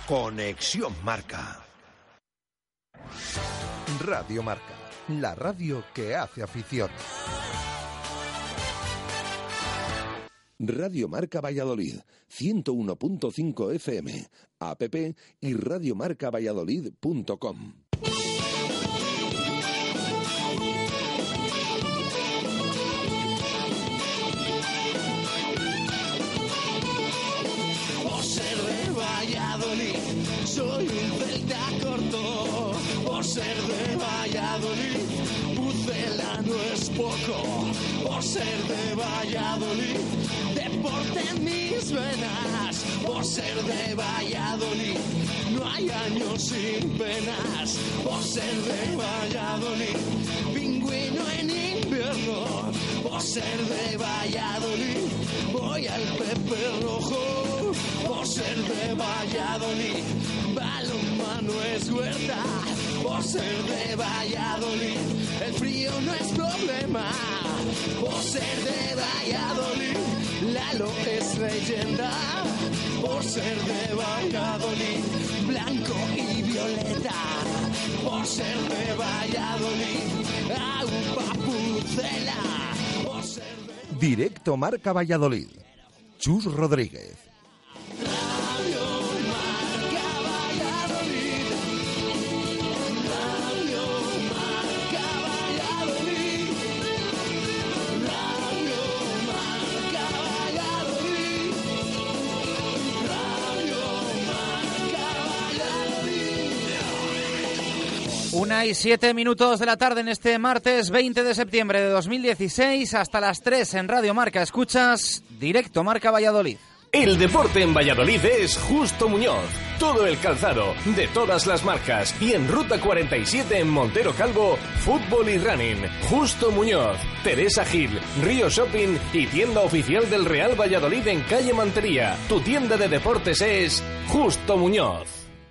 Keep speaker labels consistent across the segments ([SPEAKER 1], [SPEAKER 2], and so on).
[SPEAKER 1] Conexión Marca.
[SPEAKER 2] Radio Marca, la radio que hace afición.
[SPEAKER 3] Radio Marca Valladolid, 101.5 FM, app y radiomarcavalladolid.com.
[SPEAKER 4] Por ser de Valladolid, soy un celta corto. Por ser de Valladolid, Pucela no es poco. Por ser de Valladolid, deporte en mis venas. Por ser de Valladolid, no hay años sin penas. Por ser de Valladolid, pingüino en invierno. Por ser de Valladolid, voy al Pepe Rojo. Por ser de Valladolid, balonmano es huerta. Por ser de Valladolid, el frío no es problema. Por ser de Valladolid, Lalo es leyenda. Por ser de Valladolid, blanco y violeta. Por ser de Valladolid, Aupa Pucela. Por ser de...
[SPEAKER 2] Directo Marca Valladolid. Chus Rodríguez.
[SPEAKER 4] Radio Marca Valladolid. Radio Marca Valladolid. Radio Marca Valladolid. Radio Marca Valladolid.
[SPEAKER 5] 1:07 de la tarde en este martes 20 de septiembre de 2016. Hasta las 3 en Radio Marca. Escuchas Directo Marca Valladolid.
[SPEAKER 6] El deporte en Valladolid es Justo Muñoz. Todo el calzado, de todas las marcas. Y en Ruta 47 en Montero Calvo, fútbol y running. Justo Muñoz, Teresa Gil, Río Shopping y tienda oficial del Real Valladolid en calle Mantería. Tu tienda de deportes es Justo Muñoz.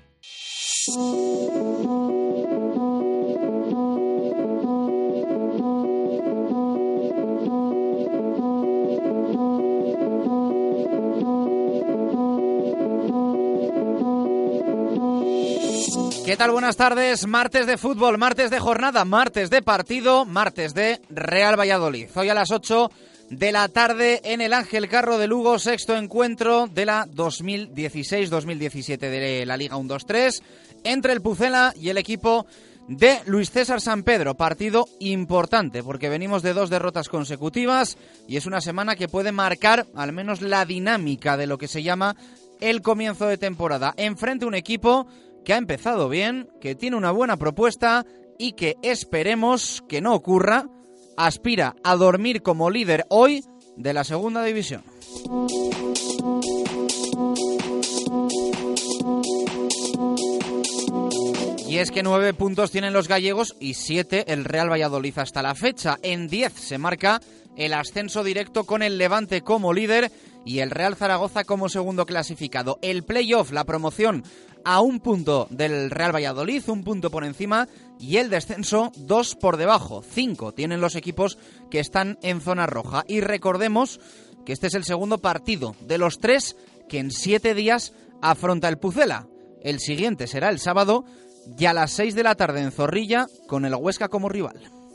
[SPEAKER 5] ¿Qué tal? Buenas tardes. Martes de fútbol, martes de jornada, martes de partido, martes de Real Valladolid. Hoy a las 8 de la tarde en el Ángel Carro de Lugo, sexto encuentro de la 2016-2017 de la Liga 1-2-3 entre el Pucela y el equipo de Luis César Sampedro. Partido importante porque venimos de 2 derrotas consecutivas y es una semana que puede marcar al menos la dinámica de lo que se llama el comienzo de temporada. Enfrente un equipo que ha empezado bien, que tiene una buena propuesta y que esperemos que no ocurra, aspira a dormir como líder hoy de la segunda división. Y es que 9 puntos tienen los gallegos y 7 el Real Valladolid hasta la fecha. En 10 se marca el ascenso directo con el Levante como líder y el Real Zaragoza como segundo clasificado. El playoff, la promoción a 1 punto del Real Valladolid, 1 punto por encima, y el descenso 2 por debajo. 5 tienen los equipos que están en zona roja. Y recordemos que este es el segundo partido de los 3 que en 7 días afronta el Pucela. El siguiente será el sábado y a las 6 de la tarde en Zorrilla con el Huesca como rival.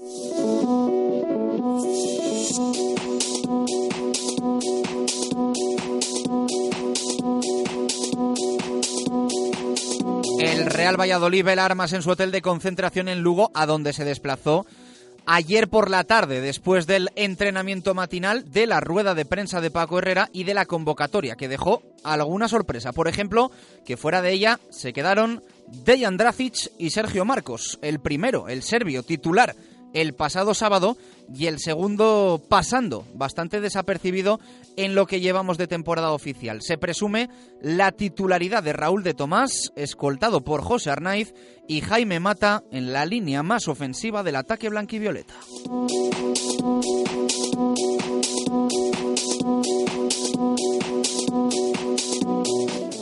[SPEAKER 5] El Real Valladolid ve armas en su hotel de concentración en Lugo, a donde se desplazó ayer por la tarde, después del entrenamiento matinal, de la rueda de prensa de Paco Herrera y de la convocatoria, que dejó alguna sorpresa. Por ejemplo, que fuera de ella se quedaron Dejan Dracic y Sergio Marcos. El primero, el serbio, titular el pasado sábado, y el segundo pasando bastante desapercibido en lo que llevamos de temporada oficial. Se presume la titularidad de Raúl de Tomás, escoltado por José Arnaiz, y Jaime Mata en la línea más ofensiva del ataque blanquivioleta.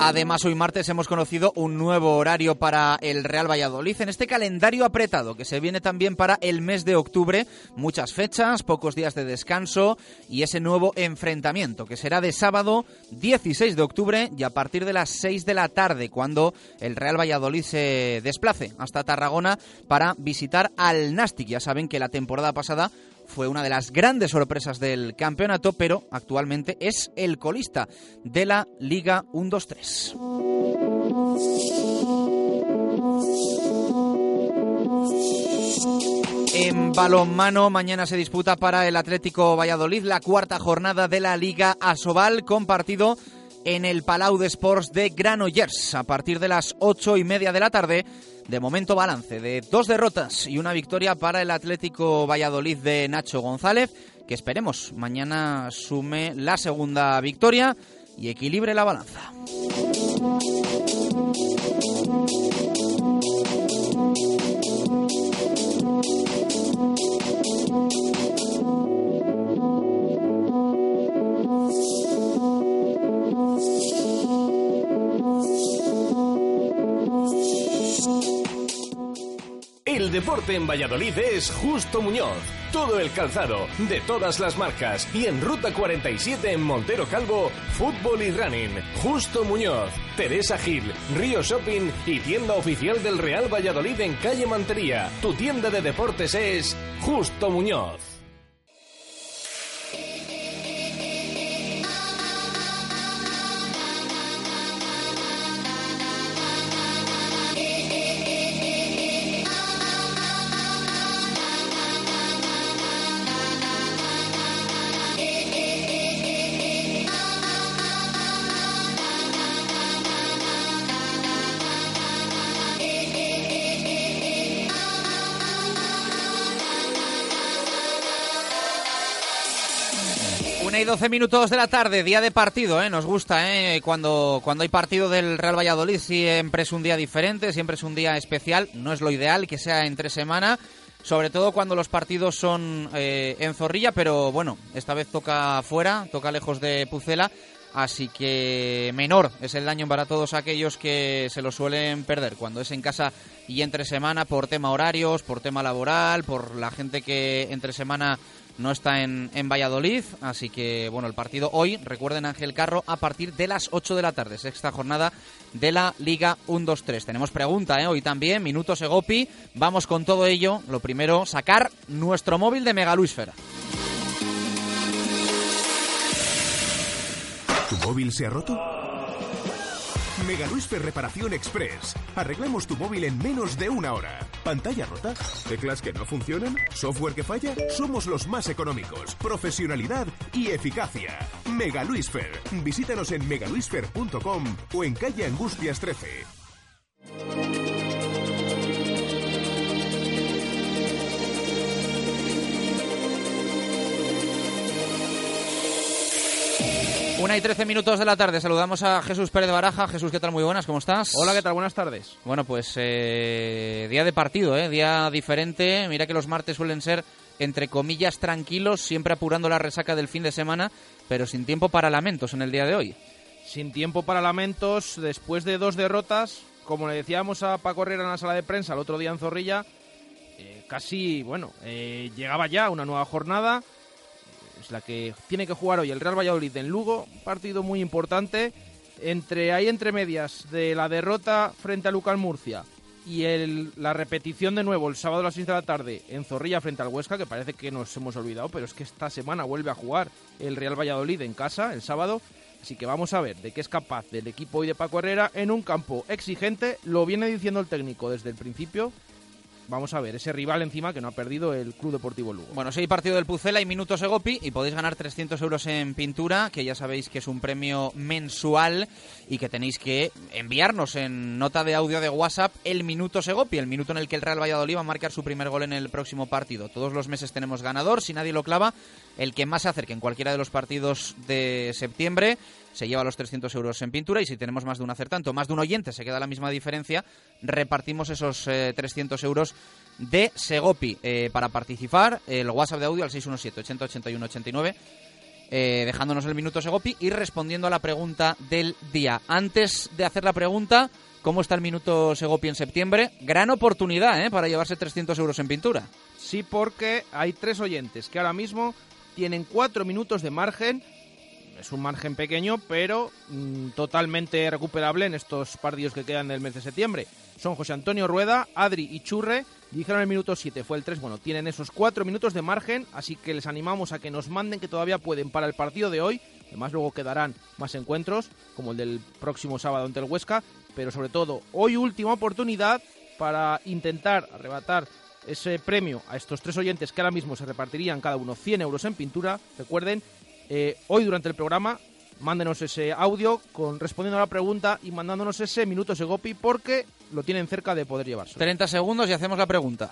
[SPEAKER 5] Además, hoy martes hemos conocido un nuevo horario para el Real Valladolid en este calendario apretado que se viene también para el mes de octubre. Muchas fechas, pocos días de descanso y ese nuevo enfrentamiento que será de sábado 16 de octubre y a partir de las 6 de la tarde, cuando el Real Valladolid se desplace hasta Tarragona para visitar al Nàstic. Ya saben que la temporada pasada fue una de las grandes sorpresas del campeonato, pero actualmente es el colista de la Liga 1-2-3. En balonmano, mañana se disputa para el Atlético Valladolid la cuarta jornada de la Liga Asobal, con partido en el Palau d'Esports de Granollers a partir de las 8:30 de la tarde. De momento, balance de 2 derrotas y una victoria para el Atlético Valladolid de Nacho González, que esperemos mañana sume la segunda victoria y equilibre la balanza.
[SPEAKER 6] El deporte en Valladolid es Justo Muñoz. Todo el calzado, de todas las marcas. Y en Ruta 47 en Montero Calvo, fútbol y running. Justo Muñoz, Teresa Gil, Río Shopping y tienda oficial del Real Valladolid en calle Mantería. Tu tienda de deportes es Justo Muñoz.
[SPEAKER 5] Y 12 minutos de la tarde, día de partido, nos gusta, cuando hay partido del Real Valladolid siempre es un día diferente, siempre es un día especial, no es lo ideal que sea entre semana, sobre todo cuando los partidos son en Zorrilla, pero bueno, esta vez toca fuera, toca lejos de Pucela, así que menor es el daño para todos aquellos que se lo suelen perder cuando es en casa y entre semana, por tema horarios, por tema laboral, por la gente que entre semana no está en Valladolid, así que bueno, el partido hoy, recuerden, Ángel Carro, a partir de las 8 de la tarde, sexta jornada de la Liga 1-2-3. Tenemos pregunta, hoy también, Minuto Segopi, vamos con todo ello. Lo primero, sacar nuestro móvil de Megaluisfer.
[SPEAKER 7] ¿Tu móvil se ha roto? Megaluisfer Reparación Express. Arreglamos tu móvil en menos de una hora. ¿Pantalla rota? ¿Teclas que no funcionan? ¿Software que falla? Somos los más económicos. Profesionalidad y eficacia. Megaluisfer. Visítanos en megaluisfer.com o en calle Angustias 13.
[SPEAKER 5] Una y 13 minutos de la tarde, saludamos a Jesús Pérez de Baraja. Jesús, ¿qué tal? Muy buenas, ¿cómo estás?
[SPEAKER 8] Hola, ¿qué tal? Buenas tardes.
[SPEAKER 5] Bueno, pues día de partido, día diferente. Mira que los martes suelen ser, entre comillas, tranquilos, siempre apurando la resaca del fin de semana, pero sin tiempo para lamentos en el día de hoy.
[SPEAKER 8] Sin tiempo para lamentos, después de 2 derrotas, como le decíamos a Paco Herrera en la sala de prensa el otro día en Zorrilla, llegaba ya una nueva jornada. Es la que tiene que jugar hoy el Real Valladolid en Lugo, un partido muy importante, entre medias de la derrota frente a Lucal Murcia y la repetición de nuevo el sábado a las 6 de la tarde en Zorrilla frente al Huesca, que parece que nos hemos olvidado, pero es que esta semana vuelve a jugar el Real Valladolid en casa el sábado, así que vamos a ver de qué es capaz del equipo hoy de Paco Herrera en un campo exigente, lo viene diciendo el técnico desde el principio. Vamos a ver, ese rival encima que no ha perdido el Club Deportivo Lugo.
[SPEAKER 5] Bueno, si hay partido del Pucela y Minuto Segopi y podéis ganar 300 euros en pintura, que ya sabéis que es un premio mensual y que tenéis que enviarnos en nota de audio de WhatsApp el Minuto Segopi, el minuto en el que el Real Valladolid va a marcar su primer gol en el próximo partido. Todos los meses tenemos ganador, si nadie lo clava, el que más se acerque en cualquiera de los partidos de septiembre se lleva los 300 euros en pintura, y si tenemos más de un acertante o más de un oyente se queda la misma diferencia, repartimos esos 300 euros de Segopi. Para participar, el WhatsApp de audio al 617 80 81 89 dejándonos el minuto Segopi y respondiendo a la pregunta del día. Antes de hacer la pregunta, ¿cómo está el minuto Segopi en septiembre? Gran oportunidad para llevarse 300 euros en pintura.
[SPEAKER 8] Sí, porque hay 3 oyentes que ahora mismo tienen 4 minutos de margen. Es un margen pequeño, pero totalmente recuperable en estos partidos que quedan del mes de septiembre. Son José Antonio Rueda, Adri y Churre. Dijeron el minuto 7, fue el 3. Bueno, tienen esos 4 minutos de margen, así que les animamos a que nos manden, que todavía pueden, para el partido de hoy. Además, luego quedarán más encuentros, como el del próximo sábado ante el Huesca. Pero sobre todo, hoy última oportunidad para intentar arrebatar ese premio a estos 3 oyentes que ahora mismo se repartirían cada uno 100 euros en pintura. Recuerden, hoy durante el programa, mándenos ese audio respondiendo a la pregunta y mandándonos ese minuto Segopi, porque lo tienen cerca de poder llevarse.
[SPEAKER 5] 30 segundos y hacemos la pregunta.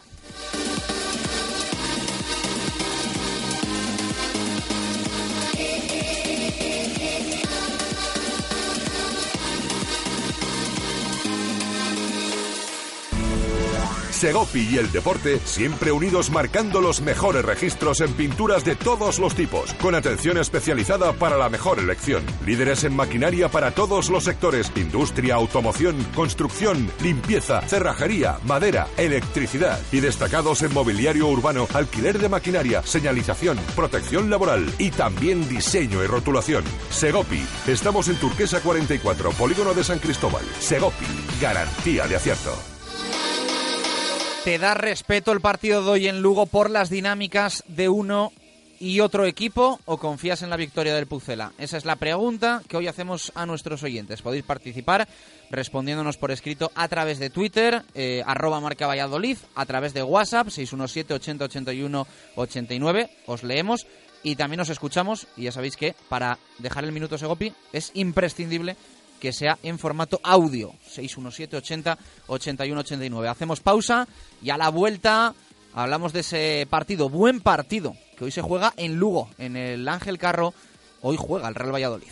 [SPEAKER 3] Segopi y el deporte siempre unidos, marcando los mejores registros en pinturas de todos los tipos, con atención especializada para la mejor elección. Líderes en maquinaria para todos los sectores: industria, automoción, construcción, limpieza, cerrajería, madera, electricidad. Y destacados en mobiliario urbano, alquiler de maquinaria, señalización, protección laboral y también diseño y rotulación. Segopi. Estamos en Turquesa 44, Polígono de San Cristóbal. Segopi. Garantía de acierto.
[SPEAKER 5] ¿Te da respeto el partido de hoy en Lugo por las dinámicas de uno y otro equipo o confías en la victoria del Pucela? Esa es la pregunta que hoy hacemos a nuestros oyentes. Podéis participar respondiéndonos por escrito a través de Twitter, @Marca Valladolid, a través de WhatsApp, 617 80 81 89. Os leemos y también os escuchamos. Y ya sabéis que para dejar el minuto Segopi es imprescindible que sea en formato audio, 617 80 81 89. Hacemos pausa y a la vuelta hablamos de ese partido, buen partido, que hoy se juega en Lugo, en el Ángel Carro. Hoy juega el Real Valladolid.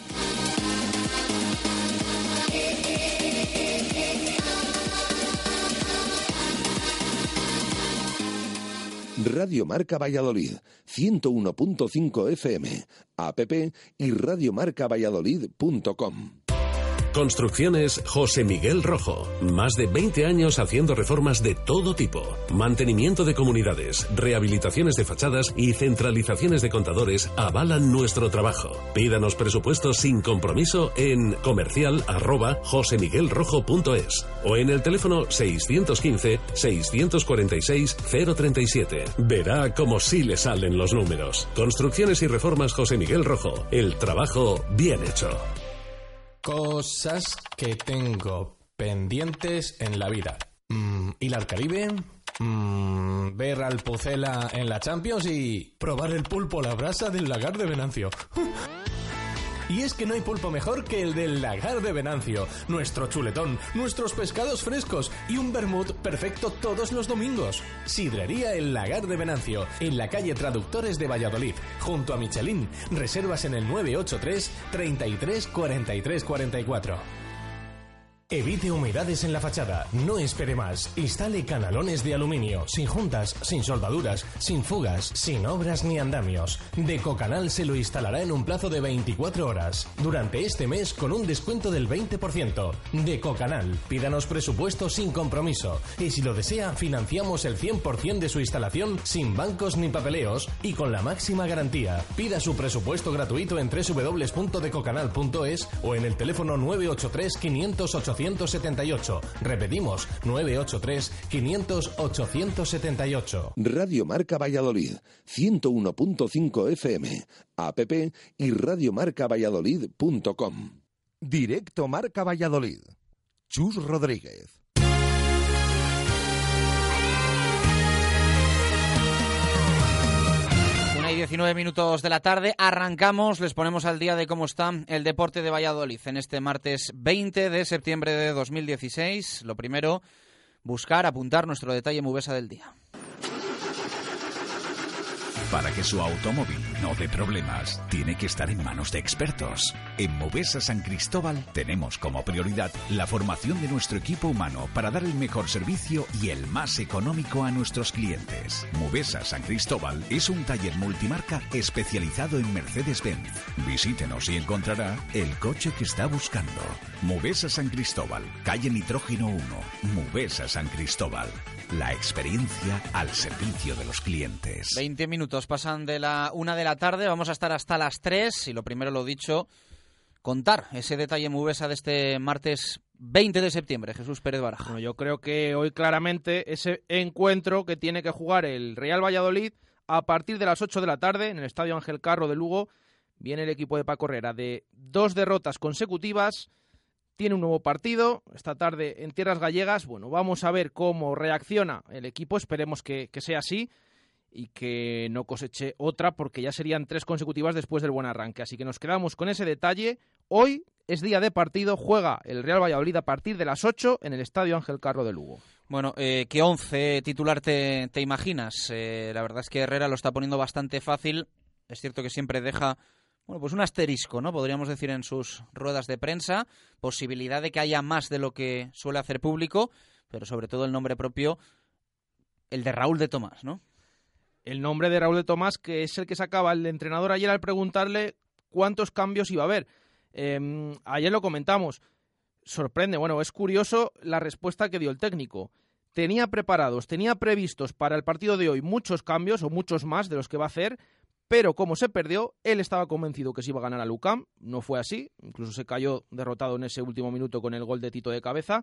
[SPEAKER 3] Radio Marca Valladolid, 101.5 FM, app y radiomarcavalladolid.com.
[SPEAKER 6] Construcciones José Miguel Rojo. Más de 20 años haciendo reformas de todo tipo. Mantenimiento de comunidades, rehabilitaciones de fachadas y centralizaciones de contadores avalan nuestro trabajo. Pídanos presupuestos sin compromiso en comercial@josemiguelrojo.es o en el teléfono 615 646 037. Verá cómo sí le salen los números. Construcciones y reformas José Miguel Rojo. El trabajo bien hecho.
[SPEAKER 9] Cosas que tengo pendientes en la vida. Ir al Caribe, ver al Pucela en la Champions y probar el pulpo a la brasa del Lagar de Venancio. Y es que no hay pulpo mejor que el del Lagar de Venancio, nuestro chuletón, nuestros pescados frescos y un vermut perfecto todos los domingos. Sidrería El Lagar de Venancio, en la calle Traductores de Valladolid, junto a Michelin. Reservas en el 983 33 43 44. Evite humedades en la fachada, no espere más. Instale canalones de aluminio, sin juntas, sin soldaduras, sin fugas, sin obras ni andamios. Decocanal se lo instalará en un plazo de 24 horas. Durante este mes con un descuento del 20%. Decocanal, pídanos presupuesto sin compromiso. Y si lo desea, financiamos el 100% de su instalación sin bancos ni papeleos y con la máxima garantía. Pida su presupuesto gratuito en www.decocanal.es o en el teléfono 983 500 878. Repetimos, 983 500 878.
[SPEAKER 3] Radio Marca Valladolid, 101.5 FM, app y radiomarcavalladolid.com.
[SPEAKER 2] Directo Marca Valladolid. Chus Rodríguez.
[SPEAKER 5] 19 minutos de la tarde, arrancamos, les ponemos al día de cómo está el deporte de Valladolid en este martes 20 de septiembre de 2016. Lo primero, apuntar nuestro detalle Mubesa del día.
[SPEAKER 10] Para que su automóvil no dé problemas, tiene que estar en manos de expertos. En Movesa San Cristóbal tenemos como prioridad la formación de nuestro equipo humano para dar el mejor servicio y el más económico a nuestros clientes. Movesa San Cristóbal es un taller multimarca especializado en Mercedes-Benz. Visítenos y encontrará el coche que está buscando. Movesa San Cristóbal, calle Nitrógeno 1. Movesa San Cristóbal. La experiencia al servicio de los clientes.
[SPEAKER 5] 20 minutos pasan de la 1 de la tarde, vamos a estar hasta las 3 y lo primero, lo dicho, contar ese detalle Movesa de este martes 20 de septiembre. Jesús Pérez Baraja.
[SPEAKER 8] Bueno, yo creo que hoy claramente ese encuentro que tiene que jugar el Real Valladolid a partir de las 8 de la tarde en el Estadio Ángel Carro de Lugo, viene el equipo de Paco Herrera de 2 derrotas consecutivas. Tiene un nuevo partido esta tarde en tierras gallegas. Bueno, vamos a ver cómo reacciona el equipo. Esperemos que sea así y que no coseche otra, porque ya serían 3 consecutivas después del buen arranque. Así que nos quedamos con ese detalle. Hoy es día de partido. Juega el Real Valladolid a partir de las 8 en el Estadio Ángel Carro de Lugo.
[SPEAKER 5] Bueno, ¿qué 11 titular te imaginas? La verdad es que Herrera lo está poniendo bastante fácil. Es cierto que siempre deja... Bueno, pues un asterisco, ¿no? Podríamos decir en sus ruedas de prensa, posibilidad de que haya más de lo que suele hacer público, pero sobre todo el nombre propio, el de Raúl de Tomás, ¿no?
[SPEAKER 8] El nombre de Raúl de Tomás, que es el que sacaba el entrenador ayer al preguntarle cuántos cambios iba a haber. Ayer lo comentamos, sorprende, bueno, es curioso la respuesta que dio el técnico. Tenía previstos para el partido de hoy muchos cambios, o muchos más de los que va a hacer, pero como se perdió, él estaba convencido que se iba a ganar a UCAM. No fue así, incluso se cayó derrotado en ese último minuto con el gol de Tito de cabeza.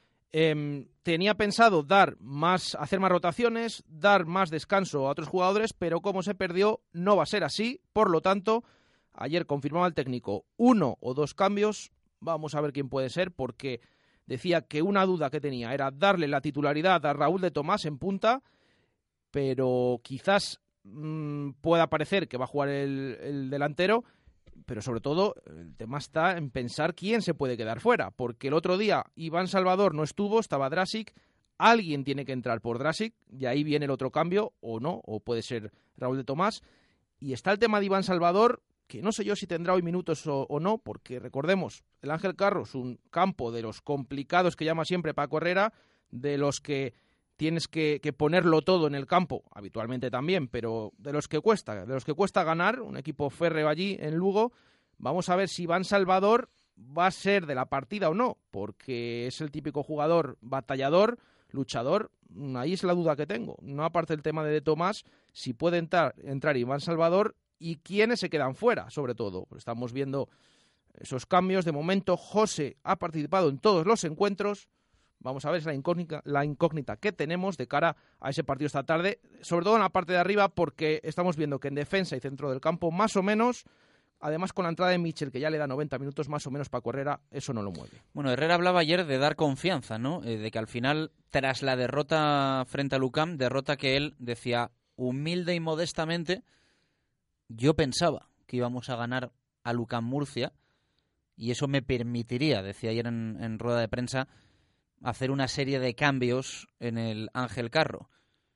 [SPEAKER 8] Tenía pensado hacer más rotaciones, dar más descanso a otros jugadores, pero como se perdió, no va a ser así. Por lo tanto, ayer confirmaba el técnico 1 o 2 cambios. Vamos a ver quién puede ser, porque decía que una duda que tenía era darle la titularidad a Raúl de Tomás en punta, pero quizás pueda parecer que va a jugar el delantero, pero sobre todo el tema está en pensar quién se puede quedar fuera, porque el otro día Iván Salvador no estuvo, estaba Drasic, alguien tiene que entrar por Drasic, y ahí viene el otro cambio, o no, o puede ser Raúl de Tomás, y está el tema de Iván Salvador, que no sé yo si tendrá hoy minutos o no, porque recordemos, el Ángel Carro es un campo de los complicados que llama siempre Paco Herrera, de los que tienes que ponerlo todo en el campo, habitualmente también, pero de los que cuesta ganar, un equipo férreo allí en Lugo. Vamos a ver si Iván Salvador va a ser de la partida o no, porque es el típico jugador batallador, luchador. Ahí es la duda que tengo, no aparte del tema de Tomás, si puede entrar Iván Salvador y quiénes se quedan fuera, sobre todo. Estamos viendo esos cambios. De momento, José ha participado en todos los encuentros. Vamos a ver la incógnita que tenemos de cara a ese partido esta tarde, sobre todo en la parte de arriba, porque estamos viendo que en defensa y centro del campo, más o menos, además con la entrada de Michel, que ya le da 90 minutos, más o menos Paco Herrera, eso no lo mueve.
[SPEAKER 5] Bueno, Herrera hablaba ayer de dar confianza, ¿no? De que al final, tras la derrota frente al UCAM, derrota que él decía humilde y modestamente, yo pensaba que íbamos a ganar al UCAM Murcia, y eso me permitiría, decía ayer en rueda de prensa, hacer una serie de cambios en el Ángel Carro.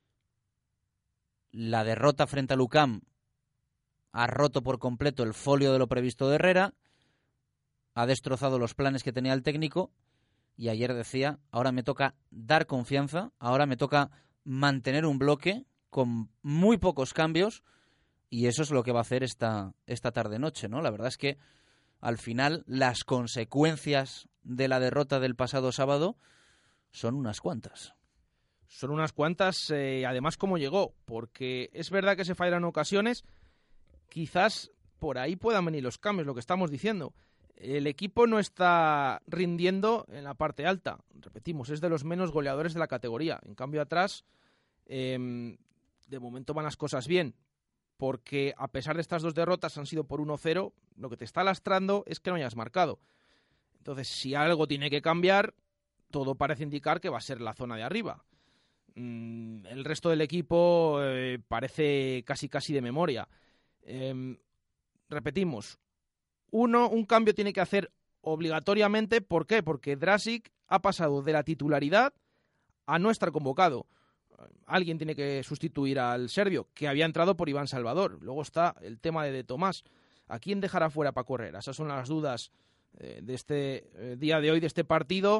[SPEAKER 5] La derrota frente al UCAM ha roto por completo el folio de lo previsto de Herrera, ha destrozado los planes que tenía el técnico, y ayer decía, ahora me toca dar confianza, ahora me toca mantener un bloque con muy pocos cambios, y eso es lo que va a hacer esta tarde-noche, ¿no? La verdad es que al final las consecuencias de la derrota del pasado sábado son unas cuantas.
[SPEAKER 8] Son unas cuantas, además cómo llegó, porque es verdad que se fallan ocasiones, quizás por ahí puedan venir los cambios, lo que estamos diciendo. El equipo no está rindiendo en la parte alta, repetimos, es de los menos goleadores de la categoría. En cambio atrás, de momento van las cosas bien, porque a pesar de estas 2 derrotas han sido por 1-0, lo que te está lastrando es que no hayas marcado. Entonces, si algo tiene que cambiar, todo parece indicar que va a ser la zona de arriba. El resto del equipo parece casi de memoria. Repetimos, un cambio tiene que hacer obligatoriamente. ¿Por qué? Porque Drasic ha pasado de la titularidad a no estar convocado. alguien tiene que sustituir al serbio, que había entrado por Iván Salvador. Luego está el tema de Tomás. ¿A quién dejará fuera Paco Herrera? Esas son las dudas de este día de hoy, de este partido,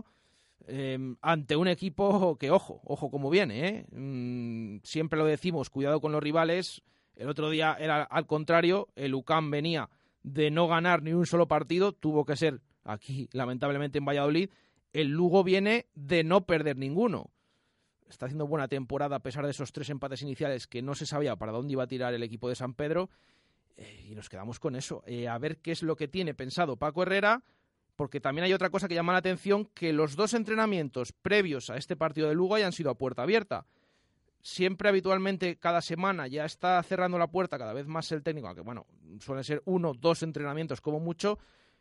[SPEAKER 8] ante un equipo que, ojo cómo viene, siempre lo decimos, cuidado con los rivales. El otro día era al contrario, el UCAM venía de no ganar ni un solo partido, tuvo que ser aquí, lamentablemente, en Valladolid. El Lugo viene de no perder ninguno. Está haciendo buena temporada a pesar de esos 3 empates iniciales que no se sabía para dónde iba a tirar el equipo de San Pedro, y nos quedamos con eso. A ver qué es lo que tiene pensado Paco Herrera, porque también hay otra cosa que llama la atención, que los 2 entrenamientos previos a este partido de Lugo hayan sido a puerta abierta. Siempre, habitualmente, cada semana ya está cerrando la puerta cada vez más el técnico, aunque bueno, suelen ser 1 o 2 entrenamientos como mucho.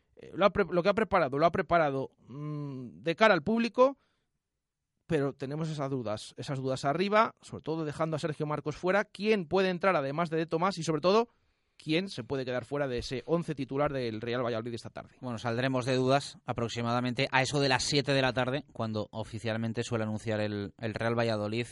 [SPEAKER 8] Lo que ha preparado, lo ha preparado de cara al público, pero tenemos esas dudas arriba, sobre todo dejando a Sergio Marcos fuera. ¿Quién puede entrar además de Tomás? Y sobre todo, ¿quién se puede quedar fuera de ese 11 titular del Real Valladolid esta tarde?
[SPEAKER 5] Bueno, saldremos de dudas aproximadamente a eso de las 7 de la tarde, cuando oficialmente suele anunciar el Real Valladolid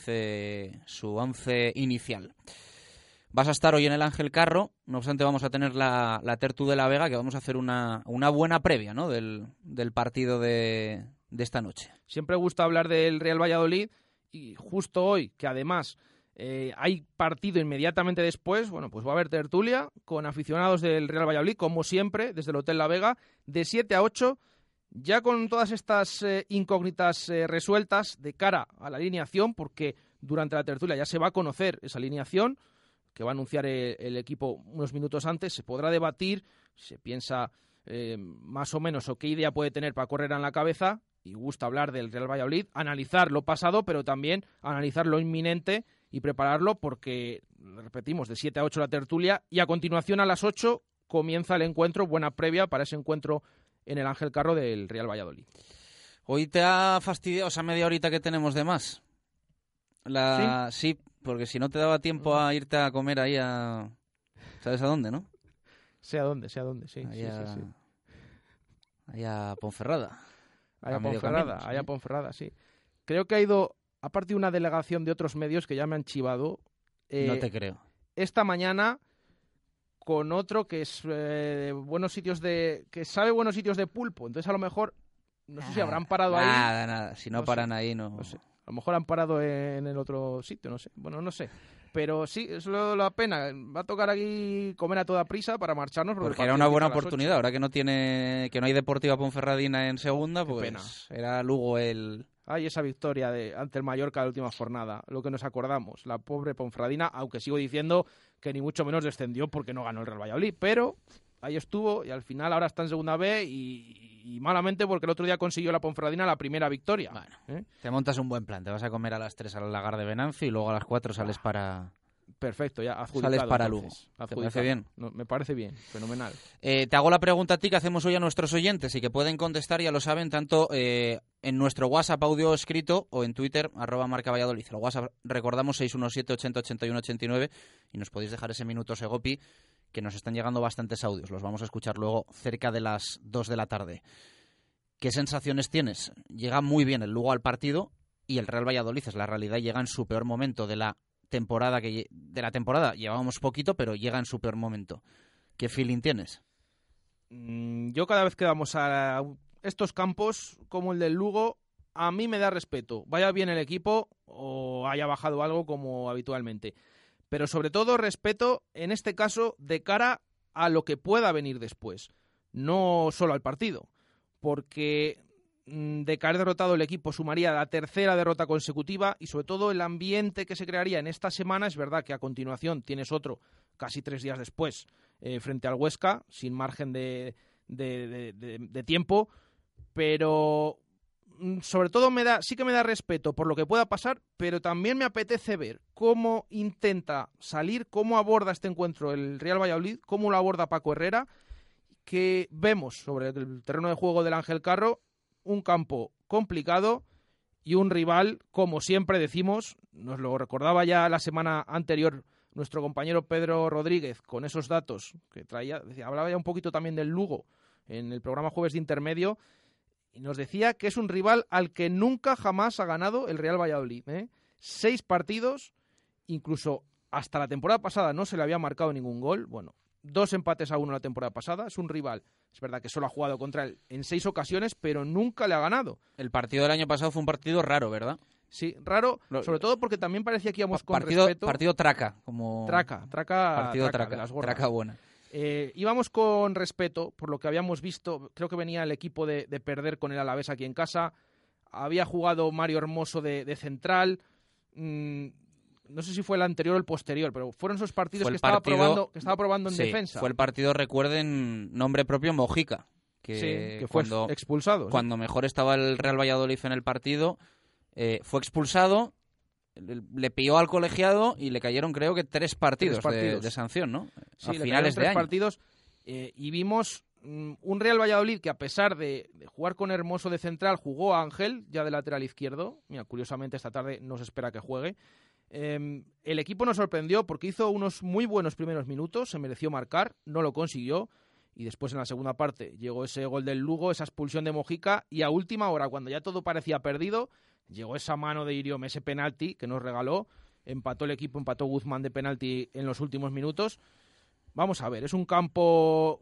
[SPEAKER 5] su 11 inicial. Vas a estar hoy en el Ángel Carro, no obstante vamos a tener la Tertu de la Vega, que vamos a hacer una buena previa, ¿no?, del partido de esta noche.
[SPEAKER 8] Siempre gusta hablar del Real Valladolid, y justo hoy, que además hay partido inmediatamente después, bueno, pues va a haber tertulia con aficionados del Real Valladolid, como siempre, desde el Hotel La Vega, de 7 a 8, ya con todas estas incógnitas resueltas de cara a la alineación, porque durante la tertulia ya se va a conocer esa alineación, que va a anunciar el equipo unos minutos antes. Se podrá debatir, se piensa más o menos o qué idea puede tener para correr en la cabeza, y gusta hablar del Real Valladolid, analizar lo pasado, pero también analizar lo inminente y prepararlo, porque, repetimos, de 7 a 8 la tertulia, y a continuación a las 8 comienza el encuentro, buena previa para ese encuentro en el Ángel Carro del Real Valladolid.
[SPEAKER 5] ¿Hoy te ha fastidiado esa media horita que tenemos de más? Sí, porque si no te daba tiempo a irte a comer ahí a... ¿Sabes a dónde, no?
[SPEAKER 8] Sé a dónde, sí.
[SPEAKER 5] Ahí a Ponferrada.
[SPEAKER 8] Ahí a Ponferrada, sí. Creo que ha ido, aparte de una delegación de otros medios que ya me han chivado...
[SPEAKER 5] no te creo.
[SPEAKER 8] Esta mañana con otro que es buenos sitios que sabe buenos sitios de pulpo. Entonces a lo mejor, no sé si habrán parado ahí.
[SPEAKER 5] Nada. Si no paran
[SPEAKER 8] sé,
[SPEAKER 5] ahí, no
[SPEAKER 8] sé. A lo mejor han parado en el otro sitio, no sé. Bueno, no sé. Pero sí, es la pena. Va a tocar aquí comer a toda prisa para marcharnos.
[SPEAKER 5] Porque era una buena oportunidad. Ahora que no hay Deportiva Ponferradina en segunda, pues
[SPEAKER 8] pena.
[SPEAKER 5] Era Lugo el...
[SPEAKER 8] Hay esa victoria ante el Mallorca de la última jornada, lo que nos acordamos. La pobre Ponferradina, aunque sigo diciendo que ni mucho menos descendió porque no ganó el Real Valladolid, pero ahí estuvo y al final ahora está en segunda B y malamente porque el otro día consiguió la Ponferradina la primera victoria.
[SPEAKER 5] Bueno, te montas un buen plan, te vas a comer a las 3 al Lagar de Venancio y luego a las 4 sales para...
[SPEAKER 8] Perfecto, ya adjudicado.
[SPEAKER 5] Sales para Lugo.
[SPEAKER 8] ¿Te parece bien? No, me parece bien, fenomenal.
[SPEAKER 5] Te hago la pregunta a ti que hacemos hoy a nuestros oyentes y que pueden contestar, ya lo saben, tanto en nuestro WhatsApp audio escrito o en Twitter, @marcavalladolid. El WhatsApp, recordamos, 617 80 81 89, y nos podéis dejar ese minuto Segopi, que nos están llegando bastantes audios. Los vamos a escuchar luego cerca de las 2 de la tarde. ¿Qué sensaciones tienes? Llega muy bien el Lugo al partido y el Real Valladolid, es la realidad, llega en su peor momento de la temporada. Llevábamos poquito, pero llega en su peor momento. ¿Qué feeling tienes?
[SPEAKER 8] Yo cada vez que vamos a estos campos, como el del Lugo, a mí me da respeto. Vaya bien el equipo o haya bajado algo como habitualmente. Pero sobre todo respeto, en este caso, de cara a lo que pueda venir después. No solo al partido. Porque de caer derrotado el equipo sumaría la tercera derrota consecutiva y sobre todo el ambiente que se crearía en esta semana. Es verdad que a continuación tienes otro casi 3 días después frente al Huesca, sin margen de tiempo, pero sobre todo sí que me da respeto por lo que pueda pasar, pero también me apetece ver cómo intenta salir, cómo aborda este encuentro el Real Valladolid, cómo lo aborda Paco Herrera, que vemos sobre el terreno de juego del Ángel Carro un campo complicado y un rival, como siempre decimos, nos lo recordaba ya la semana anterior nuestro compañero Pedro Rodríguez con esos datos que traía, hablaba ya un poquito también del Lugo en el programa Jueves de Intermedio y nos decía que es un rival al que nunca jamás ha ganado el Real Valladolid, 6 partidos, incluso hasta la temporada pasada no se le había marcado ningún gol. Bueno, 2 empates a 1 la temporada pasada. Es un rival, es verdad que solo ha jugado contra él en 6 ocasiones, pero nunca le ha ganado.
[SPEAKER 5] El partido del año pasado fue un partido raro, ¿verdad?
[SPEAKER 8] Sí, raro, sobre todo porque también parecía que íbamos con respeto.
[SPEAKER 5] Partido traca, como...
[SPEAKER 8] Traca.
[SPEAKER 5] Partido traca, traca buena.
[SPEAKER 8] Íbamos con respeto por lo que habíamos visto. Creo que venía el equipo de perder con el Alavés aquí en casa. Había jugado Mario Hermoso de central. No sé si fue el anterior o el posterior, pero fueron esos partidos que estaba probando en defensa. Fue
[SPEAKER 5] el partido, recuerden, nombre propio, Mojica.
[SPEAKER 8] Que fue expulsado.
[SPEAKER 5] Cuando mejor estaba el Real Valladolid en el partido, fue expulsado, le pilló al colegiado y le cayeron, creo que 3 partidos. De sanción, ¿no?
[SPEAKER 8] Sí,
[SPEAKER 5] a finales de año.
[SPEAKER 8] 3 partidos y vimos un Real Valladolid que, a pesar de jugar con Hermoso de central, jugó a Ángel ya de lateral izquierdo. Mira, curiosamente esta tarde no se espera que juegue. El equipo nos sorprendió porque hizo unos muy buenos primeros minutos, se mereció marcar, no lo consiguió, y después en la segunda parte llegó ese gol del Lugo, esa expulsión de Mojica, y a última hora, cuando ya todo parecía perdido, llegó esa mano de Iriome, ese penalti que nos regaló, empató Guzmán de penalti en los últimos minutos. Vamos a ver, es un campo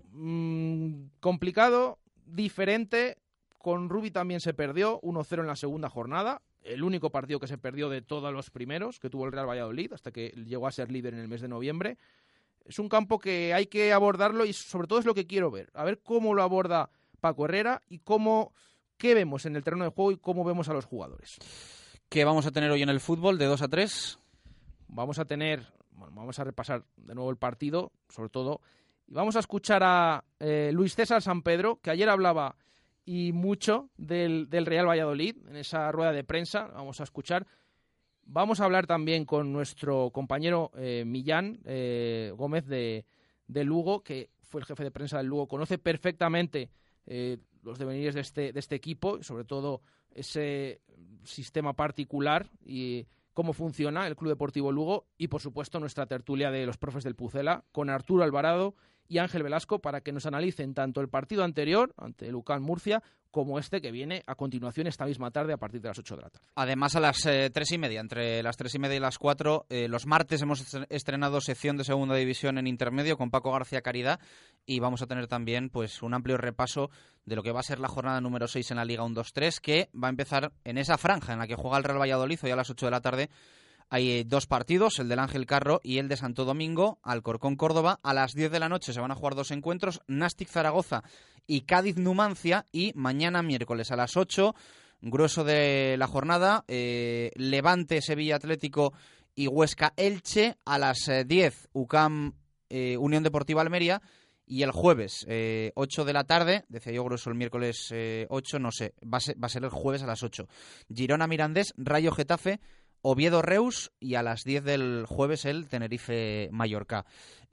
[SPEAKER 8] complicado, diferente. Con Rubi también se perdió 1-0 en la segunda jornada, el único partido que se perdió de todos los primeros que tuvo el Real Valladolid hasta que llegó a ser líder en el mes de noviembre. Es un campo que hay que abordarlo y sobre todo es lo que quiero ver, a ver cómo lo aborda Paco Herrera y qué vemos en el terreno de juego y cómo vemos a los jugadores.
[SPEAKER 5] ¿Qué vamos a tener hoy en el fútbol de 2 a 3?
[SPEAKER 8] Vamos a repasar de nuevo el partido, sobre todo, y vamos a escuchar a Luis César Sampedro, que ayer hablaba y mucho del Real Valladolid en esa rueda de prensa. Vamos a escuchar. Vamos a hablar también con nuestro compañero Millán Gómez de Lugo, que fue el jefe de prensa del Lugo, conoce perfectamente los devenires de este equipo, y sobre todo ese sistema particular y cómo funciona el Club Deportivo Lugo, y por supuesto nuestra tertulia de los profes del Pucela con Arturo Alvarado y Ángel Velasco para que nos analicen tanto el partido anterior ante el UCAM Murcia como este que viene a continuación esta misma tarde a partir de las 8 de la tarde.
[SPEAKER 5] Además, a las 3:30, entre las 3:30 y las 4, los martes hemos estrenado sección de Segunda División en Intermedio con Paco García Caridad, y vamos a tener también pues un amplio repaso de lo que va a ser la jornada número 6 en la Liga 1-2-3, que va a empezar en esa franja en la que juega el Real Valladolid hoy a las 8 de la tarde. Hay 2 partidos, el del Ángel Carro y el de Santo Domingo, Alcorcón Córdoba. A las 10 de la noche se van a jugar 2 encuentros, Nástic Zaragoza y Cádiz Numancia, y mañana miércoles a las 8, grueso de la jornada, Levante Sevilla Atlético y Huesca Elche. A las 10 UCAM Unión Deportiva Almería, y el jueves 8 de la tarde, decía yo grueso el miércoles 8, no sé, va a ser el jueves a las 8, Girona Mirandés, Rayo Getafe, Oviedo Reus, y a las 10 del jueves el Tenerife Mallorca.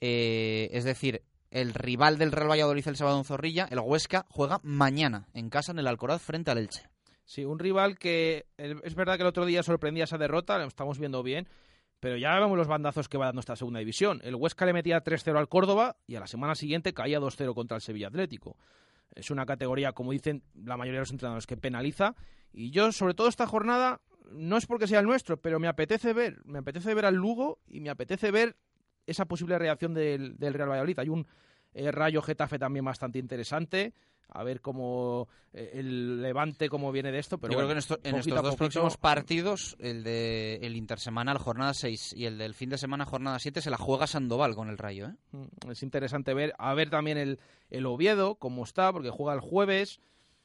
[SPEAKER 5] Es decir, el rival del Real Valladolid el sábado en Zorrilla, el Huesca, juega mañana en casa en el Alcoraz frente al Elche.
[SPEAKER 8] Sí, un rival que es verdad que el otro día sorprendía esa derrota, lo estamos viendo bien, pero ya vemos los bandazos que va dando esta segunda división. El Huesca le metía 3-0 al Córdoba y a la semana siguiente caía 2-0 contra el Sevilla Atlético. Es una categoría, como dicen la mayoría de los entrenadores, que penaliza, y yo, sobre todo esta jornada, no es porque sea el nuestro, pero me apetece ver al Lugo y me apetece ver esa posible reacción del Real Valladolid. Hay un Rayo Getafe también bastante interesante, a ver cómo el Levante cómo viene de esto. Pero
[SPEAKER 5] yo creo que en estos 2 próximos partidos, el intersemanal jornada 6 y el del fin de semana jornada 7, se la juega Sandoval con el Rayo, ¿eh?
[SPEAKER 8] Es interesante ver también el Oviedo cómo está, porque juega el jueves,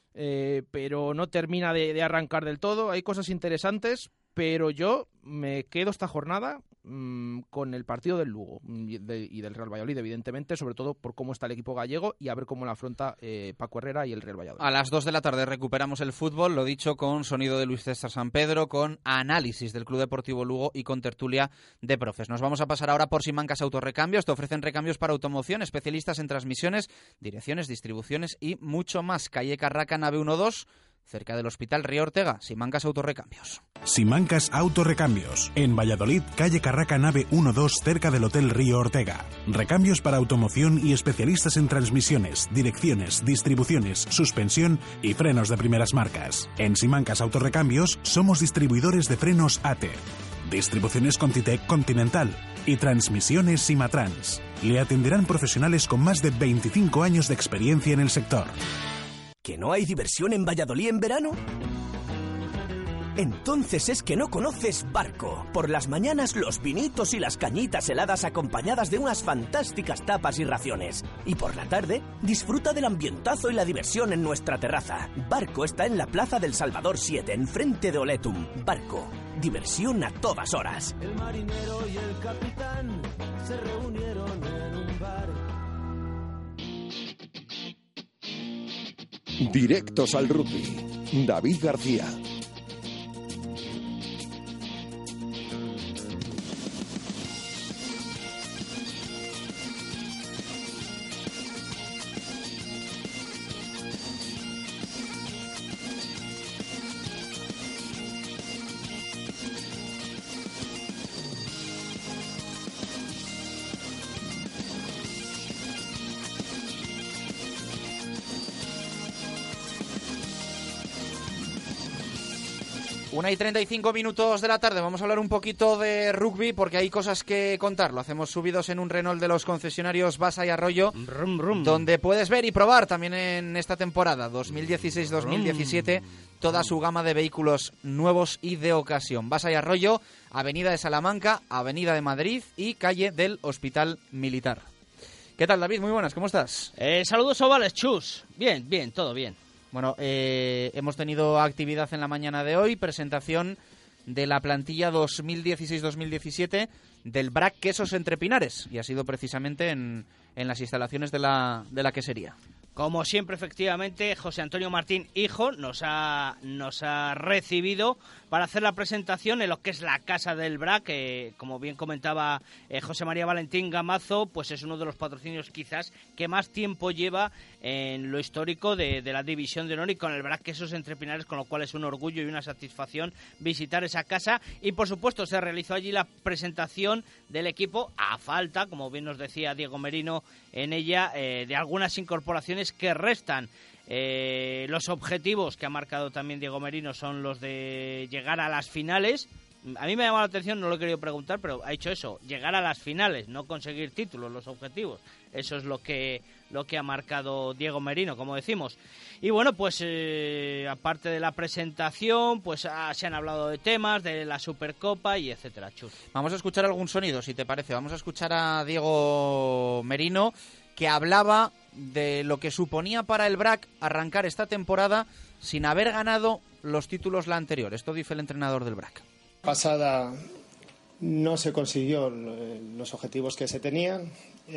[SPEAKER 8] pero no termina de arrancar del todo. Hay cosas interesantes, pero yo me quedo esta jornada con el partido del Lugo y del Real Valladolid, evidentemente, sobre todo por cómo está el equipo gallego y a ver cómo lo afronta Paco Herrera y el Real Valladolid.
[SPEAKER 5] A las 2 de la tarde recuperamos el fútbol, lo dicho, con sonido de Luis César Sampedro, con análisis del Club Deportivo Lugo y con tertulia de profes. Nos vamos a pasar ahora por Simancas Autorrecambios. Te ofrecen recambios para automoción, especialistas en transmisiones, direcciones, distribuciones y mucho más. Calle Carraca, nave 12, cerca del Hospital Río Ortega. Simancas Autorrecambios.
[SPEAKER 7] Simancas Autorrecambios. En Valladolid, calle Carraca, nave 12, cerca del Hotel Río Ortega. Recambios para automoción y especialistas en transmisiones, direcciones, distribuciones, suspensión y frenos de primeras marcas. En Simancas Autorrecambios somos distribuidores de frenos ATE.
[SPEAKER 11] Distribuciones Contitec Continental y Transmisiones Simatrans. Le atenderán profesionales con más de 25 años de experiencia en el sector.
[SPEAKER 12] ¿Que no hay diversión en Valladolid en verano? Entonces es que no conoces Barco. Por las mañanas los vinitos y las cañitas heladas acompañadas de unas fantásticas tapas y raciones. Y por la tarde, disfruta del ambientazo y la diversión en nuestra terraza. Barco está en la Plaza del Salvador 7, enfrente de Oletum. Barco, diversión a todas horas.
[SPEAKER 4] El marinero y el capitán se reunieron en un bar.
[SPEAKER 2] Directos al rugby. David García.
[SPEAKER 5] Una y 35 minutos de la tarde, vamos a hablar un poquito de rugby porque hay cosas que contar. Lo hacemos subidos en un Renault de los concesionarios Basa y Arroyo, donde puedes ver y probar también en esta temporada 2016-2017 toda su gama de vehículos nuevos y de ocasión. Basa y Arroyo, Avenida de Salamanca, Avenida de Madrid y calle del Hospital Militar. ¿Qué tal, David? Muy buenas, ¿cómo estás?
[SPEAKER 13] Saludos ovales, chus. Bien, todo bien.
[SPEAKER 5] Bueno, hemos tenido actividad en la mañana de hoy, presentación de la plantilla 2016-2017 del BRAC Quesos Entre Pinares, y ha sido precisamente en las instalaciones de la quesería.
[SPEAKER 13] Como siempre, efectivamente, José Antonio Martín, hijo, nos ha recibido para hacer la presentación en lo que es la Casa del BRAC, que, como bien comentaba José María Valentín Gamazo, pues es uno de los patrocinios quizás que más tiempo lleva en lo histórico de la División de Honor, y con el BRAC Quesos Entre Pinares, con lo cual es un orgullo y una satisfacción visitar esa casa. Y por supuesto se realizó allí la presentación del equipo, a falta, como bien nos decía Diego Merino en ella, de algunas incorporaciones que restan. Los objetivos que ha marcado también Diego Merino son los de llegar a las finales. A mí me ha llamado la atención, no lo he querido preguntar, pero ha dicho eso, llegar a las finales, no conseguir títulos, los objetivos. Eso es lo que ha marcado Diego Merino, como decimos. Y bueno, pues aparte de la presentación, pues se han hablado de temas, de la Supercopa y etcétera. Chus.
[SPEAKER 5] Vamos a escuchar algún sonido, si te parece. Vamos a escuchar a Diego Merino, que hablaba de lo que suponía para el BRAC arrancar esta temporada sin haber ganado los títulos la anterior. Esto dice el entrenador del BRAC.
[SPEAKER 14] Pasada no se consiguió los objetivos que se tenían.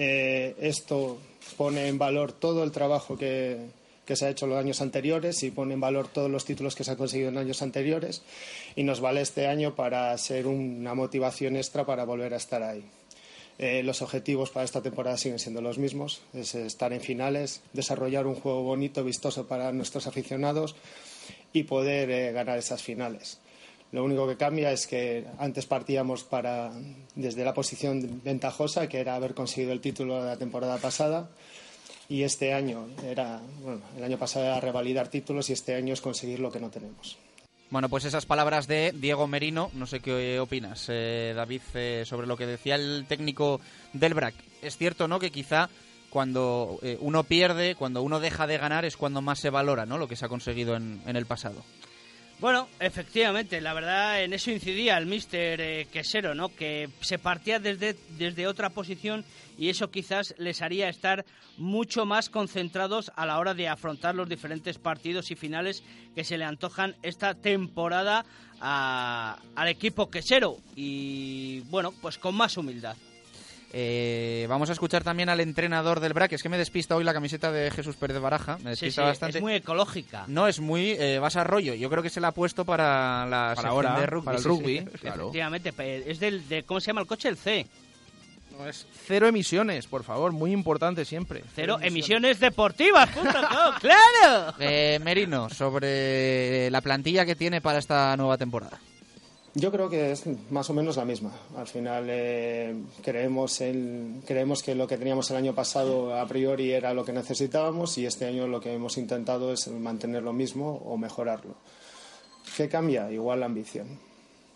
[SPEAKER 14] Esto pone en valor todo el trabajo que se ha hecho los años anteriores y pone en valor todos los títulos que se han conseguido en años anteriores, y nos vale este año para ser una motivación extra para volver a estar ahí. Los objetivos para esta temporada siguen siendo los mismos, es estar en finales, desarrollar un juego bonito, vistoso para nuestros aficionados y poder ganar esas finales. Lo único que cambia es que antes partíamos desde la posición ventajosa, que era haber conseguido el título de la temporada pasada, y este año el año pasado era revalidar títulos y este año es conseguir lo que no tenemos.
[SPEAKER 5] Bueno, pues esas palabras de Diego Merino, no sé qué opinas, David, sobre lo que decía el técnico del BRAC. Es cierto, ¿no?, que quizá cuando uno pierde, cuando uno deja de ganar, es cuando más se valora, ¿no?, lo que se ha conseguido en el pasado.
[SPEAKER 13] Bueno, efectivamente, la verdad en eso incidía el míster Quesero, ¿no?, que se partía desde otra posición, y eso quizás les haría estar mucho más concentrados a la hora de afrontar los diferentes partidos y finales que se le antojan esta temporada al equipo Quesero, y bueno, pues con más humildad.
[SPEAKER 5] Vamos a escuchar también al entrenador del BRAC. Es que me despista hoy la camiseta de Jesús Pérez Baraja. Me despista bastante.
[SPEAKER 13] Es muy ecológica.
[SPEAKER 5] No, es muy Basa Arroyo. Yo creo que se la ha puesto para la sección de rugby.
[SPEAKER 8] Para el rugby,
[SPEAKER 5] sí.
[SPEAKER 8] Claro.
[SPEAKER 13] Efectivamente, es de ¿cómo se llama el coche? El C.
[SPEAKER 8] No, es cero emisiones, por favor, muy importante siempre.
[SPEAKER 13] Cero emisiones deportivas.com, ¡claro!
[SPEAKER 5] Merino, sobre la plantilla que tiene para esta nueva temporada.
[SPEAKER 14] Yo creo que es más o menos la misma. Al final creemos que lo que teníamos el año pasado a priori era lo que necesitábamos, y este año lo que hemos intentado es mantener lo mismo o mejorarlo. ¿Qué cambia? Igual la ambición.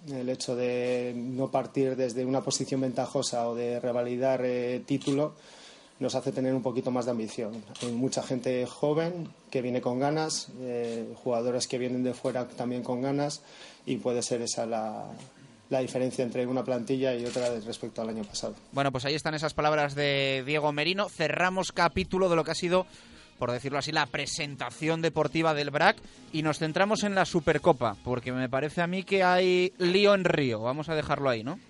[SPEAKER 14] El hecho de no partir desde una posición ventajosa o de revalidar título nos hace tener un poquito más de ambición. Hay mucha gente joven que viene con ganas, jugadores que vienen de fuera también con ganas, y puede ser esa la diferencia entre una plantilla y otra respecto al año pasado.
[SPEAKER 5] Bueno, pues ahí están esas palabras de Diego Merino. Cerramos capítulo de lo que ha sido, por decirlo así, la presentación deportiva del BRAC, y nos centramos en la Supercopa, porque me parece a mí que hay lío en Río. Vamos a dejarlo ahí, ¿no?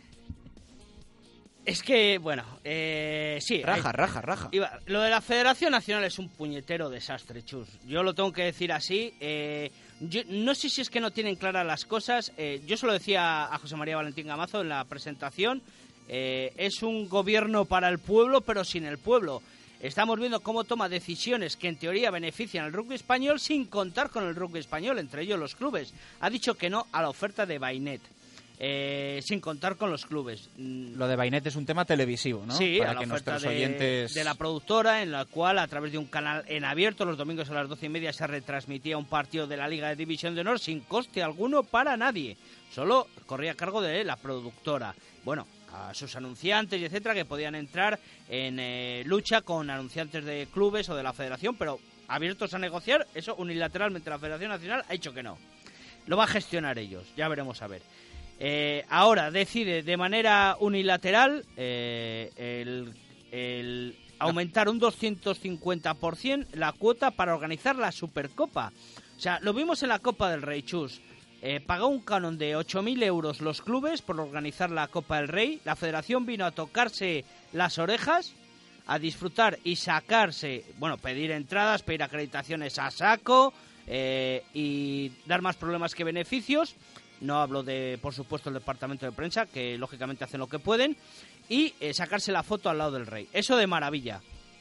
[SPEAKER 13] Es que, bueno, sí.
[SPEAKER 5] Raja.
[SPEAKER 13] Lo de la Federación Nacional es un puñetero desastre, Chus. Yo lo tengo que decir así. Yo no sé si es que no tienen claras las cosas. Yo se lo decía a José María Valentín Gamazo en la presentación. Es un gobierno para el pueblo, pero sin el pueblo. Estamos viendo cómo toma decisiones que en teoría benefician al rugby español sin contar con el rugby español, entre ellos los clubes. Ha dicho que no a la oferta de Bainet. Sin contar con los clubes.
[SPEAKER 5] Lo de Bainet es un tema televisivo, ¿no?
[SPEAKER 13] Sí,
[SPEAKER 5] para
[SPEAKER 13] a la
[SPEAKER 5] que
[SPEAKER 13] oferta
[SPEAKER 5] nuestros oyentes...
[SPEAKER 13] de la productora, en la cual a través de un canal en abierto los domingos a las 12:30 se retransmitía un partido de la Liga de División de Honor sin coste alguno para nadie. Solo corría a cargo de la productora. Bueno, a sus anunciantes y etcétera, que podían entrar en lucha con anunciantes de clubes o de la federación, pero abiertos a negociar. Eso unilateralmente la Federación Nacional ha dicho que no. Lo va a gestionar ellos, ya veremos a ver. Ahora decide de manera unilateral el aumentar un 250% la cuota para organizar la Supercopa. O sea, lo vimos en la Copa del Rey, Chus. Pagó un canon de 8.000 euros los clubes por organizar la Copa del Rey. La federación vino a tocarse las orejas, a disfrutar y sacarse, bueno, pedir entradas, pedir acreditaciones a saco y dar más problemas que beneficios. No hablo de, por supuesto, el departamento de prensa, que lógicamente hacen lo que pueden, y sacarse la foto al lado del rey. Eso de maravilla.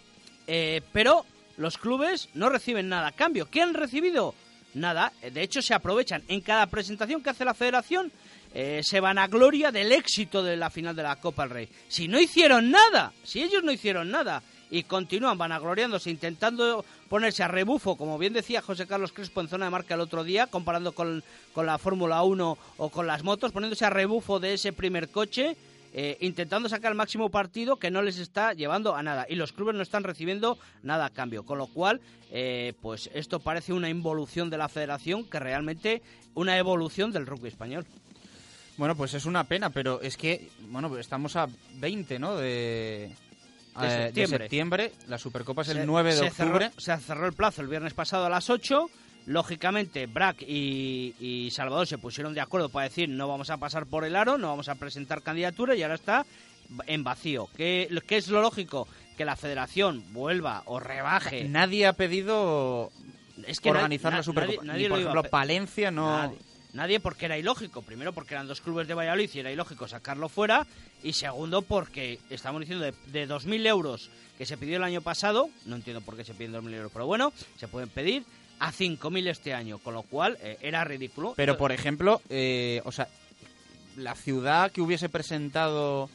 [SPEAKER 13] Pero los clubes no reciben nada a cambio. ¿Qué han recibido? Nada. De hecho, se aprovechan. En cada presentación que hace la federación, se vanagloria del éxito de la final de la Copa del Rey. Si no hicieron nada, si ellos no hicieron nada, y continúan vanagloriándose, intentando ponerse a rebufo, como bien decía José Carlos Crespo en Zona de Marca el otro día, comparando con la Fórmula 1 o con las motos, poniéndose a rebufo de ese primer coche, intentando sacar el máximo partido, que no les está llevando a nada. Y los clubes no están recibiendo nada a cambio. Con lo cual, pues esto parece una involución de la federación que realmente una evolución del rugby español.
[SPEAKER 5] Bueno, pues es una pena, pero es que, bueno, estamos a 20, ¿no?, de septiembre. La Supercopa es el 9 de octubre.
[SPEAKER 13] Se cerró el plazo el viernes pasado a las 8. Lógicamente, BRAC y Salvador se pusieron de acuerdo para decir no vamos a pasar por el aro, no vamos a presentar candidatura, y ahora está en vacío. ¿Qué es lo lógico? Que la federación vuelva o rebaje.
[SPEAKER 5] Nadie ha pedido organizar la Supercopa.
[SPEAKER 13] Nadie
[SPEAKER 5] por ejemplo, Palencia no...
[SPEAKER 13] Nadie, porque era ilógico. Primero, porque eran dos clubes de Valladolid y era ilógico sacarlo fuera. Y segundo, porque estamos diciendo de 2.000 euros que se pidió el año pasado. No entiendo por qué se piden 2.000 euros, pero bueno, se pueden pedir a 5.000 este año. Con lo cual, era ridículo.
[SPEAKER 5] Pero, por ejemplo, o sea, la ciudad que hubiese presentado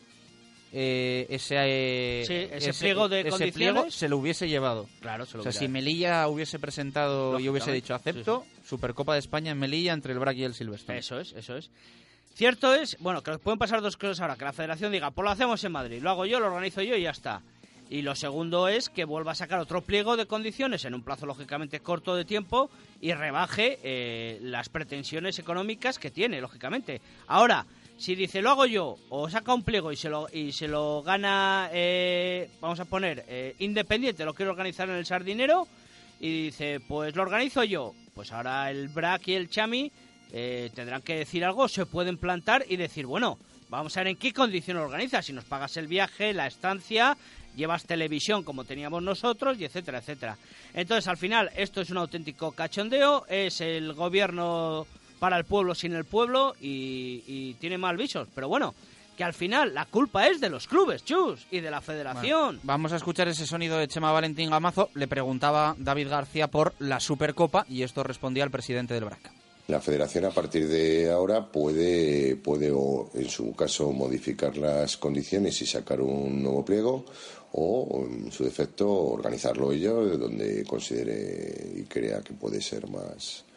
[SPEAKER 5] ese
[SPEAKER 13] pliego de condiciones,
[SPEAKER 5] pliego se lo hubiese llevado.
[SPEAKER 13] Claro, se lo
[SPEAKER 5] hubiera. Si Melilla hubiese presentado y hubiese dicho acepto, sí. Supercopa de España en Melilla entre el BRAC y el Silverstone.
[SPEAKER 13] Eso es. Cierto es, bueno, que pueden pasar dos cosas ahora. Que la federación diga, pues lo hacemos en Madrid, lo hago yo, lo organizo yo y ya está. Y lo segundo es que vuelva a sacar otro pliego de condiciones en un plazo lógicamente corto de tiempo y rebaje las pretensiones económicas que tiene, lógicamente. Ahora, si dice lo hago yo o saca un pliego y se lo gana, vamos a poner, Independiente, lo quiero organizar en el Sardinero, y dice pues lo organizo yo, pues ahora el BRAC y el Chami tendrán que decir algo, se pueden plantar y decir, bueno, vamos a ver en qué condiciones lo organizas, si nos pagas el viaje, la estancia, llevas televisión como teníamos nosotros, y etcétera, etcétera. Entonces, al final, esto es un auténtico cachondeo, es el gobierno para el pueblo sin el pueblo, y tiene mal visos, pero bueno, que al final la culpa es de los clubes, Chus, y de la federación.
[SPEAKER 5] Bueno, vamos a escuchar ese sonido de Chema Valentín Gamazo. Le preguntaba David García por la Supercopa y esto respondía el presidente del BRAC.
[SPEAKER 15] La federación a partir de ahora puede o en su caso modificar las condiciones y sacar un nuevo pliego, o en su defecto organizarlo ello donde considere y crea que puede ser más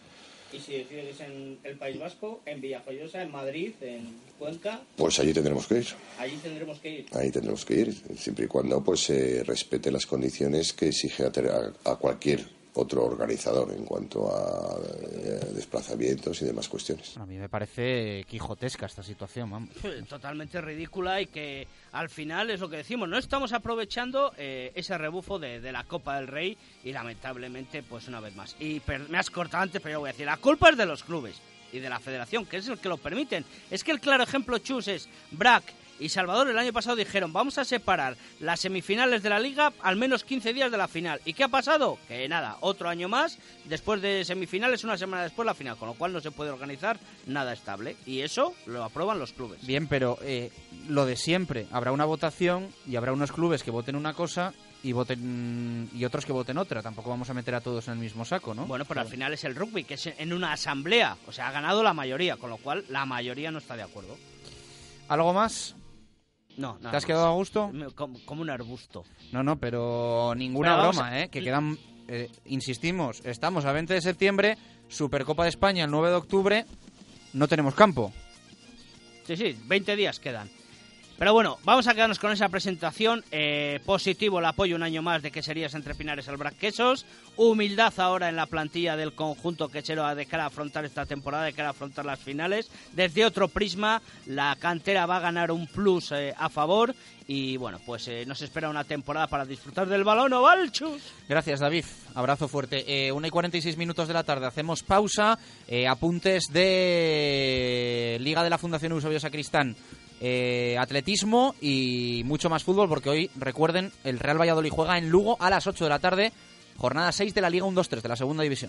[SPEAKER 13] Y si decides en el País Vasco, en Villajoyosa, en Madrid, en Cuenca...
[SPEAKER 15] Pues allí tendremos que ir.
[SPEAKER 13] Allí tendremos que ir.
[SPEAKER 15] Ahí tendremos que ir, siempre y cuando pues se respete las condiciones que exige a cualquier otro organizador en cuanto a desplazamientos y demás cuestiones.
[SPEAKER 5] A mí me parece quijotesca esta situación, vamos.
[SPEAKER 13] Totalmente ridícula y que al final es lo que decimos, no estamos aprovechando ese rebufo de la Copa del Rey y lamentablemente pues una vez más. Y me has cortado antes, pero yo voy a decir, la culpa es de los clubes y de la federación, que es el que lo permiten. Es que el claro ejemplo, Chus, es BRAC y Salvador el año pasado dijeron, vamos a separar las semifinales de la Liga al menos 15 días de la final. ¿Y qué ha pasado? Que nada, otro año más, después de semifinales, una semana después la final, con lo cual no se puede organizar nada estable. Y eso lo aprueban los clubes.
[SPEAKER 5] Bien, pero lo de siempre, habrá una votación y habrá unos clubes que voten una cosa y otros que voten otra. Tampoco vamos a meter a todos en el mismo saco, ¿no?
[SPEAKER 13] Bueno, pero al final es el rugby, que es en una asamblea. O sea, ha ganado la mayoría, con lo cual la mayoría no está de acuerdo.
[SPEAKER 5] ¿Algo más?
[SPEAKER 13] No, nada.
[SPEAKER 5] ¿Te has quedado a gusto?
[SPEAKER 13] Como un arbusto.
[SPEAKER 5] No, pero ninguna broma, que quedan, insistimos, estamos a 20 de septiembre, Supercopa de España el 9 de octubre, no tenemos campo.
[SPEAKER 13] Sí, 20 días quedan. Pero bueno, vamos a quedarnos con esa presentación. Positivo el apoyo un año más de Queserías Entre Pinares al BRAC Quesos. Humildad ahora en la plantilla del conjunto quesero de cara a afrontar esta temporada, de cara a afrontar las finales. Desde otro prisma, la cantera va a ganar un plus a favor. Y bueno, pues nos espera una temporada para disfrutar del balón oval, Chus.
[SPEAKER 5] Gracias, David. Abrazo fuerte. 1:46 de la tarde. Hacemos pausa. Apuntes de Liga de la Fundación Eusebio Sacristán. Atletismo y mucho más fútbol, porque hoy, recuerden, el Real Valladolid juega en Lugo a las 8 de la tarde, jornada 6 de la Liga 1-2-3 de la segunda división.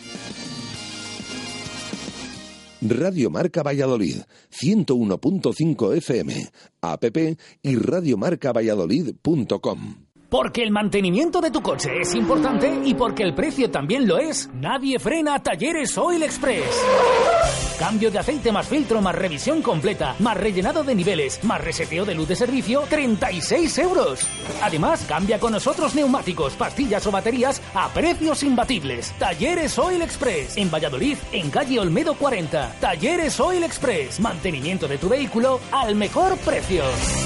[SPEAKER 2] Radio Marca Valladolid, 101.5 FM, app y radiomarcavalladolid.com.
[SPEAKER 16] Porque el mantenimiento de tu coche es importante y porque el precio también lo es, nadie frena Talleres Oil Express. Cambio de aceite más filtro más revisión completa, más rellenado de niveles, más reseteo de luz de servicio, 36 €. Además, cambia con nosotros neumáticos, pastillas o baterías a precios imbatibles. Talleres Oil Express. En Valladolid, en calle Olmedo 40. Talleres Oil Express. Mantenimiento de tu vehículo al mejor precio.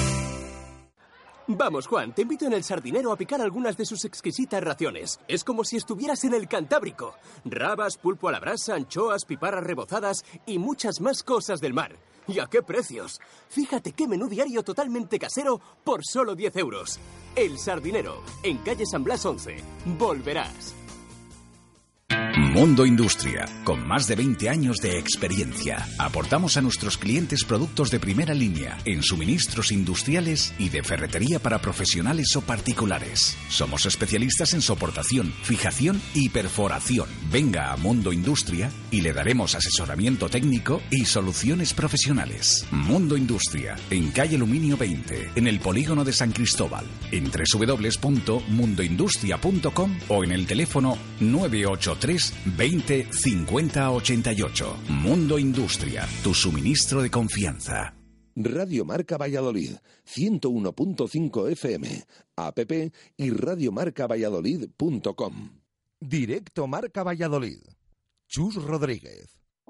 [SPEAKER 17] Vamos, Juan, te invito en el Sardinero a picar algunas de sus exquisitas raciones. Es como si estuvieras en el Cantábrico. Rabas, pulpo a la brasa, anchoas, piparras rebozadas y muchas más cosas del mar. ¿Y a qué precios? Fíjate qué menú diario totalmente casero por solo 10 €. El Sardinero, en calle San Blas 11. Volverás.
[SPEAKER 10] Mundo Industria, con más de 20 años de experiencia. Aportamos a nuestros clientes productos de primera línea en suministros industriales y de ferretería para profesionales o particulares. Somos especialistas en soportación, fijación y perforación. Venga a Mundo Industria y le daremos asesoramiento técnico y soluciones profesionales. Mundo Industria, en calle Aluminio 20, en el polígono de San Cristóbal, en www.mundoindustria.com o en el teléfono 983 20 50 88. Mundo Industria, tu suministro de confianza.
[SPEAKER 2] Radio Marca Valladolid, 101.5 FM, app y radiomarcavalladolid.com. Directo Marca Valladolid. Chus Rodríguez.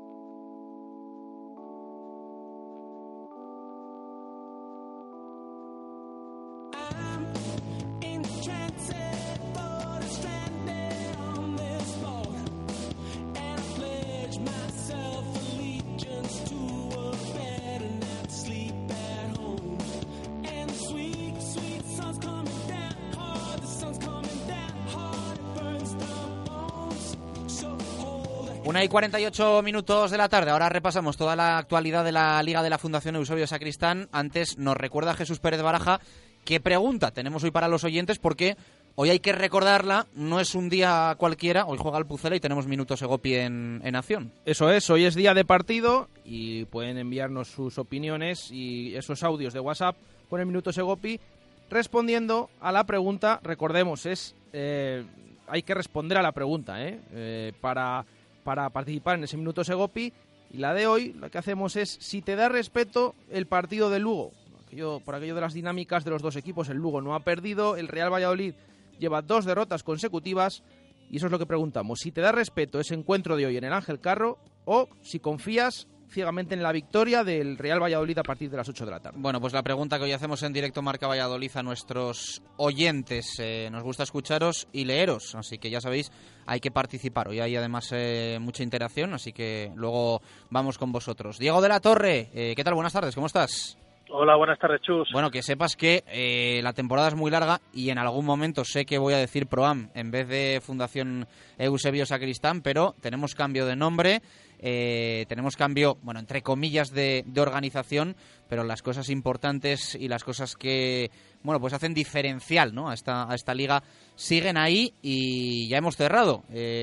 [SPEAKER 5] Una y 48 minutos de la tarde. Ahora repasamos toda la actualidad de la Liga de la Fundación Eusebio Sacristán. Antes nos recuerda Jesús Pérez Baraja qué pregunta tenemos hoy para los oyentes, porque hoy hay que recordarla, no es un día cualquiera. Hoy juega el Pucela y tenemos Minuto Segopi en acción.
[SPEAKER 8] Eso es, hoy es día de partido y pueden enviarnos sus opiniones y esos audios de WhatsApp con el Minuto Segopi respondiendo a la pregunta. Recordemos, hay que responder a la pregunta para participar en ese Minuto Segopi. Y la de hoy, lo que hacemos es: si te da respeto el partido del Lugo. Por aquello de las dinámicas de los dos equipos, el Lugo no ha perdido, el Real Valladolid lleva 2 derrotas consecutivas Y eso es lo que preguntamos, si te da respeto ese encuentro de hoy en el Ángel Carro o si confías ciegamente en la victoria del Real Valladolid a partir de las 8 de la tarde.
[SPEAKER 5] Bueno, pues la pregunta que hoy hacemos en directo Marca Valladolid a nuestros oyentes. Nos gusta escucharos y leeros, así que ya sabéis, hay que participar. Hoy hay además mucha interacción, así que luego vamos con vosotros. Diego de la Torre, ¿qué tal? Buenas tardes, ¿cómo estás?
[SPEAKER 18] Hola, buenas tardes, Chus.
[SPEAKER 5] Bueno, que sepas que la temporada es muy larga y en algún momento sé que voy a decir Proam en vez de Fundación Eusebio Sacristán, pero tenemos cambio de nombre, tenemos cambio, bueno, entre comillas, de organización, pero las cosas importantes y las cosas que, bueno, pues hacen diferencial, ¿no?, a esta liga siguen ahí y ya hemos cerrado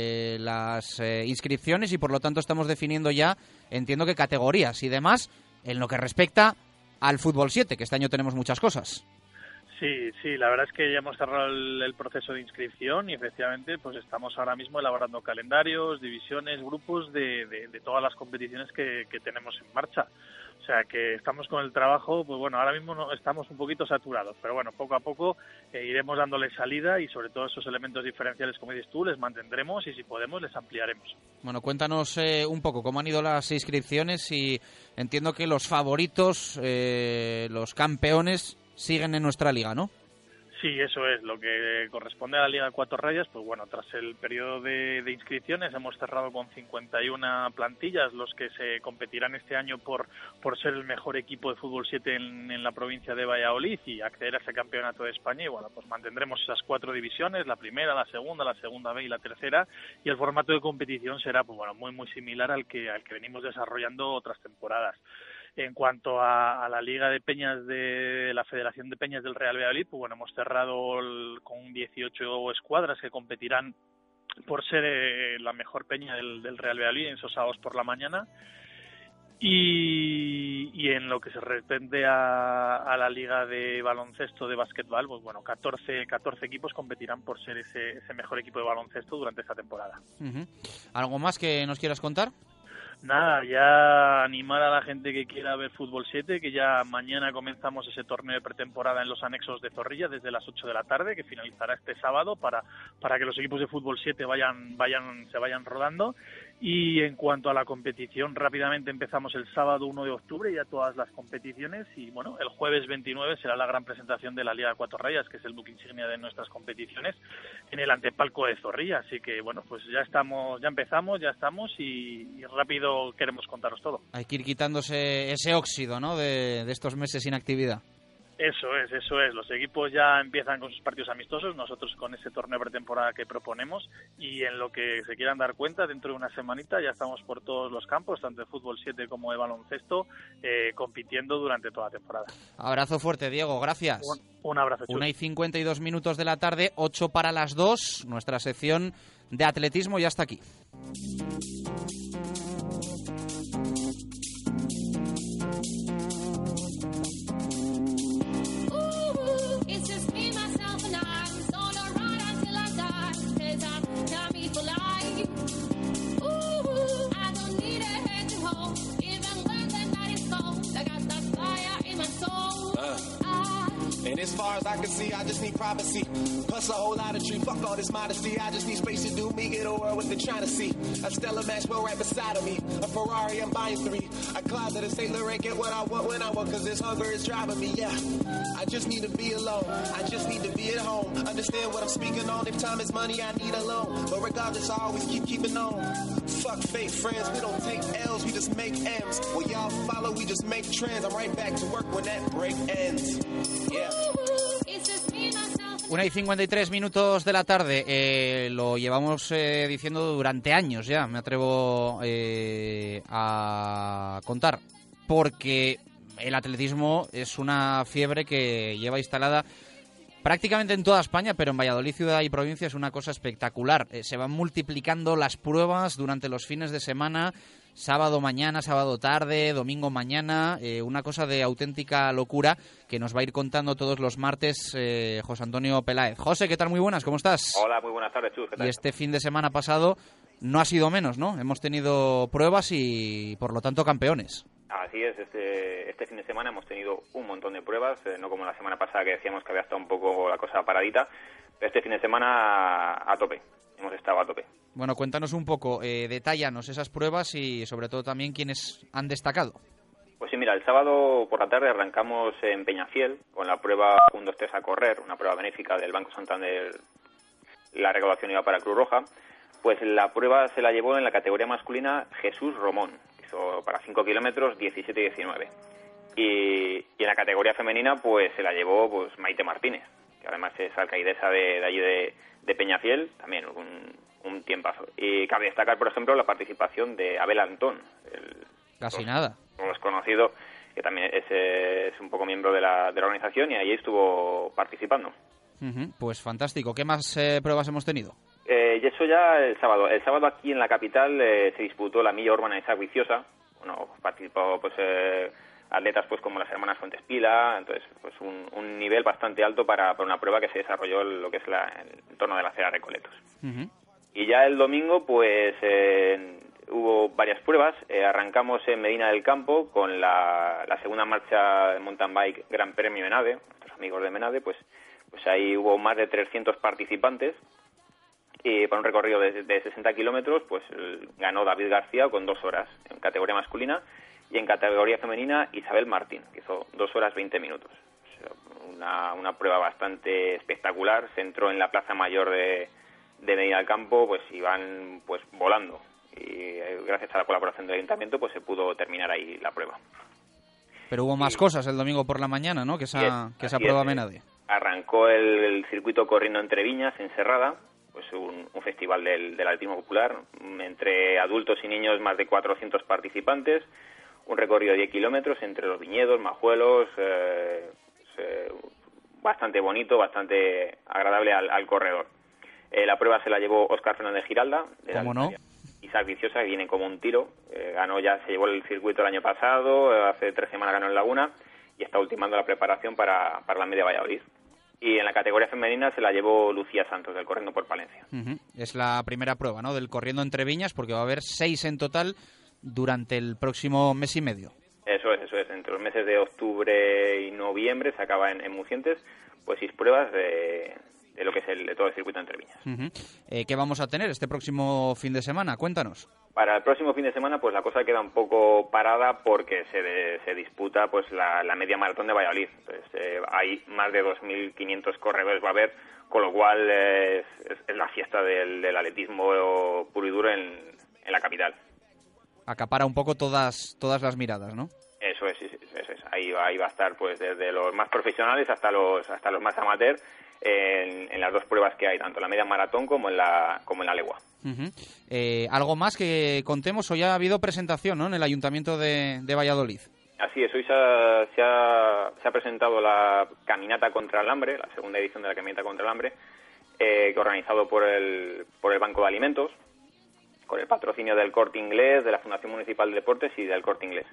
[SPEAKER 5] las inscripciones y por lo tanto estamos definiendo ya, entiendo que categorías y demás, en lo que respecta al Fútbol 7, que este año tenemos muchas cosas.
[SPEAKER 18] Sí, la verdad es que ya hemos cerrado el proceso de inscripción y efectivamente pues estamos ahora mismo elaborando calendarios, divisiones, grupos de todas las competiciones que tenemos en marcha. O sea que estamos con el trabajo, pues bueno, ahora mismo no, estamos un poquito saturados, pero bueno, poco a poco iremos dándole salida y sobre todo esos elementos diferenciales, como dices tú, les mantendremos y si podemos les ampliaremos.
[SPEAKER 5] Bueno, cuéntanos un poco cómo han ido las inscripciones y entiendo que los favoritos, los campeones, siguen en nuestra liga, ¿no?
[SPEAKER 18] Sí, eso es. Lo que corresponde a la Liga de Cuatro Rayas, pues bueno, tras el periodo de inscripciones hemos cerrado con 51 plantillas, los que se competirán este año por ser el mejor equipo de fútbol 7 en la provincia de Valladolid y acceder a ese campeonato de España. Y bueno, pues mantendremos esas 4 divisiones, la primera, la segunda B y la tercera, y el formato de competición será pues bueno, muy muy similar al que venimos desarrollando otras temporadas. En cuanto a la Liga de Peñas de la Federación de Peñas del Real Valladolid, pues bueno, hemos cerrado con 18 escuadras que competirán por ser la mejor peña del Real Valladolid en esos sábados por la mañana. Y en lo que se refiere a la Liga de Baloncesto de Básquetbol, pues bueno, 14 equipos competirán por ser ese mejor equipo de baloncesto durante esta temporada.
[SPEAKER 5] Uh-huh. ¿Algo más que nos quieras contar?
[SPEAKER 18] Nada, ya animar a la gente que quiera ver Fútbol 7, que ya mañana comenzamos ese torneo de pretemporada en los anexos de Zorrilla desde las 8 de la tarde, que finalizará este sábado para que los equipos de Fútbol 7 se vayan rodando. Y en cuanto a la competición, rápidamente empezamos el sábado 1 de octubre ya todas las competiciones y bueno, el jueves 29 será la gran presentación de la Liga de Cuatro Rayas, que es el buque insignia de nuestras competiciones, en el antepalco de Zorrilla. Así que bueno, pues ya estamos y rápido queremos contaros todo.
[SPEAKER 5] Hay que ir quitándose ese óxido, ¿no?, de estos meses sin actividad.
[SPEAKER 18] Eso es. Los equipos ya empiezan con sus partidos amistosos, nosotros con ese torneo de pretemporada que proponemos y en lo que se quieran dar cuenta, dentro de una semanita ya estamos por todos los campos, tanto de fútbol 7 como de baloncesto, compitiendo durante toda la temporada.
[SPEAKER 5] Abrazo fuerte, Diego, gracias.
[SPEAKER 18] Un abrazo.
[SPEAKER 5] 1:52 de la tarde, 8 para las 2, nuestra sección de atletismo ya está aquí.
[SPEAKER 19] And as far as I can see, I just need privacy. Plus a whole lot of tree. Fuck all this modesty. I just need space to do me. Get a world what they're trying to see. A Stella Maxwell right beside of me. A Ferrari, I'm buying 3. A closet, a St. Laurent. Get what I want when I want. Cause this hunger is driving me, yeah. I just need to be alone. I just need to be at home. Understand what I'm speaking on. If time is money, I need a loan. But regardless, I always keeping on. Fuck fake friends. We don't take L's. We just make M's. Well, y'all follow. We just make trends. I'm right back to work when that break ends. Yeah.
[SPEAKER 5] 1:53 de la tarde, lo llevamos diciendo durante años ya, me atrevo a contar, porque el atletismo es una fiebre que lleva instalada prácticamente en toda España, pero en Valladolid, ciudad y provincia es una cosa espectacular. Se van multiplicando las pruebas durante los fines de semana, sábado mañana, sábado tarde, domingo mañana, una cosa de auténtica locura que nos va a ir contando todos los martes José Antonio Peláez. José, ¿qué tal? Muy buenas, ¿cómo estás?
[SPEAKER 20] Hola, muy buenas tardes, Chus, ¿qué tal?
[SPEAKER 5] Y este fin de semana pasado no ha sido menos, ¿no? Hemos tenido pruebas y, por lo tanto, campeones.
[SPEAKER 20] Así es, este fin de semana hemos tenido un montón de pruebas, no como la semana pasada que decíamos que había estado un poco la cosa paradita, pero este fin de semana a tope. hemos estado a tope.
[SPEAKER 5] Bueno, cuéntanos un poco, detállanos esas pruebas y sobre todo también quiénes han destacado.
[SPEAKER 20] Pues sí, mira, el sábado por la tarde arrancamos en Peñafiel con la prueba 1, 2, 3 a correr, una prueba benéfica del Banco Santander. La recaudación iba para Cruz Roja. Pues la prueba se la llevó en la categoría masculina Jesús Romón, que hizo para 5 kilómetros 17 y 19. Y en la categoría femenina pues se la llevó pues Maite Martínez, que además es alcaidesa de allí de Peñafiel, también un tiempazo. Y cabe destacar, por ejemplo, la participación de Abel Antón,
[SPEAKER 5] Casi nada.
[SPEAKER 20] Conocido, que también es un poco miembro de la organización, y ahí estuvo participando.
[SPEAKER 5] Pues fantástico. ¿Qué más pruebas hemos tenido?
[SPEAKER 20] Y eso ya el sábado. El sábado aquí en la capital se disputó la milla urbana de Sacriciosa. Bueno, participó pues atletas pues como las hermanas Fuentes Pila, entonces pues un nivel bastante alto para una prueba que se desarrolló en lo que es el entorno de la acera Recoletos. Y ya el domingo pues hubo varias pruebas. Arrancamos en Medina del Campo con la segunda marcha de mountain bike Gran Premio Menade. Nuestros amigos de Menade, pues ahí hubo más de 300 participantes. Y para un recorrido de 60 kilómetros, pues ganó David García con 2 horas en categoría masculina, y en categoría femenina Isabel Martín, que hizo 2 horas 20 minutos. O sea, una prueba bastante espectacular. Se entró en la Plaza Mayor de Medina del Campo, pues iban pues volando, y gracias a la colaboración del Ayuntamiento pues se pudo terminar ahí la prueba.
[SPEAKER 5] Pero hubo más cosas el domingo por la mañana, ¿no? Que esa prueba Menade.
[SPEAKER 20] Arrancó el circuito Corriendo entre Viñas en Serrada, pues un festival del atletismo popular, entre adultos y niños más de 400 participantes, un recorrido de 10 kilómetros entre los viñedos, majuelos, bastante bonito, bastante agradable al corredor. La prueba se la llevó Óscar Fernández Giralda, de
[SPEAKER 5] ¿Cómo no?
[SPEAKER 20] Isaac Viciosa, que viene como un tiro. Se llevó el circuito el año pasado, hace 3 semanas ganó en Laguna, y está ultimando la preparación para la Media Valladolid. Y en la categoría femenina se la llevó Lucía Santos, del Corriendo por Palencia.
[SPEAKER 5] Es la primera prueba, ¿no?, del Corriendo entre Viñas, porque va a haber 6 en total durante el próximo mes y medio.
[SPEAKER 20] Eso es. Entre los meses de octubre y noviembre se acaba en Mucientes, pues 6 pruebas de lo que es de todo el circuito entre Viñas.
[SPEAKER 5] ¿Qué vamos a tener este próximo fin de semana? Cuéntanos.
[SPEAKER 20] Para el próximo fin de semana pues la cosa queda un poco parada porque se disputa pues la media maratón de Valladolid. Entonces, hay más de 2.500 corredores va a haber, con lo cual es la fiesta del atletismo puro y duro en la capital.
[SPEAKER 5] Acapara un poco todas las miradas, ¿no?
[SPEAKER 20] Eso es. Ahí va a estar pues desde los más profesionales hasta los más amateur en las 2 pruebas que hay, tanto en la media maratón como en la legua.
[SPEAKER 5] ¿Algo más que contemos? Hoy ha habido presentación, ¿no?, en el Ayuntamiento de Valladolid.
[SPEAKER 20] Así es, hoy se ha presentado la Caminata contra el Hambre, la segunda edición de la Caminata contra el Hambre, que organizado por el Banco de Alimentos, con el patrocinio del Corte Inglés, de la Fundación Municipal de Deportes y del Corte Inglés.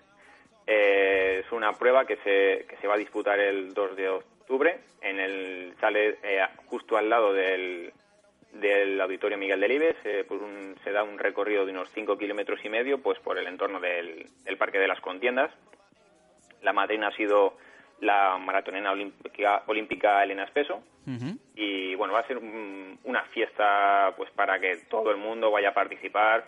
[SPEAKER 20] Es una prueba que se va a disputar el 2 de octubre en el sale justo al lado del Auditorio Miguel Delibes. Se da un recorrido de unos 5 kilómetros y medio pues por el entorno del Parque de las Contiendas. La madrina ha sido la maratonera olímpica Elena Espeso. Y bueno, va a ser una fiesta pues para que todo el mundo vaya a participar,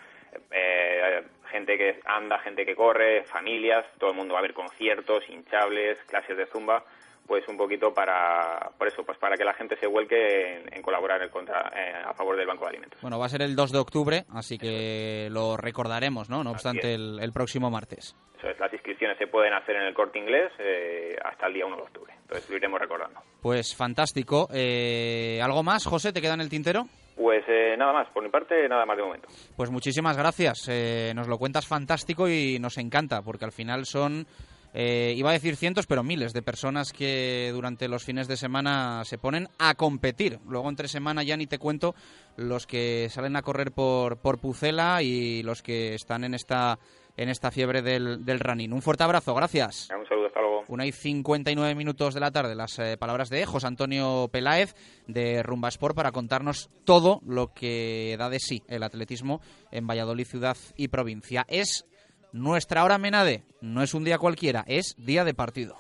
[SPEAKER 20] gente que anda, gente que corre, familias, todo el mundo va a haber conciertos, hinchables, clases de zumba, pues un poquito para que la gente se vuelque en colaborar a favor del Banco de Alimentos.
[SPEAKER 5] Bueno, va a ser el 2 de octubre, así que lo recordaremos, ¿no? No obstante, el próximo martes.
[SPEAKER 20] Eso es, las inscripciones se pueden hacer en el Corte Inglés hasta el día 1 de octubre, entonces lo iremos recordando.
[SPEAKER 5] Pues fantástico. ¿Algo más, José? ¿Te queda en el tintero?
[SPEAKER 20] Pues nada más, por mi parte, nada más de momento.
[SPEAKER 5] Pues muchísimas gracias. Nos lo cuentas fantástico y nos encanta, porque al final son, iba a decir cientos, pero miles de personas que durante los fines de semana se ponen a competir. Luego entre semana ya ni te cuento los que salen a correr por Pucela y los que están en esta fiebre del running. Un fuerte abrazo, gracias.
[SPEAKER 20] Un saludo, hasta luego.
[SPEAKER 5] 1:59 de la tarde, las palabras de José Antonio Peláez de Rumba Sport para contarnos todo lo que da de sí el atletismo en Valladolid, ciudad y provincia. Es nuestra hora Menade, no es un día cualquiera, es día de partido.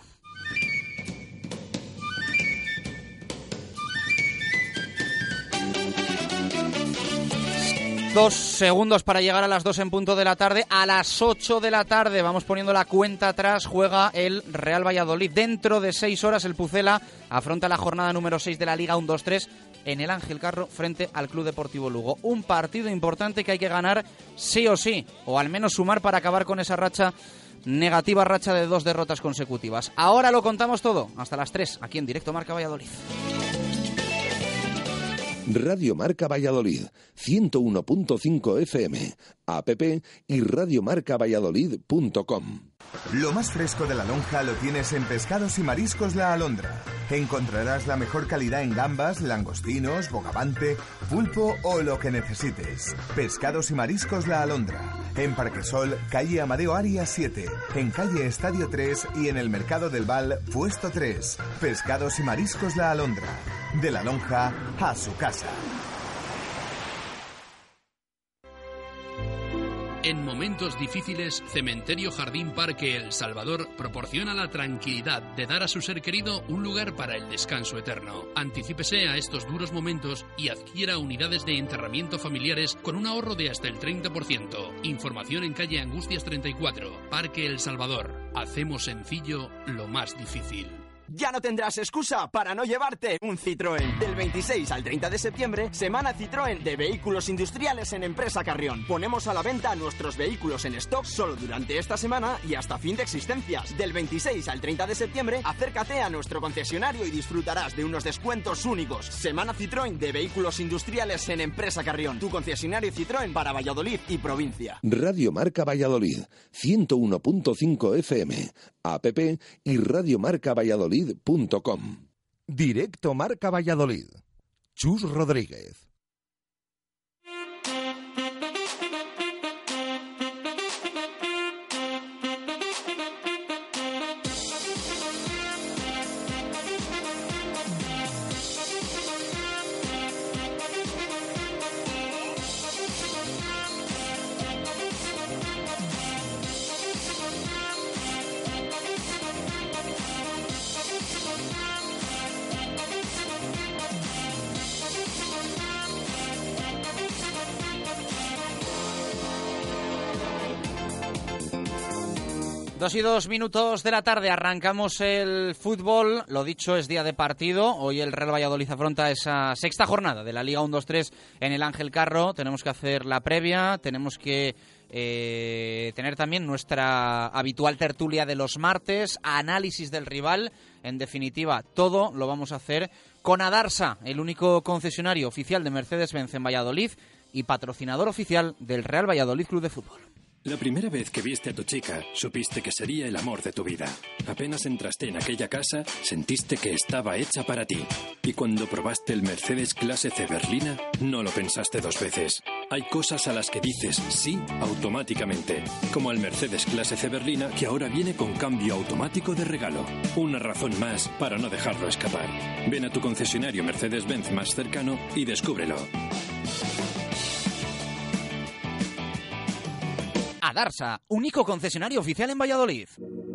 [SPEAKER 5] 2 segundos para llegar a las 2 en punto de la tarde. A las 8 de la tarde, vamos poniendo la cuenta atrás, juega el Real Valladolid. Dentro de 6 horas el Pucela afronta la jornada número 6 de la Liga 1-2-3 en el Ángel Carro frente al Club Deportivo Lugo. Un partido importante que hay que ganar sí o sí, o al menos sumar para acabar con esa negativa racha de 2 derrotas consecutivas. Ahora lo contamos todo, hasta las 3, aquí en Directo Marca Valladolid.
[SPEAKER 2] Radio Marca Valladolid, 101.5 FM, app y radiomarcavalladolid.com.
[SPEAKER 21] Lo más fresco de La Lonja lo tienes en Pescados y Mariscos La Alondra. Encontrarás la mejor calidad en gambas, langostinos, bogavante, pulpo o lo que necesites. Pescados y Mariscos La Alondra. En Parquesol, calle Amadeo Arias 7. En calle Estadio 3 y en el Mercado del Val, puesto 3. Pescados y Mariscos La Alondra. De La Lonja a su casa.
[SPEAKER 22] En momentos difíciles, Cementerio Jardín Parque El Salvador proporciona la tranquilidad de dar a su ser querido un lugar para el descanso eterno. Anticípese a estos duros momentos y adquiera unidades de enterramiento familiares con un ahorro de hasta el 30%. Información en calle Angustias 34, Parque El Salvador. Hacemos sencillo lo más difícil.
[SPEAKER 12] Ya no tendrás excusa para no llevarte un Citroën. Del 26 al 30 de septiembre, Semana Citroën de Vehículos Industriales en Empresa Carrión. Ponemos a la venta nuestros vehículos en stock solo durante esta semana y hasta fin de existencias. Del 26 al 30 de septiembre, acércate a nuestro concesionario y disfrutarás de unos descuentos únicos. Semana Citroën de Vehículos Industriales en Empresa Carrión. Tu concesionario Citroën para Valladolid y provincia.
[SPEAKER 2] Radio Marca Valladolid, 101.5 FM, app y radiomarcavalladolid.com. Directo Marca Valladolid. Chus Rodríguez.
[SPEAKER 5] Dos y 2 minutos de la tarde, arrancamos el fútbol. Lo dicho, es día de partido. Hoy el Real Valladolid afronta esa sexta jornada de la Liga 1-2-3 en el Ángel Carro. Tenemos que hacer la previa, tenemos que tener también nuestra habitual tertulia de los martes, análisis del rival. En definitiva, todo lo vamos a hacer con Adarsa, el único concesionario oficial de Mercedes-Benz en Valladolid y patrocinador oficial del Real Valladolid Club de Fútbol.
[SPEAKER 23] La primera vez que viste a tu chica, supiste que sería el amor de tu vida. Apenas entraste en aquella casa, sentiste que estaba hecha para ti. Y cuando probaste el Mercedes Clase C Berlina, no lo pensaste dos veces. Hay cosas a las que dices sí automáticamente, como el Mercedes Clase C Berlina, que ahora viene con cambio automático de regalo. Una razón más para no dejarlo escapar. Ven a tu concesionario Mercedes-Benz más cercano y descúbrelo.
[SPEAKER 5] Adarsa, único concesionario oficial en Valladolid.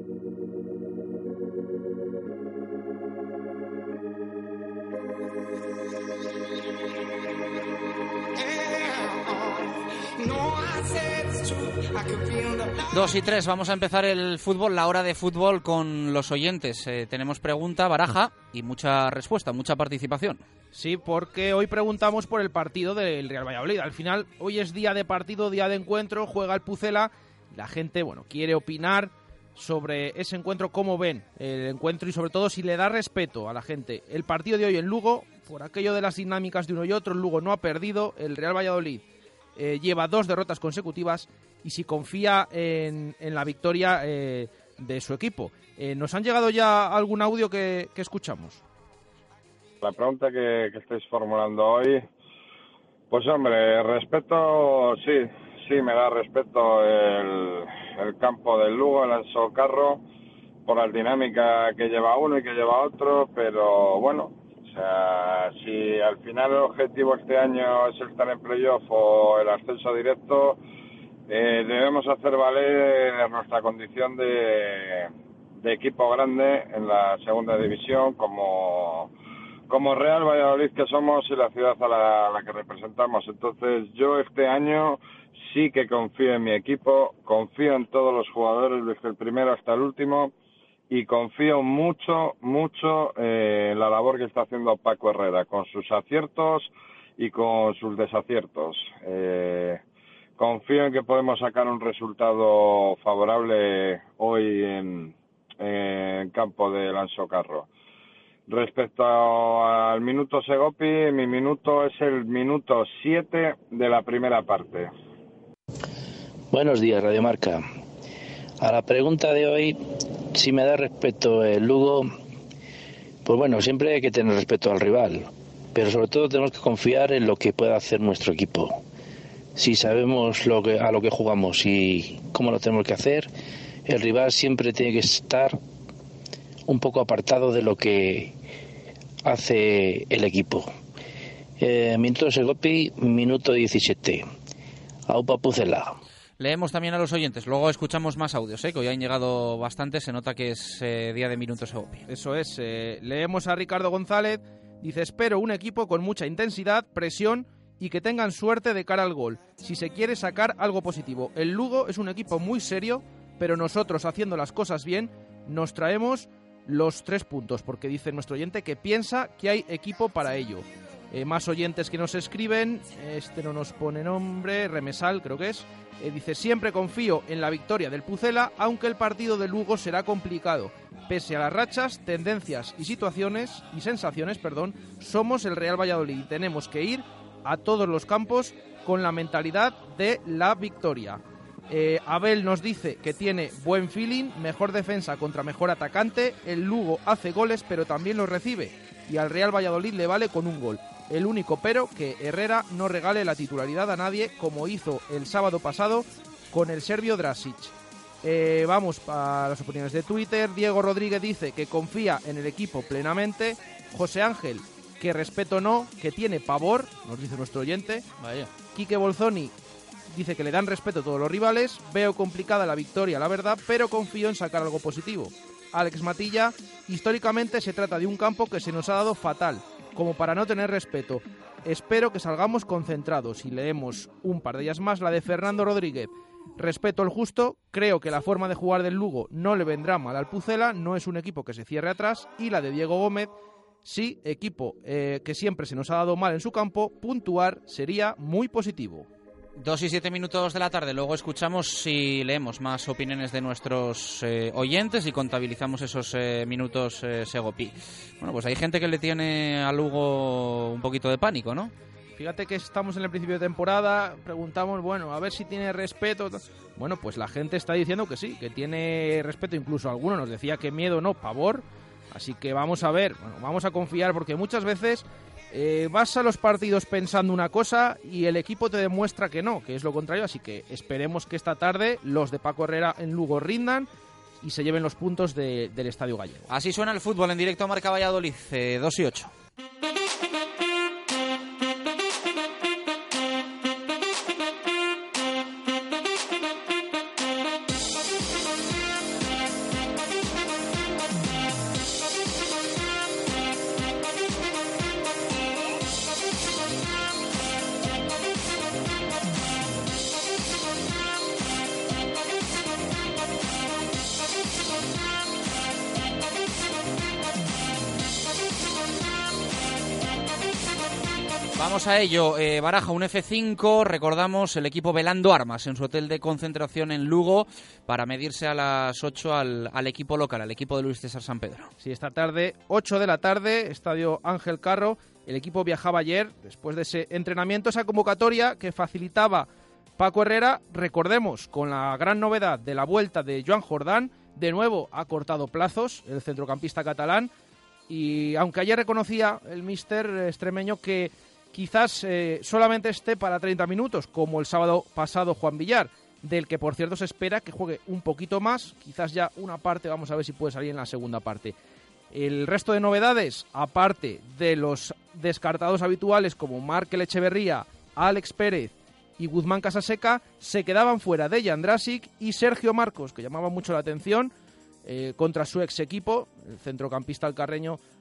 [SPEAKER 5] Dos y 3, vamos a empezar el fútbol, la hora de fútbol con los oyentes. Tenemos pregunta, baraja y mucha respuesta, mucha participación.
[SPEAKER 8] Sí, porque hoy preguntamos por el partido del Real Valladolid. Al final, hoy es día de partido, día de encuentro, juega el Pucela. La gente, quiere opinar sobre ese encuentro, cómo ven el encuentro y sobre todo si le da respeto a la gente. El partido de hoy en Lugo, por aquello de las dinámicas de uno y otro, el Lugo no ha perdido, el Real Valladolid lleva 2 derrotas consecutivas y si confía en la victoria de su equipo. ¿Nos han llegado ya algún audio que escuchamos?
[SPEAKER 24] La pregunta que estáis formulando hoy, pues hombre, respeto, sí me da respeto el campo del Lugo, el Ángel Carro, por la dinámica que lleva uno y que lleva otro, pero bueno, o sea, si al final el objetivo este año es estar en playoff o el ascenso directo, debemos hacer valer nuestra condición de equipo grande en la segunda división como como Real Valladolid que somos y la ciudad a la que representamos. Entonces yo este año sí que confío en mi equipo, confío en todos los jugadores desde el primero hasta el último y confío mucho en la labor que está haciendo Paco Herrera, con sus aciertos y con sus desaciertos. Confío en que podemos sacar un resultado favorable hoy en campo de Alonso Carro. Respecto al minuto Segopi, mi minuto es el minuto 7 de la primera parte.
[SPEAKER 1] Buenos días, Radio Marca. A la pregunta de hoy, si me da respeto el Lugo, pues bueno, siempre hay que tener respeto al rival, pero sobre todo tenemos que confiar en lo que pueda hacer nuestro equipo. Si sabemos a lo que jugamos y cómo lo tenemos que hacer, el rival siempre tiene que estar un poco apartado de lo que hace el equipo. Minuto Segopi, minuto 17. Aupa Pucela.
[SPEAKER 5] Leemos también a los oyentes, luego escuchamos más audios, que hoy han llegado bastante, se nota que es día de Minuto Segopi.
[SPEAKER 8] Eso es, leemos a Ricardo González, dice: espero un equipo con mucha intensidad, presión y que tengan suerte de cara al gol, si se quiere sacar algo positivo. El Lugo es un equipo muy serio, pero nosotros, haciendo las cosas bien, nos traemos los 3 puntos, porque dice nuestro oyente que piensa que hay equipo para ello. Más oyentes que nos escriben, este no nos pone nombre, Remesal creo que es, dice: siempre confío en la victoria del Pucela, aunque el partido de Lugo será complicado. Pese a las rachas, tendencias y sensaciones, somos el Real Valladolid y tenemos que ir a todos los campos con la mentalidad de la victoria. Abel nos dice que tiene buen feeling, mejor defensa contra mejor atacante, el Lugo hace goles pero también los recibe y al Real Valladolid le vale con un gol. El único pero, que Herrera no regale la titularidad a nadie como hizo el sábado pasado con el serbio Drasic. Vamos a las opiniones de Twitter. Diego Rodríguez dice que confía en el equipo plenamente. José Ángel, que respeto no, que tiene pavor, nos dice nuestro oyente.
[SPEAKER 5] Vaya.
[SPEAKER 8] Quique Bolzoni dice que le dan respeto a todos los rivales. Veo complicada la victoria, la verdad, pero confío en sacar algo positivo. Alex Matilla: históricamente se trata de un campo que se nos ha dado fatal, como para no tener respeto. Espero que salgamos concentrados. Y leemos un par de ellas más, la de Fernando Rodríguez: respeto el justo, creo que la forma de jugar del Lugo no le vendrá mal al Pucela, no es un equipo que se cierre atrás. Y la de Diego Gómez: sí, equipo que siempre se nos ha dado mal en su campo, puntuar sería muy positivo.
[SPEAKER 5] 2 y 7 minutos de la tarde, luego escuchamos y leemos más opiniones de nuestros oyentes y contabilizamos esos minutos Segopi. Bueno, pues hay gente que le tiene a Lugo un poquito de pánico, ¿no?
[SPEAKER 8] Fíjate que estamos en el principio de temporada, preguntamos, bueno, a ver si tiene respeto. Bueno, pues la gente está diciendo que sí, que tiene respeto, incluso alguno nos decía que miedo no, pavor. Así que vamos a ver, bueno, vamos a confiar, porque muchas veces vas a los partidos pensando una cosa y el equipo te demuestra que no, que es lo contrario. Así que esperemos que esta tarde los de Paco Herrera en Lugo rindan y se lleven los puntos del Estadio Gallego.
[SPEAKER 5] Así suena el fútbol en directo a Marca Valladolid, 2 y 8. Vamos a ello. Baraja un F5, recordamos, el equipo velando armas en su hotel de concentración en Lugo para medirse a las 8 al equipo local, al equipo de Luis César San Pedro.
[SPEAKER 8] Sí, esta tarde, 8 de la tarde, Estadio Ángel Carro. El equipo viajaba ayer, después de ese entrenamiento, esa convocatoria que facilitaba Paco Herrera, recordemos, con la gran novedad de la vuelta de Joan Jordán. De nuevo ha cortado plazos el centrocampista catalán, y aunque ayer reconocía el míster extremeño que quizás solamente esté para 30 minutos, como el sábado pasado Juan Villar, del que por cierto se espera que juegue un poquito más, quizás ya una parte, vamos a ver si puede salir en la segunda parte. El resto de novedades, aparte de los descartados habituales como Markel Echeverría, Alex Pérez y Guzmán Casaseca, se quedaban fuera Dejan Drasic y Sergio Marcos, que llamaba mucho la atención contra su ex equipo. El centrocampista alcarreño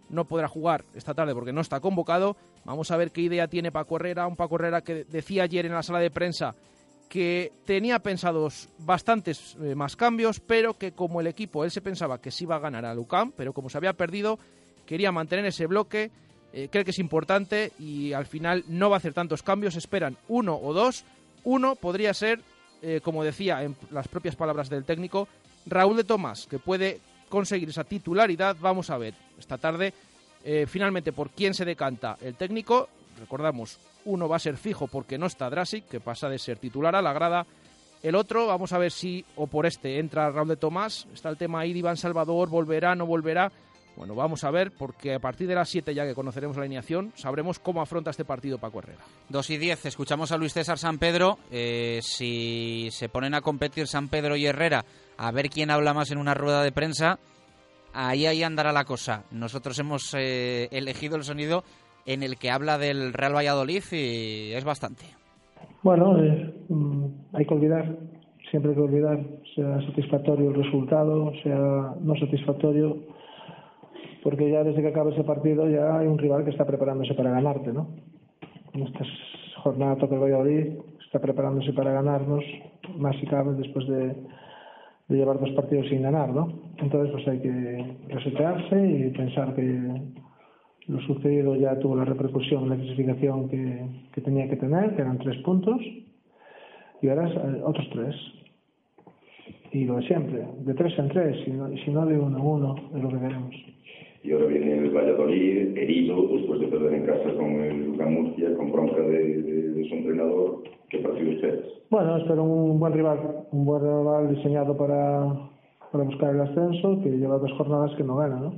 [SPEAKER 8] no podrá jugar esta tarde porque no está convocado. Vamos a ver qué idea tiene Paco Herrera, un Paco Herrera que decía ayer en la sala de prensa que tenía pensados bastantes más cambios, pero que como el equipo, él se pensaba que sí iba a ganar a l'UQAM, pero como se había perdido, quería mantener ese bloque, cree que es importante y al final no va a hacer tantos cambios, esperan 1 o 2. Uno podría ser, como decía en las propias palabras del técnico, Raúl de Tomás, que puede conseguir esa titularidad. Vamos a ver esta tarde finalmente por quién se decanta el técnico. Recordamos, uno va a ser fijo porque no está Drásic, que pasa de ser titular a la grada. El otro, vamos a ver si o por entra Raúl de Tomás. Está el tema ahí de Iván Salvador, volverá, no volverá. Bueno, vamos a ver, porque a partir de las 7 ya que conoceremos la alineación, sabremos cómo afronta este partido Paco Herrera.
[SPEAKER 5] 2:10, escuchamos a Luis César Sampedro. Si se ponen a competir Sampedro y Herrera, a ver quién habla más en una rueda de prensa, ahí andará la cosa. Nosotros hemos elegido el sonido en el que habla del Real Valladolid y es bastante.
[SPEAKER 3] Bueno, hay que olvidar, siempre hay que olvidar, sea satisfactorio el resultado, sea no satisfactorio, porque ya desde que acaba ese partido ya hay un rival que está preparándose para ganarte, ¿no? En esta jornada toca el Valladolid, está preparándose para ganarnos, más si cabe después de llevar 2 partidos sin ganar, ¿no? Entonces pues hay que resetearse y pensar que lo sucedido ya tuvo la repercusión en la clasificación que tenía que tener, que eran 3 puntos, y ahora otros 3. Y lo de siempre, de 3 en 3, si no de 1 en 1, es lo que queremos.
[SPEAKER 6] Y ahora viene el Valladolid herido después de perder en casa con el UCAM Murcia, con bronca de su entrenador. ¿Qué partido esperas? Bueno,
[SPEAKER 3] espero un buen rival diseñado para buscar el ascenso, que lleva 2 jornadas que no gana, ¿no?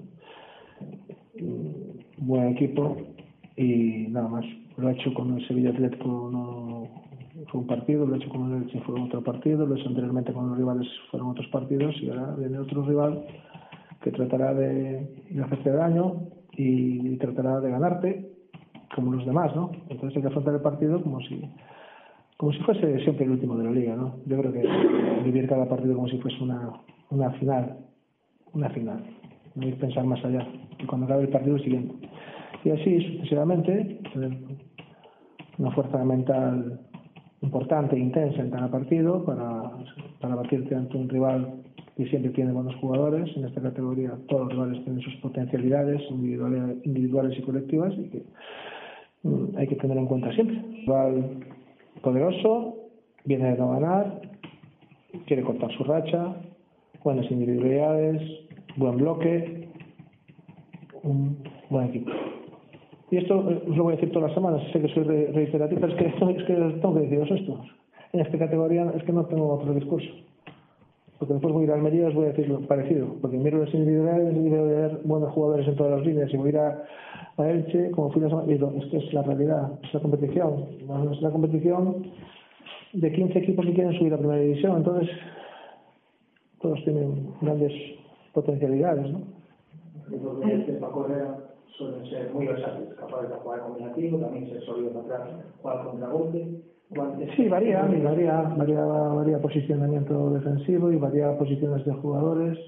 [SPEAKER 3] Buen equipo y nada más. Lo ha hecho con el Sevilla Atlético, no fue un partido, lo ha hecho con el Elche, fue otro partido, lo ha hecho anteriormente con los rivales, fueron otros partidos, y ahora viene otro rival que tratará de hacerte daño y tratará de ganarte como los demás, ¿no? Entonces hay que afrontar el partido como si fuese siempre el último de la liga, ¿no? Yo creo que vivir cada partido como si fuese una final, no hay que pensar más allá, y cuando acabe el partido el siguiente. Y así sucesivamente, tener una fuerza mental importante e intensa en cada partido para batirte ante un rival que siempre tiene buenos jugadores. En esta categoría todos los rivales tienen sus potencialidades individuales y colectivas, y que hay que tener en cuenta siempre. Rival poderoso, viene de no ganar, quiere cortar su racha, buenas individualidades, buen bloque, un buen equipo. Y esto os lo voy a decir todas las semanas, sé que soy reiterativo, pero es que tengo que deciros esto. En esta categoría es que no tengo otro discurso. Porque después voy a ir a Almería y os voy a decir lo parecido. Porque miro las individualidades y veo ver buenos jugadores en todas las líneas. Y voy a ir a Elche, como fui la semana, y digo, es que es la realidad, es la competición. Es la competición de 15 equipos que quieren subir a primera división. Entonces, todos tienen grandes potencialidades, ¿no? Los de Paco Herrera suelen ser muy versátiles, capaces de jugar combinativo, también ser sólidos atrás, jugar contra golpe. Sí, varía posicionamiento defensivo y varía posiciones de jugadores.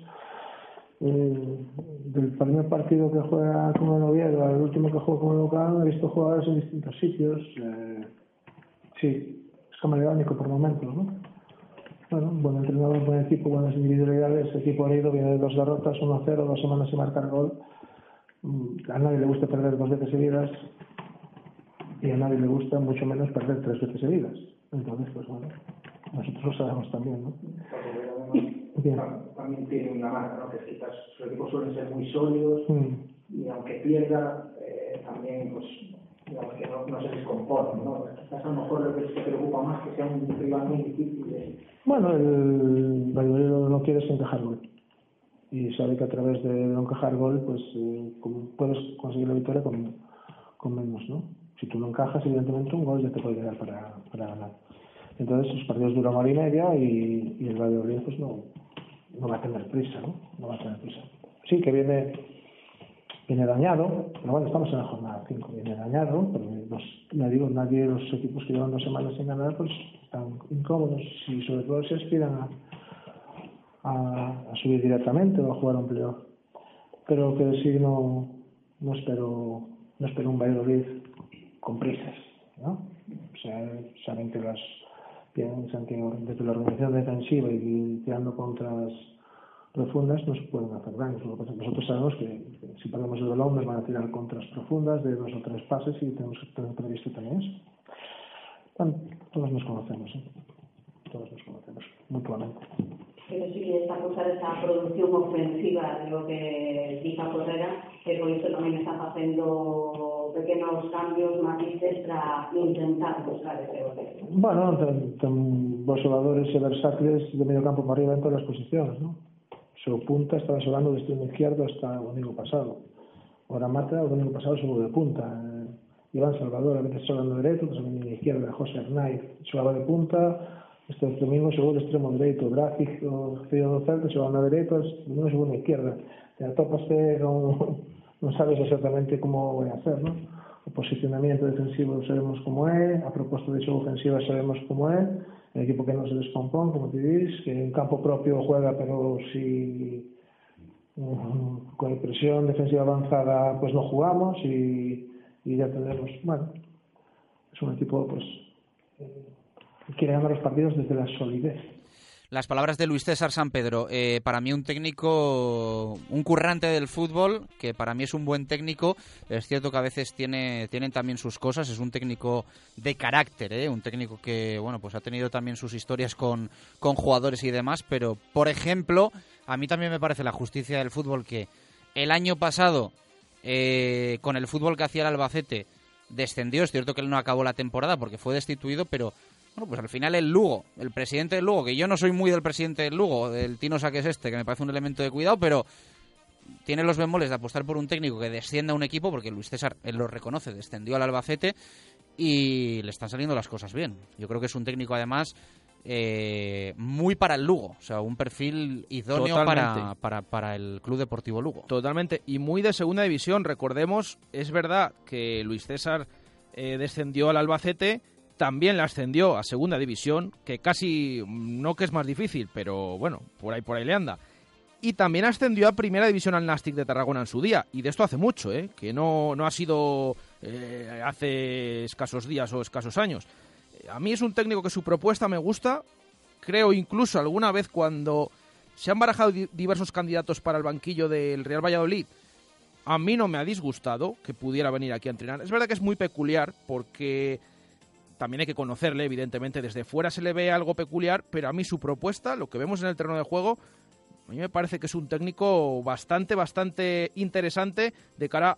[SPEAKER 3] Del primer partido que juega con el Oviedo al último que juega con el UCAM, he visto jugadores en distintos sitios. Sí, es camaleónico por momentos, ¿no? Bueno, buen entrenador, buen equipo, buenas individualidades. El equipo herido viene de 2 derrotas, 1-0, 2 semanas sin marcar gol. A nadie le gusta perder 2 veces seguidas, y a nadie le gusta mucho menos perder 3 veces seguidas. Entonces, pues bueno, nosotros lo sabemos también, ¿no? También tiene una marca, ¿no? Que quizás sus equipos suelen ser muy sólidos, y aunque pierda, también, pues, digamos que no se descompone, ¿no? Quizás a lo mejor lo que se preocupa más que sea un rival muy difícil. Bueno, el Valladolid no quiere es encajar gol. Y sabe que a través de no encajar gol, pues puedes conseguir la victoria con menos, ¿no? Si tú no encajas, evidentemente un gol ya te puede llegar para ganar. Entonces los partidos duran 1 hora y media y el Valladolid pues no va a tener prisa, ¿no? No va a tener prisa. Sí, que viene dañado, pero bueno, estamos en la jornada 5, viene dañado, pero nadie de los equipos que llevan 2 semanas sin ganar pues están incómodos, y sobre todo si aspiran a subir directamente o a jugar a un playoff. Pero que sí no no espero un Valladolid con prisas, ¿no? O sea, saben que piensan que desde la organización defensiva y tirando contras profundas nos pueden hacer daño. Nosotros sabemos que si perdemos el balón nos van a tirar contras profundas de 2 o 3 pases y tenemos que tener previsto también eso. Bueno, todos nos conocemos, mutuamente.
[SPEAKER 4] Pero sí destacusar esa producción ofensiva de lo que diga Correra, que por eso también está haciendo pequeños cambios, matices para intentar buscar ese gol.
[SPEAKER 3] Bueno, vos jugadores versátiles de medio campo para arriba en todas las posiciones, ¿no? Su punta estaba jugando de extremo izquierdo hasta el domingo pasado. Ahora Mata, el domingo pasado jugó de punta. Iván Salvador a veces jugando de derecho, otras veces de izquierda. José Arnaiz jugaba de punta. Este domingo jugó de extremo derecho. Bracic, Cío Celta, jugando de derecho. El domingo jugó de izquierda. Te atopaste no sabes exactamente cómo voy a hacer, ¿no? O posicionamiento defensivo sabemos cómo es. A propuesta de juego ofensiva sabemos cómo es. El equipo que no se descompone, como te dices, que en campo propio juega, pero si con presión defensiva avanzada pues no jugamos y ya tenemos, bueno, es un equipo pues que quiere ganar los partidos desde la solidez.
[SPEAKER 5] Las palabras de Luis César Sampedro, para mí un técnico, un currante del fútbol, que para mí es un buen técnico. Es cierto que a veces tienen también sus cosas, es un técnico de carácter, un técnico que bueno pues ha tenido también sus historias con jugadores y demás, pero por ejemplo, a mí también me parece la justicia del fútbol que el año pasado, con el fútbol que hacía el Albacete, descendió. Es cierto que él no acabó la temporada porque fue destituido, pero bueno, pues al final el Lugo, el presidente del Lugo, que yo no soy muy del presidente del Lugo, del Tino Saques que me parece un elemento de cuidado, pero tiene los bemoles de apostar por un técnico que descienda a un equipo, porque Luis César, él lo reconoce, descendió al Albacete y le están saliendo las cosas bien. Yo creo que es un técnico además muy para el Lugo, o sea, un perfil idóneo para el Club Deportivo Lugo.
[SPEAKER 8] Totalmente, y muy de segunda división. Recordemos, es verdad que Luis César descendió al Albacete, también la ascendió a segunda división, que casi, no que es más difícil, pero bueno, por ahí le anda. Y también ascendió a primera división al Nàstic de Tarragona en su día, y de esto hace mucho, que no ha sido hace escasos días o escasos años. A mí es un técnico que su propuesta me gusta. Creo incluso alguna vez cuando se han barajado diversos candidatos para el banquillo del Real Valladolid, a mí no me ha disgustado que pudiera venir aquí a entrenar. Es verdad que es muy peculiar porque también hay que conocerle, evidentemente, desde fuera se le ve algo peculiar, pero a mí su propuesta, lo que vemos en el terreno de juego, a mí me parece que es un técnico bastante interesante de cara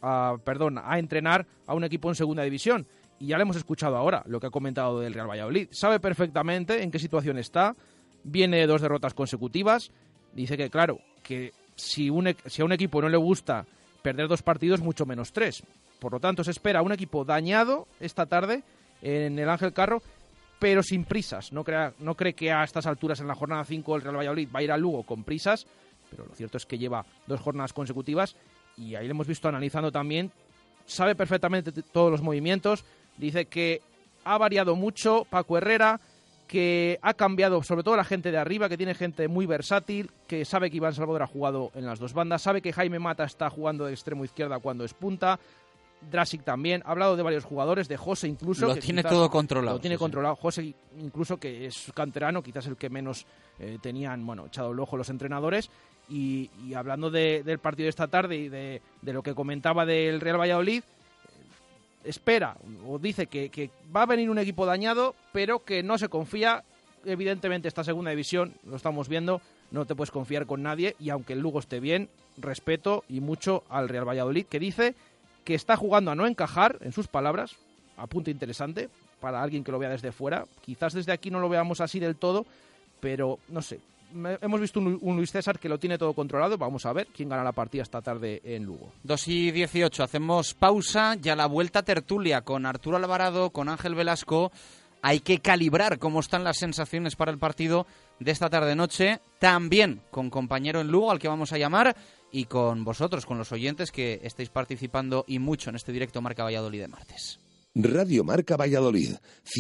[SPEAKER 8] a entrenar a un equipo en segunda división. Y ya le hemos escuchado ahora lo que ha comentado del Real Valladolid. Sabe perfectamente en qué situación está, viene de 2 derrotas consecutivas. Dice que, claro, que si a un equipo no le gusta perder 2 partidos, mucho menos 3. Por lo tanto, se espera un equipo dañado esta tarde en el Ángel Carro, pero sin prisas. No cree que a estas alturas en la jornada 5 el Real Valladolid va a ir al Lugo con prisas, pero lo cierto es que lleva 2 jornadas consecutivas y ahí le hemos visto analizando también. Sabe perfectamente todos los movimientos. Dice que ha variado mucho Paco Herrera, que ha cambiado sobre todo la gente de arriba, que tiene gente muy versátil, que sabe que Iván Salvador ha jugado en las 2 bandas, sabe que Jaime Mata está jugando de extremo izquierda cuando es punta, Drasic también, ha hablado de varios jugadores, de José incluso.
[SPEAKER 5] Lo tiene todo controlado.
[SPEAKER 8] Lo tiene controlado. José incluso, que es canterano, quizás el que menos tenían echado el ojo los entrenadores. Y hablando del partido de esta tarde y de lo que comentaba del Real Valladolid, espera o dice que va a venir un equipo dañado, pero que no se confía. Evidentemente esta segunda división, lo estamos viendo, no te puedes confiar con nadie, y aunque el Lugo esté bien, respeto y mucho al Real Valladolid, que dice que está jugando a no encajar, en sus palabras, apunte interesante para alguien que lo vea desde fuera. Quizás desde aquí no lo veamos así del todo, pero no sé. Hemos visto un Luis César que lo tiene todo controlado. Vamos a ver quién gana la partida esta tarde en Lugo.
[SPEAKER 5] 2:18, hacemos pausa, ya la vuelta tertulia con Arturo Alvarado, con Ángel Velasco. Hay que calibrar cómo están las sensaciones para el partido de esta tarde-noche, también con compañero en Lugo al que vamos a llamar, y con vosotros, con los oyentes que estáis participando y mucho en este directo Marca Valladolid de martes.
[SPEAKER 7] Radio Marca Valladolid,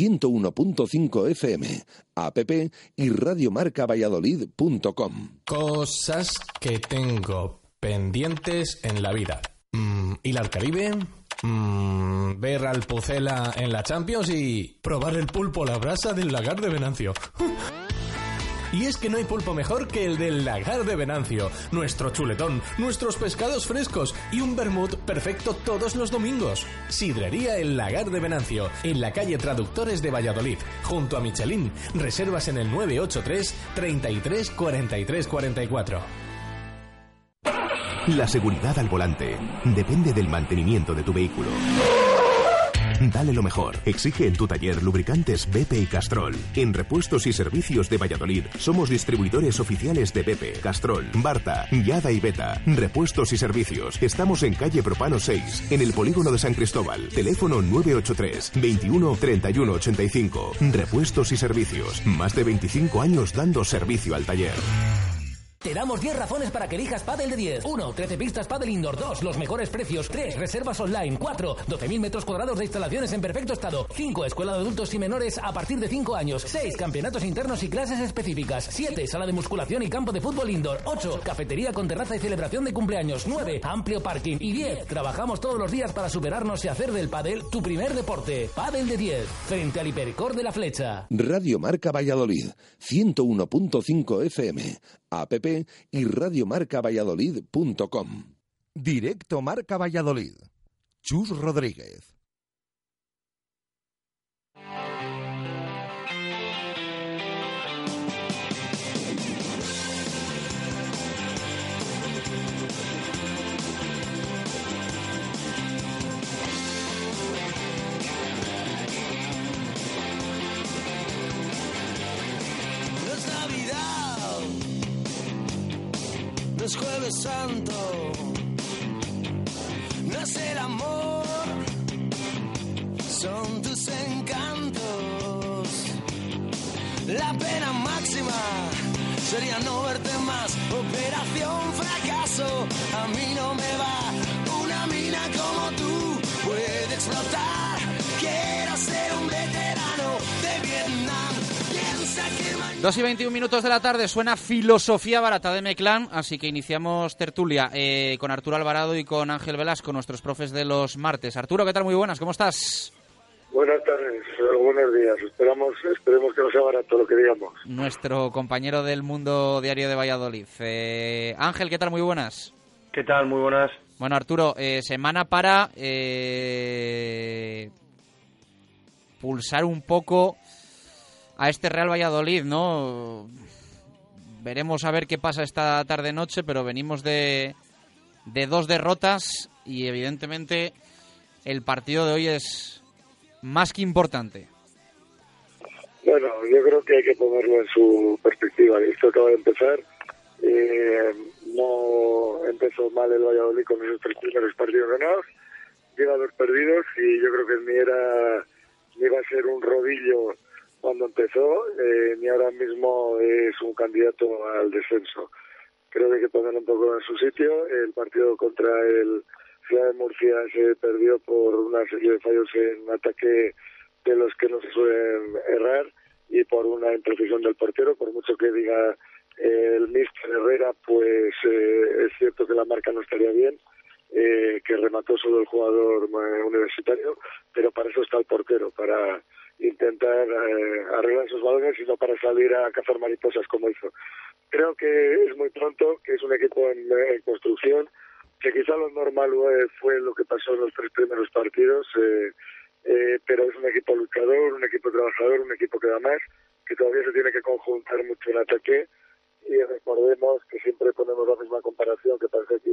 [SPEAKER 7] 101.5 FM, app y radiomarcavalladolid.com.
[SPEAKER 9] Cosas que tengo pendientes en la vida. ¿Y la Arcaribe? Ver al Pucela en la Champions y probar el pulpo a la brasa del Lagar de Venancio. Y es que no hay pulpo mejor que el del Lagar de Venancio, nuestro chuletón, nuestros pescados frescos y un vermut perfecto todos los domingos. Sidrería El Lagar de Venancio, en la calle Traductores de Valladolid, junto a Michelin. Reservas en el 983 33 43 44.
[SPEAKER 11] La seguridad al volante depende del mantenimiento de tu vehículo. Dale lo mejor. Exige en tu taller lubricantes BP y Castrol. En Repuestos y Servicios de Valladolid somos distribuidores oficiales de BP, Castrol, Barta, Yada y Beta. Repuestos y Servicios. Estamos en calle Propano 6, en el polígono de San Cristóbal. Teléfono 983 21 31 85. Repuestos y Servicios. Más de 25 años dando servicio al taller.
[SPEAKER 16] Te damos 10 razones para que elijas Padel de 10. 1. 13 pistas Padel Indoor. 2. Los mejores precios. 3. Reservas online. 4. 12.000 metros cuadrados de instalaciones en perfecto estado. 5. Escuela de adultos y menores a partir de 5 años. 6. Campeonatos internos y clases específicas. 7. Sala de musculación y campo de fútbol indoor. 8. Cafetería con terraza y celebración de cumpleaños. 9. Amplio parking. Y 10. Trabajamos todos los días para superarnos y hacer del pádel tu primer deporte. Padel de 10. Frente al Hipercor de la Flecha.
[SPEAKER 7] Radio Marca Valladolid, 101.5 FM. app y radiomarcavalladolid.com.
[SPEAKER 2] Directo Marca Valladolid. Chus Rodríguez.
[SPEAKER 14] No es Jueves Santo, no es el amor, son tus encantos. La pena máxima sería no verte más. Operación fracaso, a mí no me va. Una mina como tú puede explotar. Quiero ser un veterano de Vietnam.
[SPEAKER 5] 2 y 21 minutos de la tarde, suena Filosofía Barata de Meclán, así que iniciamos tertulia con Arturo Alvarado y con Ángel Velasco, nuestros profes de los martes. Arturo, ¿qué tal? Muy buenas, ¿cómo estás?
[SPEAKER 15] Buenas tardes, buenos días. Esperemos que no sea barato lo que digamos.
[SPEAKER 5] Nuestro compañero del Mundo Diario de Valladolid. Ángel, ¿qué tal? Muy buenas.
[SPEAKER 25] ¿Qué tal? Muy buenas.
[SPEAKER 5] Bueno, Arturo, semana para pulsar un poco a este Real Valladolid, ¿no? Veremos a ver qué pasa esta tarde-noche, pero venimos de 2 derrotas y evidentemente el partido de hoy es más que importante.
[SPEAKER 15] Bueno, yo creo que hay que ponerlo en su perspectiva. Esto acaba de empezar. No empezó mal el Valladolid con esos 3 primeros partidos ganados. Lleva 2 perdidos y yo creo que ni iba a ser un rodillo cuando empezó, ni ahora mismo es un candidato al descenso. Creo que hay que ponerlo un poco en su sitio. El partido contra el Ciudad de Murcia se perdió por una serie de fallos en ataque de los que no se suelen errar y por una imprecisión del portero. Por mucho que diga el míster Herrera, pues es cierto que la marca no estaría bien, que remató solo el jugador universitario, pero para eso está el portero, para intentar arreglar esos balones y no para salir a cazar mariposas como hizo. Creo que es muy pronto, que es un equipo en construcción, que quizá lo normal fue lo que pasó en los 3 primeros partidos, pero es un equipo luchador, un equipo trabajador, un equipo que da más, que todavía se tiene que conjuntar mucho en ataque, y recordemos que siempre ponemos la misma comparación que parece aquí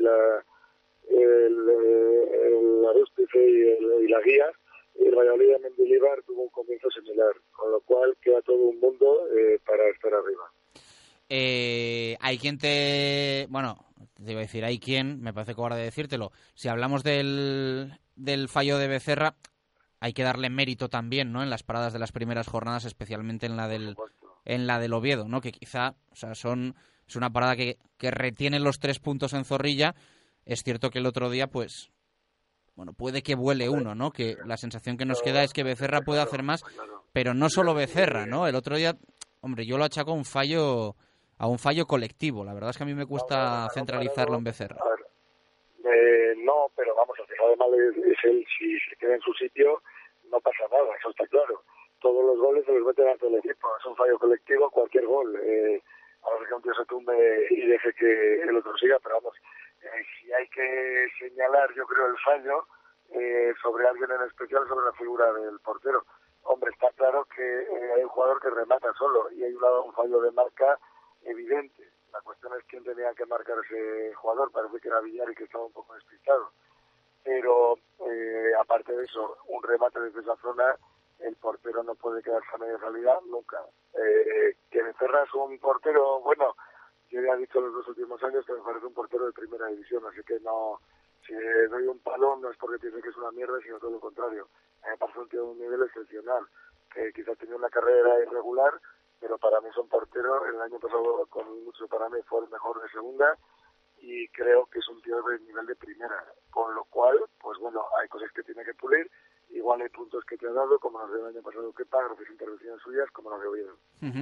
[SPEAKER 15] el Arustice y la Guía. El Valladolid de Mendilibar tuvo un comienzo similar, con lo cual queda todo un mundo para estar arriba.
[SPEAKER 5] Hay quien te iba a decir, hay quien, me parece cobarde decírtelo, si hablamos del fallo de Becerra, hay que darle mérito también, ¿no? En las paradas de las primeras jornadas, especialmente en la del Oviedo, ¿no? Que quizá, o sea, es una parada que retiene los 3 puntos en Zorrilla. Es cierto que el otro día, pues, bueno, puede que vuele uno, ¿no? Que la sensación que nos queda es que Becerra puede hacer más, pero no solo Becerra, ¿no? El otro día, hombre, yo lo achaco a un fallo colectivo. La verdad es que a mí me cuesta centralizarlo en Becerra.
[SPEAKER 15] No, pero vamos, al sabe mal es él. Si se queda en su sitio, no pasa nada, eso está claro. Todos los goles se los mete dentro del equipo, es un fallo colectivo, cualquier gol. Ahora que un tío se tumbe y deje que el otro siga, pero vamos, si hay que señalar, yo creo, el fallo sobre alguien en especial, sobre la figura del portero. Hombre, está claro que hay un jugador que remata solo y hay un fallo de marca evidente. La cuestión es quién tenía que marcar ese jugador. Parece que era Villar y que estaba un poco despistado. Pero aparte de eso, un remate desde esa zona, el portero no puede quedarse a media salida nunca. Que Becerra es un portero, bueno, yo ya he dicho en los 2 últimos años que me parece un portero de primera división, así que no, si doy un palo no es porque piense que es una mierda, sino todo lo contrario. Me parece un tío de un nivel excepcional, que quizás tenía una carrera irregular, pero para mí es un portero. El año pasado, con mucho para mí, fue el mejor de segunda, y creo que es un tío de nivel de primera, con lo cual, pues bueno, hay cosas que tiene que pulir. Igual hay puntos que te ha dado, como los del año pasado Kepa, gracias a intervenciones suyas, como los de Oviedo.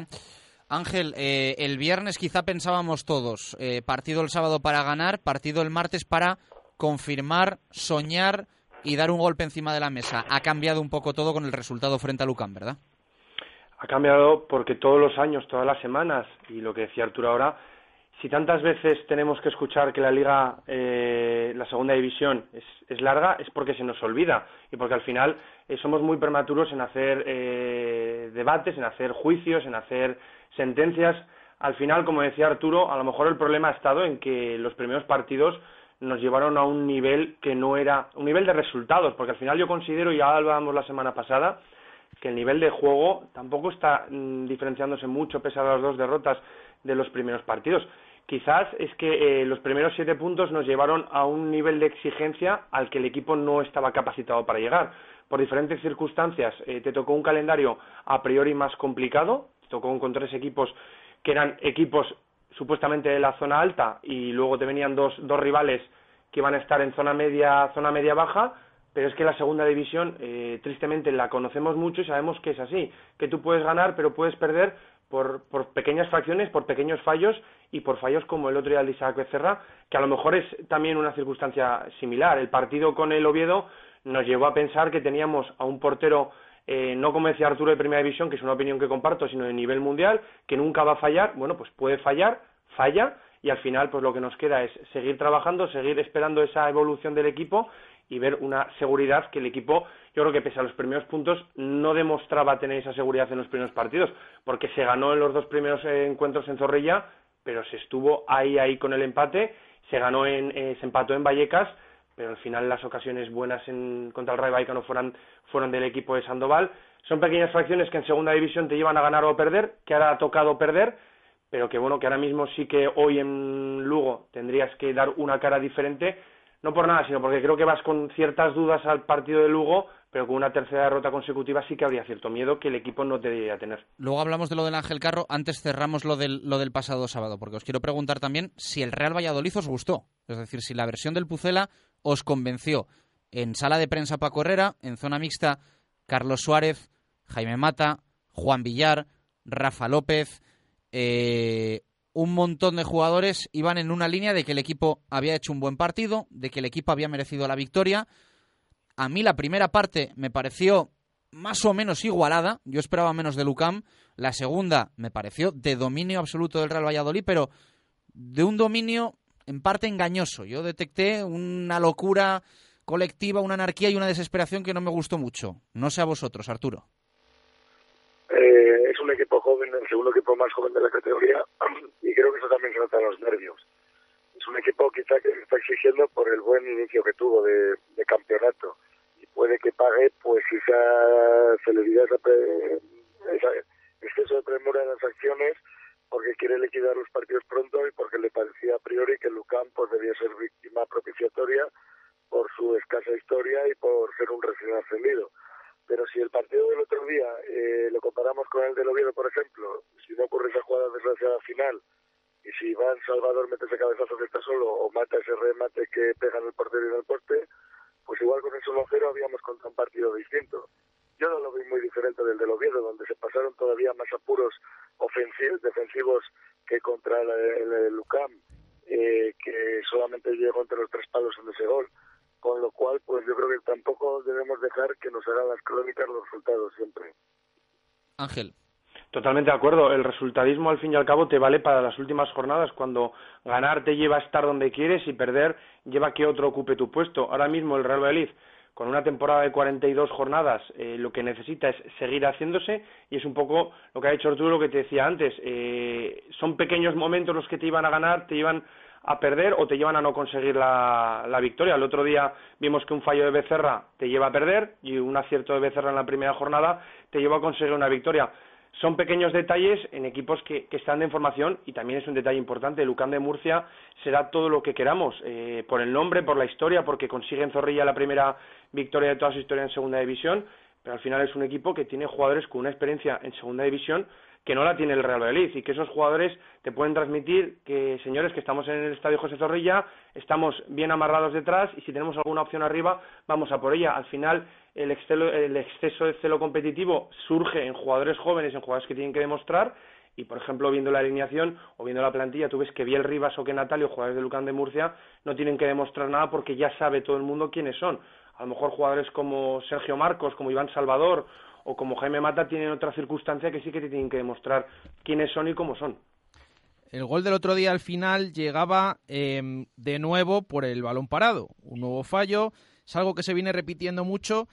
[SPEAKER 5] Ángel, el viernes quizá pensábamos todos, partido el sábado para ganar, partido el martes para confirmar, soñar y dar un golpe encima de la mesa. Ha cambiado un poco todo con el resultado frente a Lucan, ¿verdad?
[SPEAKER 10] Ha cambiado porque todos los años, todas las semanas, y lo que decía Arturo ahora, si tantas veces tenemos que escuchar que la Liga, la segunda división, es larga, es porque se nos olvida y porque al final somos muy prematuros en hacer debates, en hacer juicios, en hacer sentencias. Al final, como decía Arturo, a lo mejor el problema ha estado en que los primeros partidos nos llevaron a un nivel que no era un nivel de resultados, porque al final yo considero, y ya hablábamos la semana pasada, que el nivel de juego tampoco está diferenciándose mucho pese a las 2 derrotas de los primeros partidos. Quizás es que los primeros 7 puntos nos llevaron a un nivel de exigencia al que el equipo no estaba capacitado para llegar. Por diferentes circunstancias te tocó un calendario a priori más complicado, te tocó con 3 equipos que eran equipos supuestamente de la zona alta y luego te venían dos rivales que iban a estar en zona media-baja, pero es que la segunda división tristemente la conocemos mucho y sabemos que es así, que tú puedes ganar pero puedes perder por pequeñas fracciones, por pequeños fallos y por fallos como el otro día de Isaac Becerra, que a lo mejor es también una circunstancia similar. El partido con el Oviedo nos llevó a pensar que teníamos a un portero, no como decía Arturo de primera división, que es una opinión que comparto, sino de nivel mundial, que nunca va a fallar. Bueno, pues puede fallar, falla, y al final pues lo que nos queda es seguir trabajando, seguir esperando esa evolución del equipo y ver una seguridad que el equipo, yo creo que pese a los primeros puntos, no demostraba tener esa seguridad en los primeros partidos, porque se ganó en los 2 primeros encuentros en Zorrilla, pero se estuvo ahí con el empate, se empató en Vallecas, pero al final las ocasiones buenas contra el Rayo Vallecano fueron del equipo de Sandoval. Son pequeñas fracciones que en segunda división te llevan a ganar o a perder, que ahora ha tocado perder, pero que bueno, que ahora mismo sí que hoy en Lugo tendrías que dar una cara diferente, no por nada, sino porque creo que vas con ciertas dudas al partido de Lugo, pero con una tercera derrota consecutiva sí que habría cierto miedo que el equipo no debería tener.
[SPEAKER 5] Luego hablamos de lo del Ángel Carro, antes cerramos lo del pasado sábado, porque os quiero preguntar también si el Real Valladolid os gustó, es decir, si la versión del Pucela os convenció. En sala de prensa Paco Herrera, en zona mixta Carlos Suárez, Jaime Mata, Juan Villar, Rafa López, un montón de jugadores iban en una línea de que el equipo había hecho un buen partido, de que el equipo había merecido la victoria. A mí la primera parte me pareció más o menos igualada, yo esperaba menos de Lucam. La segunda me pareció de dominio absoluto del Real Valladolid, pero de un dominio en parte engañoso. Yo detecté una locura colectiva, una anarquía y una desesperación que no me gustó mucho. No sé a vosotros, Arturo.
[SPEAKER 15] Es un equipo joven, el segundo equipo más joven de la categoría, y creo que eso también se nota en los nervios. Es un equipo quizá que se está exigiendo por el buen inicio que tuvo de campeonato, y puede que pague pues esa celeridad, ese exceso de premura en las acciones, porque quiere liquidar los partidos pronto y porque le parecía a priori que Lucam pues debía ser víctima propiciatoria por su escasa historia y por ser un recién ascendido. Pero si el partido del otro día lo comparamos con el del Oviedo, por ejemplo, si no ocurre esa jugada desgraciada final, y si Iván Salvador mete ese cabezazo que está solo o mata ese remate que pega en el portero y en el poste, pues igual con ese 1-0 habíamos contra un partido distinto. Yo no lo vi muy diferente del Oviedo, donde se pasaron todavía más apuros defensivos que contra el Lucam, que solamente llegó entre los 3 palos en ese gol. con lo cual pues yo creo que tampoco debemos dejar que nos hagan las crónicas los resultados siempre.
[SPEAKER 5] Ángel.
[SPEAKER 10] Totalmente de acuerdo. El resultadismo, al fin y al cabo, te vale para las últimas jornadas, cuando ganar te lleva a estar donde quieres y perder lleva a que otro ocupe tu puesto. Ahora mismo el Real Valladolid, con una temporada de 42 jornadas, lo que necesita es seguir haciéndose, y es un poco lo que ha dicho Arturo, lo que te decía antes. Son pequeños momentos los que te iban a ganar, te llevan a perder o te llevan a no conseguir la victoria. El otro día vimos que un fallo de Becerra te lleva a perder y un acierto de Becerra en la primera jornada te lleva a conseguir una victoria. Son pequeños detalles en equipos que están en formación, y también es un detalle importante. El UCAM de Murcia será todo lo que queramos, por el nombre, por la historia, porque consigue en Zorrilla la primera victoria de toda su historia en segunda división, pero al final es un equipo que tiene jugadores con una experiencia en segunda división que no la tiene el Real Valladolid, y que esos jugadores te pueden transmitir que, señores, que estamos en el estadio José Zorrilla, estamos bien amarrados detrás, y si tenemos alguna opción arriba, vamos a por ella. Al final, el exceso de celo competitivo surge en jugadores jóvenes, en jugadores que tienen que demostrar, y por ejemplo, viendo la alineación o viendo la plantilla, tú ves que Biel Rivas o que Natalio, jugadores del UCAM de Murcia, no tienen que demostrar nada porque ya sabe todo el mundo quiénes son. A lo mejor jugadores como Sergio Marcos, como Iván Salvador o como Jaime Mata tienen otra circunstancia que sí que te tienen que demostrar quiénes son y cómo son.
[SPEAKER 8] El gol del otro día al final llegaba de nuevo por el balón parado. Un nuevo fallo, es algo que se viene repitiendo mucho,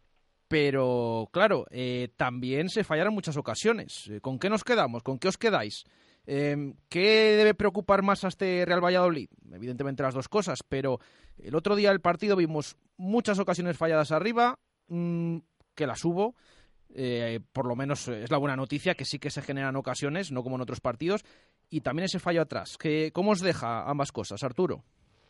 [SPEAKER 8] pero claro, también se fallaron muchas ocasiones. ¿Con qué nos quedamos? ¿Con qué os quedáis? ¿Qué debe preocupar más a este Real Valladolid? Evidentemente las dos cosas, pero el otro día del partido vimos muchas ocasiones falladas arriba, que las hubo. Por lo menos es la buena noticia, que sí que se generan ocasiones, no como en otros partidos, y también ese fallo atrás. ¿Cómo os deja ambas cosas, Arturo?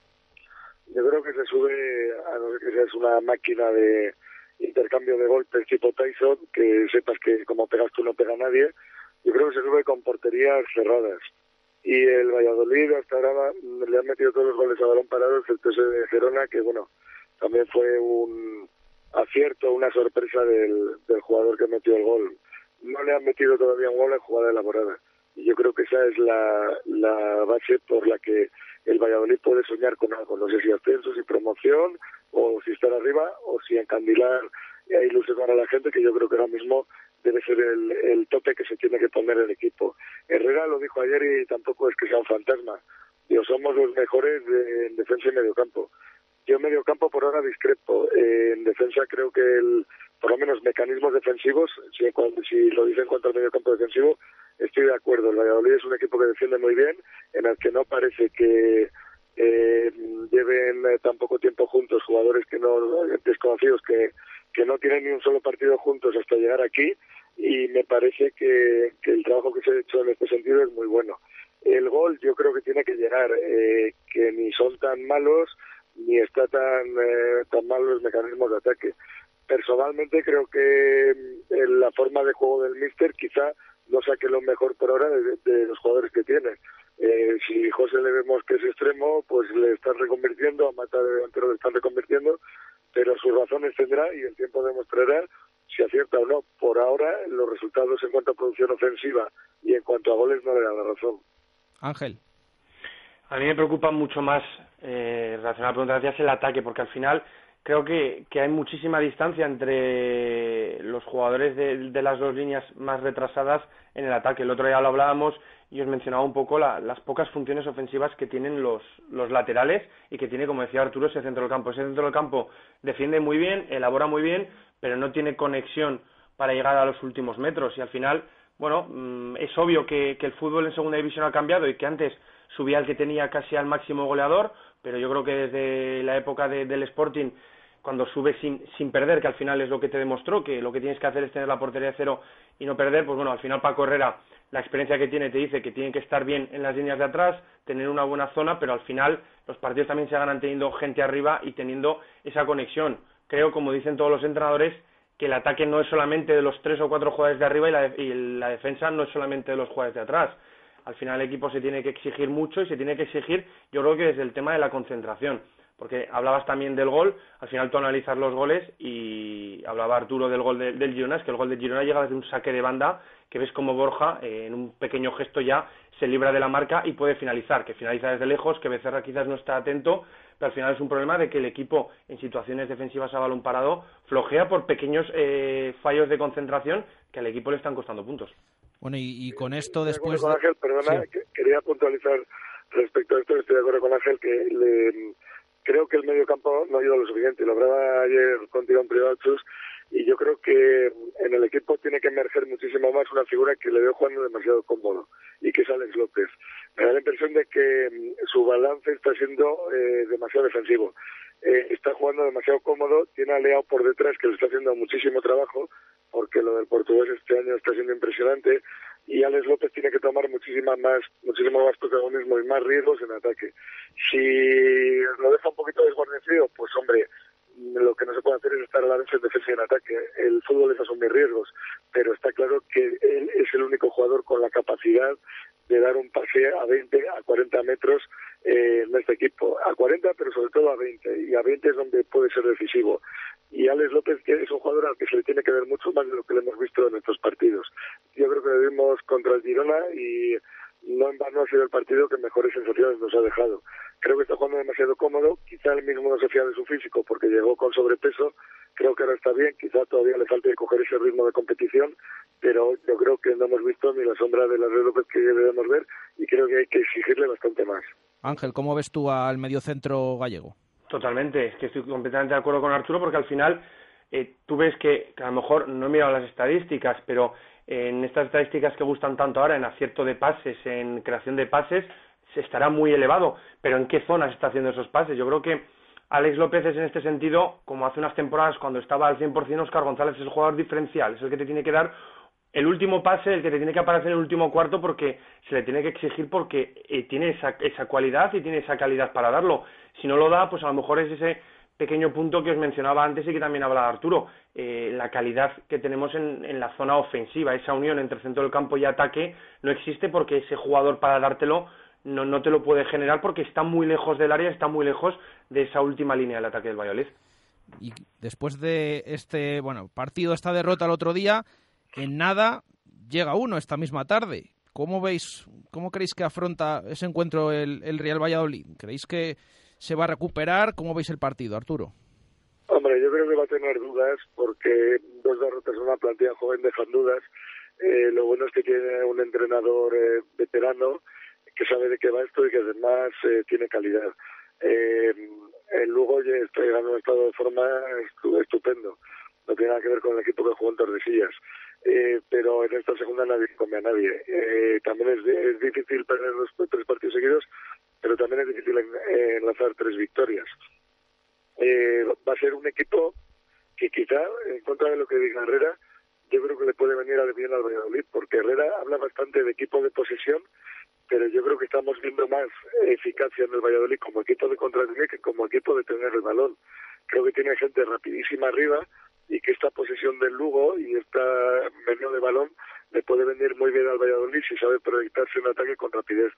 [SPEAKER 15] Yo creo que se sube, a no ser que seas una máquina de intercambio de golpes tipo Tyson, que sepas que como pegas tú no pega nadie. Yo creo que se sube con porterías cerradas. Y el Valladolid hasta ahora le han metido todos los goles a balón parado, excepto ese de Gerona, que bueno, también fue un acierto, una sorpresa del jugador que metió el gol. No le han metido todavía un gol en jugada elaborada, y yo creo que esa es la base por la que el Valladolid puede soñar con algo. No sé si ascenso, si promoción, o si estar arriba, o si encandilar e ilusionar a la gente, que yo creo que ahora mismo debe ser el tope que se tiene que poner el equipo. Herrera lo dijo ayer, y tampoco es que sea un fantasma. Digo, somos los mejores en defensa y mediocampo. Yo en mediocampo por ahora discrepo. En defensa creo que por lo menos mecanismos defensivos, si lo dicen en cuanto al mediocampo defensivo, estoy de acuerdo. El Valladolid es un equipo que defiende muy bien, en el que no parece que lleven tan poco tiempo juntos jugadores desconocidos que no tienen ni un solo partido juntos hasta llegar aquí, y me parece que el trabajo que se ha hecho en este sentido es muy bueno. El gol yo creo que tiene que llegar, que ni son tan malos ni está tan mal los mecanismos de ataque. Personalmente creo que la forma de juego del míster quizá no saque lo mejor por ahora de los jugadores que tiene. Si José le vemos que es extremo, pues le están reconvirtiendo, a Mata de delantero le están reconvirtiendo, pero sus razones tendrá y el tiempo demostrará si acierta o no. Por ahora los resultados en cuanto a producción ofensiva y en cuanto a goles no le dan la razón.
[SPEAKER 8] Ángel.
[SPEAKER 10] A mí me preocupa mucho más, relacionado a la pregunta que hacías, el ataque, porque al final creo que hay muchísima distancia entre los jugadores de las dos líneas más retrasadas en el ataque. El otro día lo hablábamos y os mencionaba un poco las pocas funciones ofensivas que tienen los laterales, y que tiene, como decía Arturo, ese centro del campo. Ese centro del campo defiende muy bien, elabora muy bien, pero no tiene conexión para llegar a los últimos metros, y al final, bueno, es obvio que el fútbol en segunda división ha cambiado, y que antes subía el que tenía casi al máximo goleador, pero yo creo que desde la época del Sporting, cuando sube sin perder, que al final es lo que te demostró, que lo que tienes que hacer es tener la portería de cero y no perder, pues bueno, al final Paco Herrera, la experiencia que tiene, te dice que tienen que estar bien en las líneas de atrás, tener una buena zona, pero al final los partidos también se ganan teniendo gente arriba y teniendo esa conexión. Creo, como dicen todos los entrenadores, que el ataque no es solamente de los 3 o 4 jugadores de arriba, y la defensa no es solamente de los jugadores de atrás. Al final el equipo se tiene que exigir mucho, y se tiene que exigir, yo creo que desde el tema de la concentración. porque hablabas también del gol, al final tú analizas los goles y hablaba Arturo del gol del Girona, es que el gol del Girona llega desde un saque de banda, que ves como Borja en un pequeño gesto ya se libra de la marca y puede finalizar, que finaliza desde lejos, que Becerra quizás no está atento, pero al final es un problema de que el equipo en situaciones defensivas a balón parado flojea por pequeños fallos de concentración que al equipo le están costando puntos.
[SPEAKER 8] Bueno, y con esto después...
[SPEAKER 15] Con Ángel, perdona, sí. Quería puntualizar respecto a esto, estoy de acuerdo con Ángel, que creo que el medio campo no ha ido lo suficiente. Lo hablaba ayer contigo en privado, Chus, y yo creo que en el equipo tiene que emerger muchísimo más una figura que le veo jugando demasiado cómodo, y que es Alex López. Me da la impresión de que su balance está siendo demasiado defensivo. Está jugando demasiado cómodo, tiene a Leao por detrás que le está haciendo muchísimo trabajo, porque lo del portugués este año está siendo impresionante, y Alex López tiene que tomar muchísimo más protagonismo y más riesgos en ataque. Si lo deja un poquito desguarnecido, pues hombre, lo que no se puede hacer es estar a la vez en defensa y en ataque. El fútbol es asumir riesgos, pero está claro que él es el único jugador con la capacidad de dar un pase a 20, a 40 metros en este equipo. A 40, pero sobre todo a 20. Y a 20 es donde puede ser decisivo. Y Alex López, que es un jugador al que se le tiene que ver mucho más de lo que le hemos visto en estos partidos. Yo creo que lo vimos contra el Girona y no en vano ha sido el partido que mejores sensaciones nos ha dejado. Creo que está jugando demasiado cómodo, quizá él mismo no se fía de su físico porque llegó con sobrepeso, creo que ahora está bien, quizá todavía le falta coger ese ritmo de competición, pero yo creo que no hemos visto ni la sombra de Alex López que debemos ver y creo que hay que exigirle bastante más.
[SPEAKER 8] Ángel, ¿cómo ves tú al mediocentro gallego?
[SPEAKER 10] Totalmente, es que estoy completamente de acuerdo con Arturo porque al final tú ves que a lo mejor no he mirado las estadísticas, pero en estas estadísticas que gustan tanto ahora, en acierto de pases, en creación de pases, se estará muy elevado, pero ¿en qué zonas está haciendo esos pases? Yo creo que Alex López es en este sentido, como hace unas temporadas cuando estaba al 100%, Óscar González es el jugador diferencial, es el que te tiene que dar el último pase, el que te tiene que aparecer en el último cuarto porque se le tiene que exigir porque tiene esa cualidad y tiene esa calidad para darlo. Si no lo da, pues a lo mejor es ese pequeño punto que os mencionaba antes y que también hablaba Arturo, la calidad que tenemos en la zona ofensiva, esa unión entre centro del campo y ataque no existe porque ese jugador para dártelo no te lo puede generar porque está muy lejos del área, está muy lejos de esa última línea del ataque del Valladolid.
[SPEAKER 8] Y después de este partido, esta derrota el otro día, en nada llega uno esta misma tarde. ¿Cómo creéis que afronta ese encuentro el Real Valladolid? ¿Creéis que se va a recuperar? ¿Cómo veis el partido, Arturo?
[SPEAKER 15] Hombre, yo creo que va a tener dudas porque 2 derrotas en una plantilla joven dejan dudas. Lo bueno es que tiene un entrenador veterano que sabe de qué va esto y que además tiene calidad. El Lugo ya está llegando a un estado de forma estupendo. No tiene nada que ver con el equipo que jugó en Tordesillas. Pero en esta segunda nadie come a nadie. También es difícil perder los 3 partidos seguidos, pero también es difícil enlazar 3 victorias. Va a ser un equipo que quizá, en contra de lo que diga Herrera, yo creo que le puede venir a bien al Valladolid, porque Herrera habla bastante de equipo de posesión, pero yo creo que estamos viendo más eficacia en el Valladolid como equipo de contraataque que como equipo de tener el balón. Creo que tiene gente rapidísima arriba y que esta posesión del Lugo y esta menú de balón le puede venir muy bien al Valladolid si sabe proyectarse en ataque con rapidez.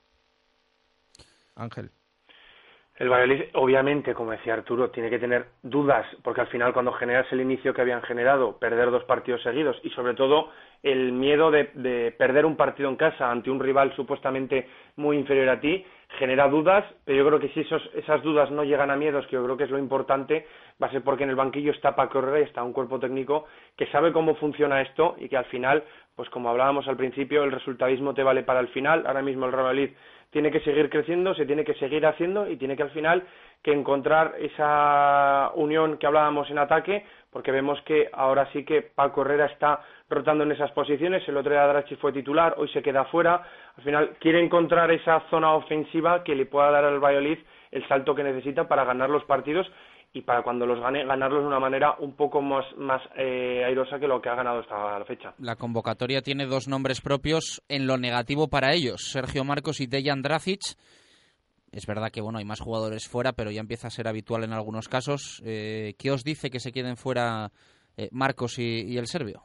[SPEAKER 8] Ángel.
[SPEAKER 10] El Valladolid, obviamente, como decía Arturo, tiene que tener dudas, porque al final cuando generas el inicio que habían generado, perder 2 partidos seguidos y sobre todo el miedo de perder un partido en casa ante un rival supuestamente muy inferior a ti, genera dudas, pero yo creo que si esas dudas no llegan a miedos, que yo creo que es lo importante, va a ser porque en el banquillo está Paco Herrera y está un cuerpo técnico que sabe cómo funciona esto y que al final, pues como hablábamos al principio, el resultadismo te vale para el final. Ahora mismo el Real Valladolid tiene que seguir creciendo, se tiene que seguir haciendo y tiene que al final que encontrar esa unión que hablábamos en ataque, porque vemos que ahora sí que Paco Herrera está rotando en esas posiciones. El otro día Drachi fue titular, hoy se queda fuera. Al final quiere encontrar esa zona ofensiva que le pueda dar al Valladolid el salto que necesita para ganar los partidos y para cuando los gane, ganarlos de una manera un poco más airosa que lo que ha ganado hasta la fecha.
[SPEAKER 5] La convocatoria tiene 2 nombres propios en lo negativo para ellos, Sergio Marcos y Dejan Dracic. Es verdad que hay más jugadores fuera, pero ya empieza a ser habitual en algunos casos. ¿Qué os dice que se queden fuera Marcos y el serbio?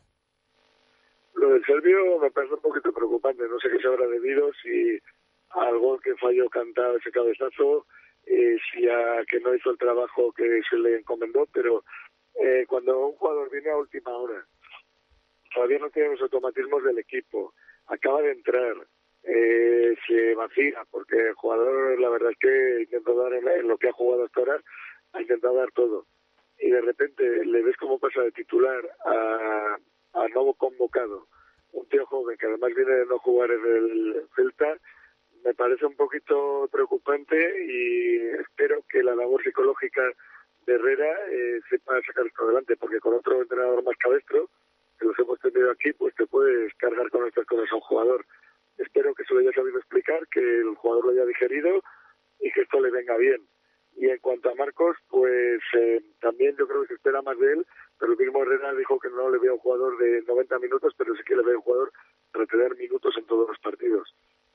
[SPEAKER 15] Lo del serbio me parece un poquito preocupante. No sé qué se habrá debido, si al gol que falló cantado ese cabezazo, que no hizo el trabajo que se le encomendó, pero cuando un jugador viene a última hora, todavía no tiene los automatismos del equipo, acaba de entrar, se vacía, porque el jugador, la verdad es que intentó dar en lo que ha jugado hasta ahora, ha intentado dar todo. Y de repente le ves cómo pasa de titular a nuevo convocado, un tío joven que además viene de no jugar en el Celta. Me parece un poquito preocupante y espero que la labor psicológica de Herrera sepa sacar esto adelante, porque con otro entrenador más cabestro, que los hemos tenido aquí, pues te puedes cargar con estas cosas a un jugador. Espero que se lo haya sabido explicar, que el jugador lo haya digerido y que esto le venga bien. Y en cuanto a Marcos, pues también yo creo que se espera más de él, pero el mismo Herrera dijo que no le veía un jugador de 90 minutos, pero sí que le veía un jugador para tener minutos en todos los partidos.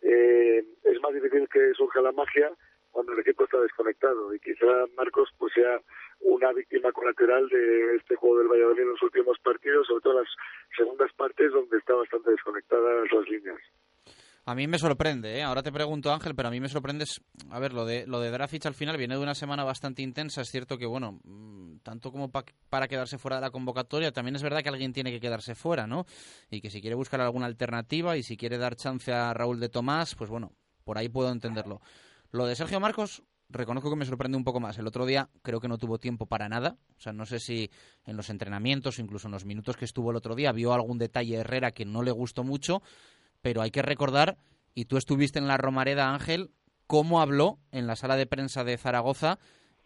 [SPEAKER 15] Es más difícil que surja la magia cuando el equipo está desconectado, y quizá Marcos pues sea una víctima colateral de este juego del Valladolid en los últimos partidos, sobre todo las segundas partes donde está bastante desconectadas las líneas.
[SPEAKER 5] A mí me sorprende, ahora te pregunto, Ángel, pero a mí me sorprende, a ver, lo de Dracic al final viene de una semana bastante intensa. Es cierto que, bueno, tanto como para quedarse fuera de la convocatoria, también es verdad que alguien tiene que quedarse fuera, ¿no? Y que si quiere buscar alguna alternativa y si quiere dar chance a Raúl de Tomás, pues bueno, por ahí puedo entenderlo. Lo de Sergio Marcos, reconozco que me sorprende un poco más. El otro día creo que no tuvo tiempo para nada. O sea, no sé si en los entrenamientos, incluso en los minutos que estuvo el otro día, vio algún detalle Herrera que no le gustó mucho. Pero hay que recordar, y tú estuviste en la Romareda, Ángel, cómo habló en la sala de prensa de Zaragoza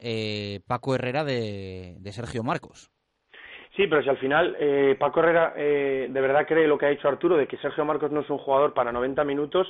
[SPEAKER 5] Paco Herrera de Sergio Marcos.
[SPEAKER 10] Sí, pero si al final Paco Herrera de verdad cree lo que ha dicho Arturo, de que Sergio Marcos no es un jugador para 90 minutos,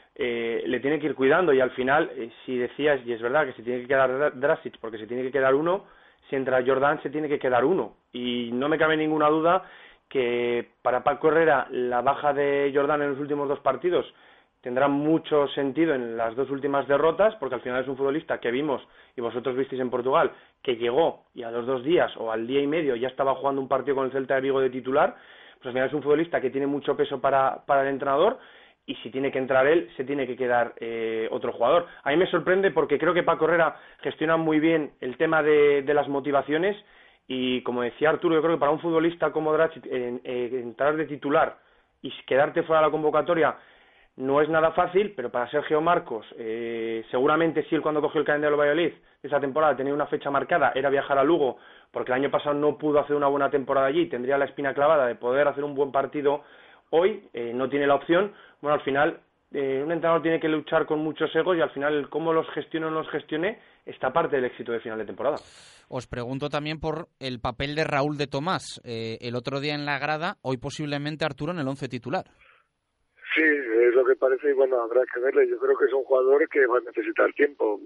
[SPEAKER 10] le tiene que ir cuidando. Y al final, si decías, y es verdad que se tiene que quedar Dracic, porque se tiene que quedar uno, si entra Jordan se tiene que quedar uno. Y no me cabe ninguna duda que para Paco Herrera la baja de Jordan en los últimos dos partidos tendrá mucho sentido en las dos últimas derrotas, porque al final es un futbolista que vimos, y vosotros visteis en Portugal, que llegó y a los 2 días o al día y medio ya estaba jugando un partido con el Celta de Vigo de titular. Pues al final es un futbolista que tiene mucho peso para el entrenador, y si tiene que entrar él, se tiene que quedar otro jugador. A mí me sorprende porque creo que Paco Herrera gestiona muy bien el tema de las motivaciones. Y como decía Arturo, yo creo que para un futbolista como Dracic entrar de titular y quedarte fuera de la convocatoria no es nada fácil, pero para Sergio Marcos, seguramente sí, él cuando cogió el calendario del Valladolid esa temporada tenía una fecha marcada, era viajar a Lugo, porque el año pasado no pudo hacer una buena temporada allí, tendría la espina clavada de poder hacer un buen partido hoy, no tiene la opción. Bueno, al final un entrenador tiene que luchar con muchos egos, y al final cómo los gestione o no los gestione está parte del éxito de final de temporada.
[SPEAKER 5] Os pregunto también por el papel de Raúl de Tomás, el otro día en la grada, hoy posiblemente Arturo en el 11 titular.
[SPEAKER 15] Sí, es lo que parece, y bueno, habrá que verle. Yo creo que es un jugador que va a necesitar tiempo.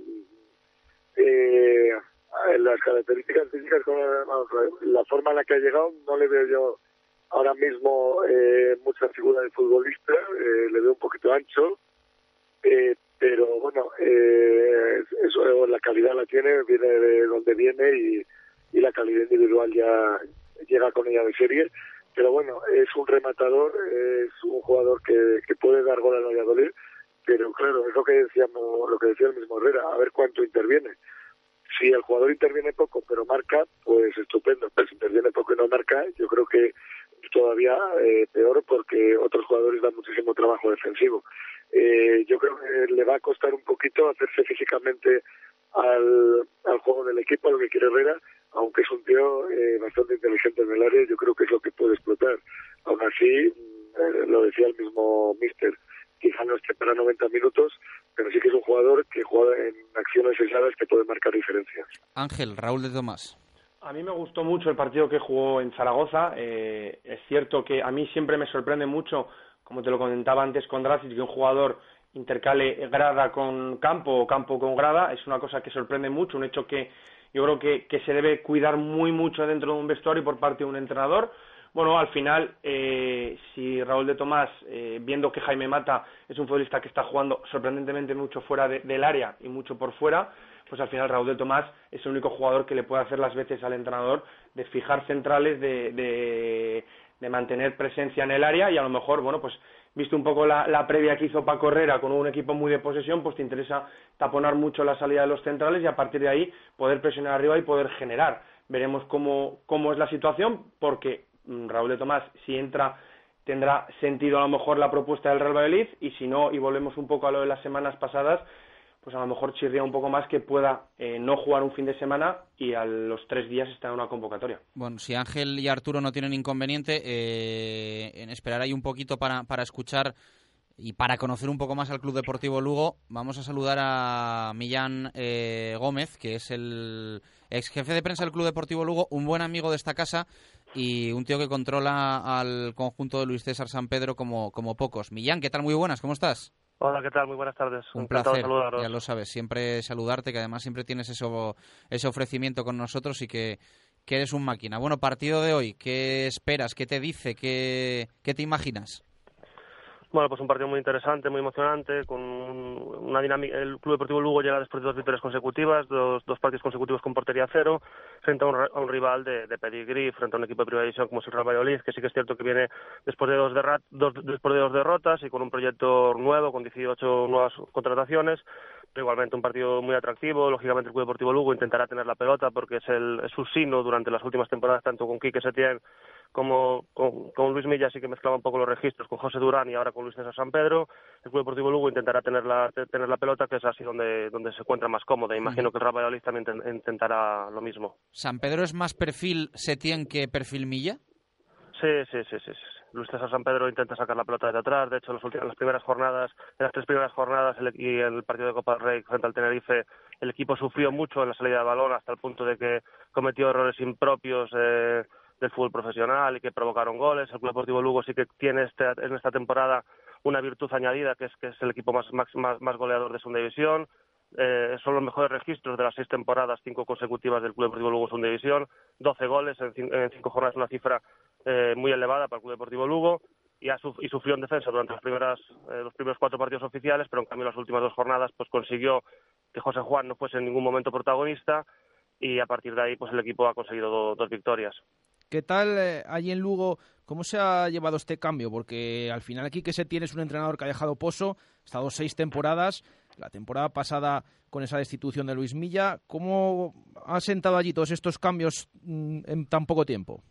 [SPEAKER 15] Las características físicas, la forma en la que ha llegado, no le veo yo ahora mismo mucha figura de futbolista, le veo un poquito ancho, pero bueno, eso, la calidad la tiene, viene de donde viene, y la calidad individual ya llega con ella de serie. Pero bueno, es un rematador, es un jugador que puede dar gol al Valladolid, pero claro, es lo que decía el mismo Herrera, a ver cuánto interviene. Si el jugador interviene poco pero marca, pues estupendo, pero si interviene poco y no marca, yo creo que todavía peor, porque otros jugadores dan muchísimo trabajo defensivo. Yo creo que le va a costar un poquito hacerse físicamente al juego del equipo, a lo que quiere Herrera, aunque es un tío bastante inteligente en el área. Yo creo que es lo que puede explotar. Aún así, lo decía el mismo míster, quizá no esté para 90 minutos, pero sí que es un jugador que juega en acciones aisladas que puede marcar diferencias.
[SPEAKER 5] Ángel, Raúl de Tomás.
[SPEAKER 10] A mí me gustó mucho el partido que jugó en Zaragoza. Es cierto que a mí siempre me sorprende mucho, como te lo comentaba antes con Dracic, que un jugador intercale grada con campo o campo con grada. Es una cosa que sorprende mucho, un hecho que yo creo que se debe cuidar muy mucho dentro de un vestuario y por parte de un entrenador. Bueno, al final, si Raúl de Tomás, viendo que Jaime Mata es un futbolista que está jugando sorprendentemente mucho fuera del área y mucho por fuera, pues al final Raúl de Tomás es el único jugador que le puede hacer las veces al entrenador de fijar centrales, de mantener presencia en el área, y a lo mejor, bueno, pues visto un poco la previa que hizo Paco Herrera con un equipo muy de posesión, pues te interesa taponar mucho la salida de los centrales y a partir de ahí poder presionar arriba y poder generar. Veremos cómo es la situación, porque Raúl de Tomás, si entra, tendrá sentido a lo mejor la propuesta del Real Valladolid, y si no, y volvemos un poco a lo de las semanas pasadas, pues a lo mejor chirría un poco más que pueda no jugar un fin de semana y a los 3 días está en una convocatoria.
[SPEAKER 5] Bueno, si Ángel y Arturo no tienen inconveniente, en esperar ahí un poquito para escuchar y para conocer un poco más al Club Deportivo Lugo, vamos a saludar a Millán Gómez, que es el ex jefe de prensa del Club Deportivo Lugo, un buen amigo de esta casa y un tío que controla al conjunto de Luis César San Pedro como pocos. Millán, ¿qué tal? Muy buenas, ¿cómo estás?
[SPEAKER 13] Hola, ¿qué tal? Muy buenas tardes.
[SPEAKER 5] Un
[SPEAKER 13] Encantado
[SPEAKER 5] placer,
[SPEAKER 13] de saludaros.
[SPEAKER 5] ya lo sabes, siempre saludarte, que además siempre tienes ese ofrecimiento con nosotros y que eres un máquina. Bueno, partido de hoy, ¿qué esperas? ¿Qué te dice? ¿Qué te imaginas?
[SPEAKER 13] Bueno, pues un partido muy interesante, muy emocionante, con una dinámica. El Club Deportivo Lugo llega después de 2 victorias consecutivas, dos partidos consecutivos con portería cero, frente a un rival de pedigrí, frente a un equipo de primera división como es el Real Valladolid, que sí que es cierto que viene después de dos derrotas y con un proyecto nuevo, con 18 nuevas contrataciones, pero igualmente un partido muy atractivo. Lógicamente el Club Deportivo Lugo intentará tener la pelota porque es su sino durante las últimas temporadas, tanto con Quique Setién como con Luis Milla, sí que mezclaba un poco los registros, con José Durán y ahora con Luis César San Pedro. El Club Deportivo Lugo intentará tener la pelota, que es así donde se encuentra más cómoda. Imagino que el Real Valladolid también intentará lo mismo.
[SPEAKER 5] ¿San Pedro es más perfil Setién que perfil Milla?
[SPEAKER 13] Sí. Luis César San Pedro intenta sacar la pelota desde atrás. De hecho, en las 3 primeras jornadas, y en el partido de Copa del Rey frente al Tenerife, el equipo sufrió mucho en la salida de balón, hasta el punto de que cometió errores impropios del fútbol profesional y que provocaron goles. El Club Deportivo Lugo sí que tiene en esta temporada una virtud añadida, que es el equipo más goleador de segunda división. Son los mejores registros de las 6 temporadas, 5 consecutivas del Club Deportivo Lugo segunda división, 12 goles en 5 jornadas, una cifra muy elevada para el Club Deportivo Lugo, y sufrió en defensa durante los primeros 4 partidos oficiales, pero en cambio las últimas 2 jornadas pues consiguió que José Juan no fuese en ningún momento protagonista, y a partir de ahí pues el equipo ha conseguido 2 victorias.
[SPEAKER 8] ¿Qué tal allí en Lugo? ¿Cómo se ha llevado este cambio? Porque al final aquí que Setién es un entrenador que ha dejado pozo, ha estado 6 temporadas, la temporada pasada con esa destitución de Luis Milla. ¿Cómo ha sentado allí todos estos cambios en tan poco tiempo?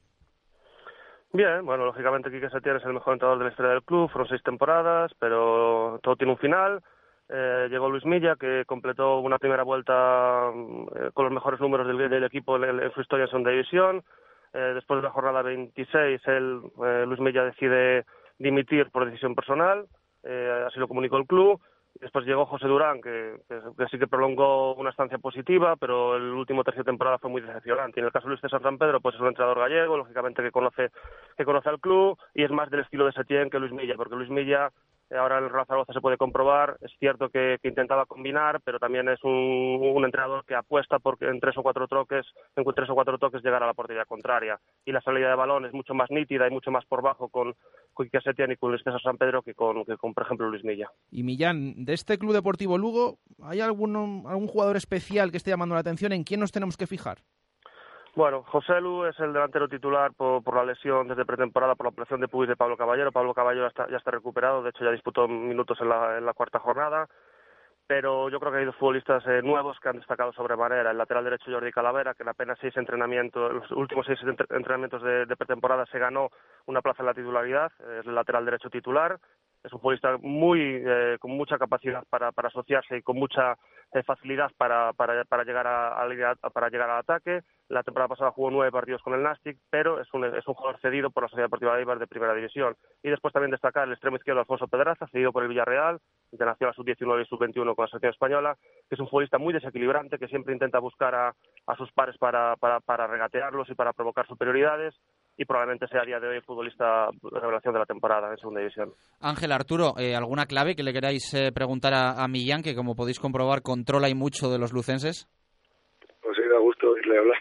[SPEAKER 13] Bien, bueno, lógicamente Quique Setién es el mejor entrenador de la historia del club, fueron 6 temporadas, pero todo tiene un final. Llegó Luis Milla, que completó una primera vuelta con los mejores números del equipo en su historia en segunda división. Después de la jornada 26, Luis Milla decide dimitir por decisión personal, así lo comunicó el club. Después llegó José Durán, que sí que prolongó una estancia positiva, pero el último tercio de temporada fue muy decepcionante. Y en el caso de Luis César San Pedro, pues es un entrenador gallego, lógicamente que conoce al club, y es más del estilo de Setién que Luis Milla, porque Luis Milla, ahora en el Real Zaragoza se puede comprobar, es cierto que intentaba combinar, pero también es un entrenador que apuesta porque en 3 o 4 toques llegar a la portería contraria, y la salida de balón es mucho más nítida y mucho más por bajo con Quique Setién y con Luis César San Pedro que con por ejemplo Luis Milla.
[SPEAKER 8] Y Millán, de este Club Deportivo Lugo, ¿hay algún jugador especial que esté llamando la atención? ¿En quién nos tenemos que fijar?
[SPEAKER 13] Bueno, José Lu es el delantero titular por la lesión desde pretemporada, por la operación de pubis de Pablo Caballero. Pablo Caballero ya está recuperado, de hecho ya disputó minutos en la 4ª jornada, pero yo creo que hay 2 futbolistas nuevos que han destacado sobremanera. El lateral derecho Jordi Calavera, que en apenas 6 entrenamientos, los últimos 6 entrenamientos de pretemporada se ganó una plaza en la titularidad, es el lateral derecho titular. Es un futbolista con mucha capacidad para asociarse y con mucha facilidad para llegar al ataque. La temporada pasada jugó 9 partidos con el Nastic, pero es un jugador cedido por la Sociedad Deportiva de Eibar de Primera División. Y después también destacar el extremo izquierdo Alfonso Pedraza, cedido por el Villarreal, internacional sub-19 y sub-21 con la selección española, que es un futbolista muy desequilibrante, que siempre intenta buscar a sus pares para regatearlos y para provocar superioridades, y probablemente sea a día de hoy el futbolista de revelación de la temporada en segunda división.
[SPEAKER 5] Ángel, Arturo, ¿alguna clave que le queráis preguntar a Millán, que como podéis comprobar controla y mucho de los lucenses?
[SPEAKER 15] Pues sí, da gusto oírle hablar.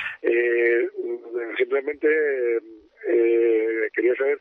[SPEAKER 15] Simplemente quería saber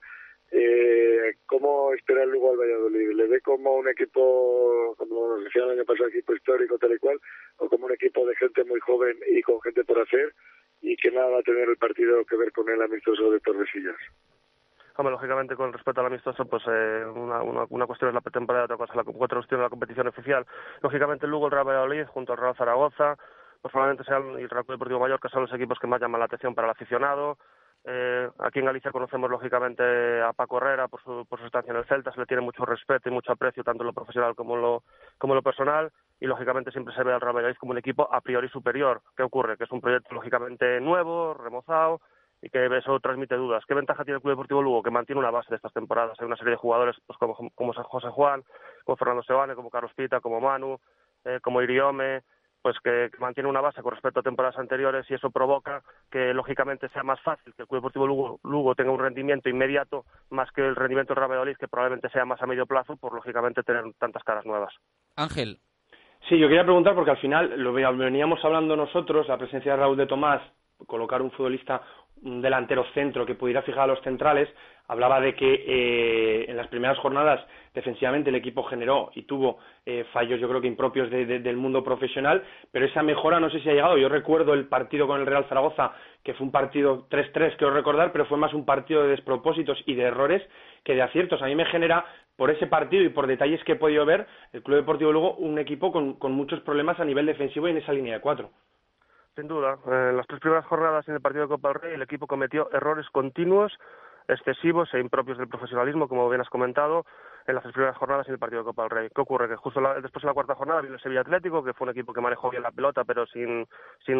[SPEAKER 15] cómo espera el Lugo al Valladolid. ¿Le ve como un equipo, como nos decía el año pasado, equipo histórico tal y cual, o como un equipo de gente muy joven y con gente por hacer, y que nada va a tener el partido que ver con el amistoso de Tordesillas?
[SPEAKER 13] Hombre, lógicamente, con respecto al amistoso, pues una cuestión es la pretemporada, otra cuestión es la competición oficial. Lógicamente, Lugo, el Real Valladolid, junto al Real Zaragoza, pues probablemente sean, y el Real Club Deportivo Mallorca, son los equipos que más llaman la atención para el aficionado. Aquí en Galicia conocemos, lógicamente, a Paco Herrera por su estancia en el Celta, se le tiene mucho respeto y mucho aprecio, tanto en lo profesional como en lo personal, y lógicamente siempre se ve al Real Valladolid como un equipo a priori superior. ¿Qué ocurre? Que es un proyecto, lógicamente, nuevo, remozado, y que eso transmite dudas. ¿Qué ventaja tiene el Club Deportivo Lugo? Que mantiene una base de estas temporadas. Hay una serie de jugadores pues como José Juan, como Fernando Sebane, como Carlos Pita, como Manu, como Iriome, pues que mantiene una base con respecto a temporadas anteriores, y eso provoca que lógicamente sea más fácil que el Club Deportivo Lugo tenga un rendimiento inmediato más que el rendimiento del Real Valladolid, que probablemente sea más a medio plazo por lógicamente tener tantas caras nuevas.
[SPEAKER 5] Ángel.
[SPEAKER 10] Sí, yo quería preguntar porque al final lo veníamos hablando nosotros, la presencia de Raúl de Tomás, colocar un futbolista, un delantero centro que pudiera fijar a los centrales. Hablaba de que en las primeras jornadas defensivamente el equipo generó y tuvo fallos, yo creo que impropios del mundo profesional, pero esa mejora no sé si ha llegado. Yo recuerdo el partido con el Real Zaragoza, que fue un partido 3-3, quiero recordar, pero fue más un partido de despropósitos y de errores que de aciertos. A mí me genera, por ese partido y por detalles que he podido ver, el Club Deportivo Lugo, un equipo con muchos problemas a nivel defensivo y en esa línea de 4.
[SPEAKER 13] Sin duda, en las 3 primeras jornadas en el partido de Copa del Rey el equipo cometió errores continuos, excesivos e impropios del profesionalismo, como bien has comentado, en las 3 primeras jornadas en el partido de Copa del Rey. ¿Qué ocurre? Que justo después de la cuarta jornada vino el Sevilla Atlético, que fue un equipo que manejó bien la pelota, pero sin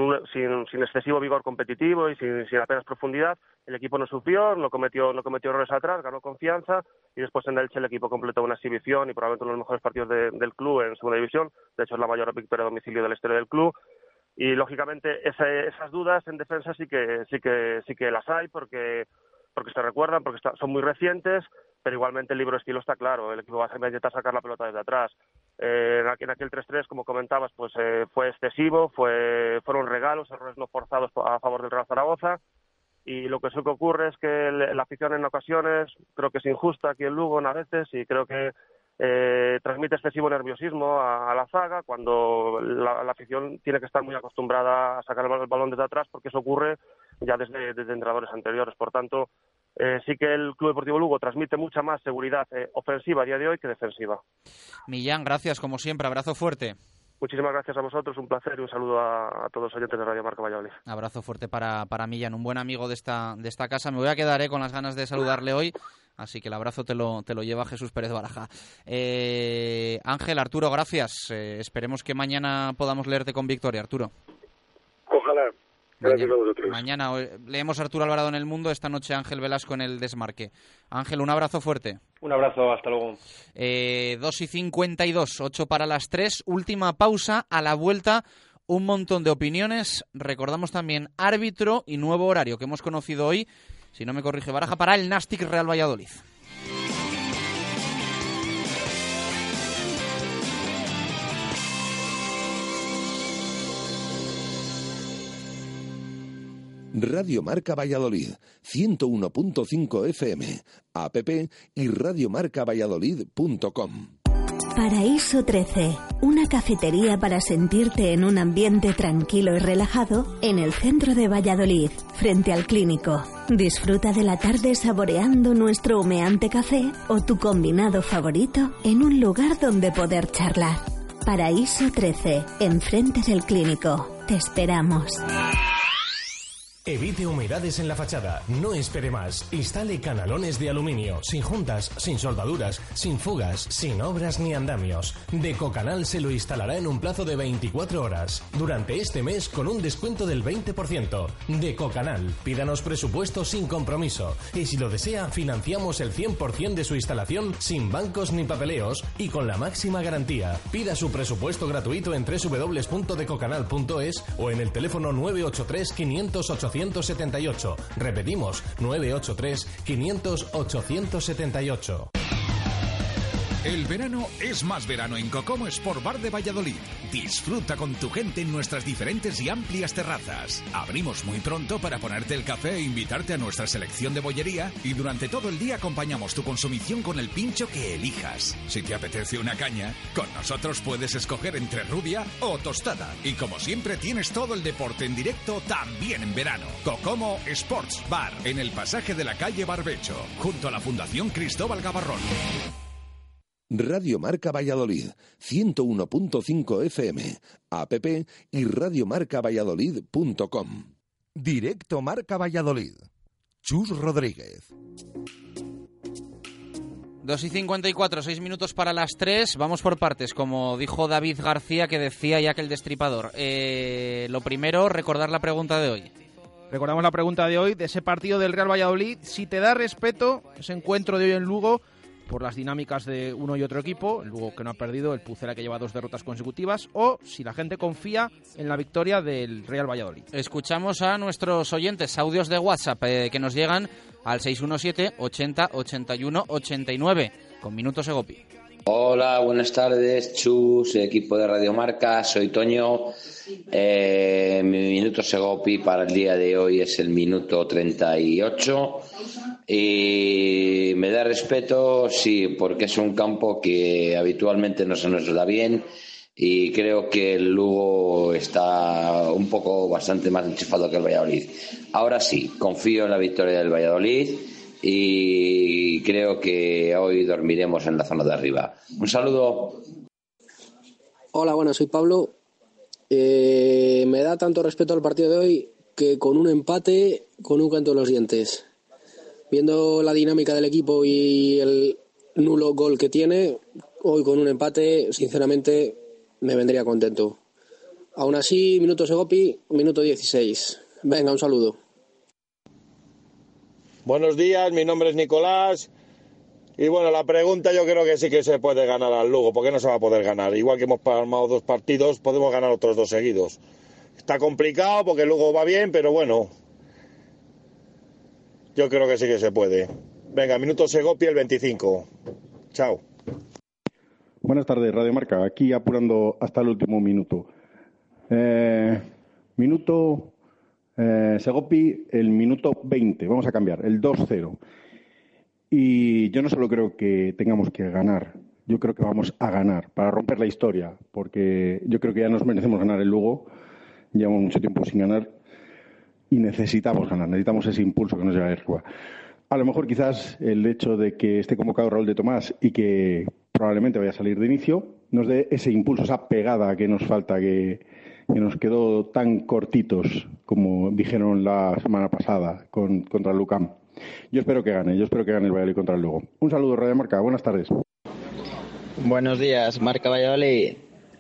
[SPEAKER 13] excesivo vigor competitivo y sin apenas profundidad. El equipo no sufrió, no cometió errores atrás, ganó confianza, y después en Elche el equipo completó una exhibición y probablemente uno de los mejores partidos del club en segunda división. De hecho, es la mayor victoria a domicilio de la historia del club. Y lógicamente esas dudas en defensa sí que las hay, porque se recuerdan, porque son muy recientes, pero igualmente el libro de estilo está claro. El equipo va a intentar sacar la pelota desde atrás. En aquel 3-3, como comentabas, pues fue excesivo, fueron regalos, errores no forzados a favor del Real Zaragoza. Y lo que sí que ocurre es que la afición en ocasiones creo que es injusta aquí en Lugo a veces, y creo que transmite excesivo nerviosismo a la zaga, cuando la afición tiene que estar muy acostumbrada a sacar el balón desde atrás, porque eso ocurre ya desde entrenadores anteriores. Por tanto, sí que el Club Deportivo Lugo transmite mucha más seguridad ofensiva a día de hoy que defensiva.
[SPEAKER 5] Millán, gracias como siempre, abrazo fuerte.
[SPEAKER 13] Muchísimas gracias a vosotros, un placer, y un saludo a todos los oyentes de Radio Marca Valladolid.
[SPEAKER 5] Abrazo fuerte para Millán, un buen amigo de esta casa. Me voy a quedar con las ganas de saludarle hoy, así que el abrazo te lo lleva Jesús Pérez Baraja. Ángel, Arturo, gracias. Esperemos que mañana podamos leerte con victoria, Arturo.
[SPEAKER 15] Ojalá. Gracias a vosotros.
[SPEAKER 5] Mañana leemos a Arturo Alvarado en El Mundo, esta noche Ángel Velasco en El Desmarque. Ángel, un abrazo fuerte.
[SPEAKER 10] Un abrazo, hasta luego.
[SPEAKER 5] 2:52, 8 para las 3, última pausa. A la vuelta, un montón de opiniones. Recordamos también árbitro y nuevo horario que hemos conocido hoy, si no me corrige Baraja, para el Nastic Real Valladolid.
[SPEAKER 7] Radio Marca Valladolid, 101.5 FM, app y radiomarcavalladolid.com.
[SPEAKER 17] Paraíso 13, una cafetería para sentirte en un ambiente tranquilo y relajado en el centro de Valladolid, frente al Clínico. Disfruta de la tarde saboreando nuestro humeante café o tu combinado favorito en un lugar donde poder charlar. Paraíso 13, enfrente del Clínico. Te esperamos.
[SPEAKER 9] Evite humedades en la fachada, no espere más. Instale canalones de aluminio, sin juntas, sin soldaduras, sin fugas, sin obras ni andamios. Decocanal se lo instalará en un plazo de 24 horas. Durante este mes con un descuento del 20%. Decocanal, pídanos presupuesto sin compromiso. Y si lo desea, financiamos el 100% de su instalación sin bancos ni papeleos y con la máxima garantía. Pida su presupuesto gratuito en www.decocanal.es o en el teléfono 983 500 878. Repetimos, 983 500 878.
[SPEAKER 18] El verano es más verano en Cocomo Sport Bar de Valladolid. Disfruta con tu gente en nuestras diferentes y amplias terrazas. Abrimos muy pronto para ponerte el café e invitarte a nuestra selección de bollería, y durante todo el día acompañamos tu consumición con el pincho que elijas. Si te apetece una caña, con nosotros puedes escoger entre rubia o tostada. Y como siempre tienes todo el deporte en directo también en verano. Cocomo Sports Bar, en el pasaje de la calle Barbecho, junto a la Fundación Cristóbal Gavarrón.
[SPEAKER 7] Radio Marca Valladolid, 101.5 FM, app y radiomarcavalladolid.com.
[SPEAKER 2] Directo Marca Valladolid. Chus Rodríguez.
[SPEAKER 5] 2:54, 6 minutos para las 3. Vamos por partes, como dijo David García, que decía ya que el Destripador. Lo primero, recordar la pregunta de hoy.
[SPEAKER 8] Recordamos la pregunta de hoy, de ese partido del Real Valladolid. Si te da respeto ese encuentro de hoy en Lugo, por las dinámicas de uno y otro equipo, el Lugo que no ha perdido, el Pucela que lleva 2 derrotas consecutivas, o si la gente confía en la victoria del Real Valladolid.
[SPEAKER 5] Escuchamos a nuestros oyentes, audios de WhatsApp que nos llegan al 617 80 81 89, con Minuto Segopi.
[SPEAKER 19] Hola, buenas tardes, Chus, equipo de Radio Marca, soy Toño. Mi Minuto Segopi para el día de hoy es el minuto 38. Y me da respeto, sí, porque es un campo que habitualmente no se nos da bien, y creo que el Lugo está un poco bastante más enchufado que el Valladolid. Ahora sí, confío en la victoria del Valladolid y creo que hoy dormiremos en la zona de arriba. Un saludo.
[SPEAKER 20] Hola, bueno, soy Pablo. Me da tanto respeto al partido de hoy que con un empate, con un canto en los dientes. Viendo la dinámica del equipo y el nulo gol que tiene, hoy con un empate, sinceramente, me vendría contento. Aún así, Minuto Segopi, minuto 16. Venga, un saludo.
[SPEAKER 24] Buenos días, mi nombre es Nicolás. Y bueno, la pregunta yo creo que sí que se puede ganar al Lugo. ¿Por qué no se va a poder ganar? Igual que hemos palmado 2 partidos, podemos ganar otros 2 seguidos. Está complicado porque el Lugo va bien, pero bueno, yo creo que sí que se puede. Venga, Minuto Segopi, el 25. Chao.
[SPEAKER 21] Buenas tardes, Radio Marca. Aquí apurando hasta el último minuto. Minuto Segopi, el minuto 20. Vamos a cambiar, el 2-0. Y yo no solo creo que tengamos que ganar, yo creo que vamos a ganar para romper la historia, porque yo creo que ya nos merecemos ganar el Lugo. Llevamos mucho tiempo sin ganar y necesitamos ganar, necesitamos ese impulso que nos lleva a arriba. A lo mejor quizás el hecho de que esté convocado Raúl de Tomás y que probablemente vaya a salir de inicio nos dé ese impulso, esa pegada que nos falta, que nos quedó tan cortitos como dijeron la semana pasada contra el Lucam. Yo espero que gane el Valladolid contra el Lugo. Un saludo, Radio Marca, buenas tardes.
[SPEAKER 25] Buenos días, Marca Valladolid.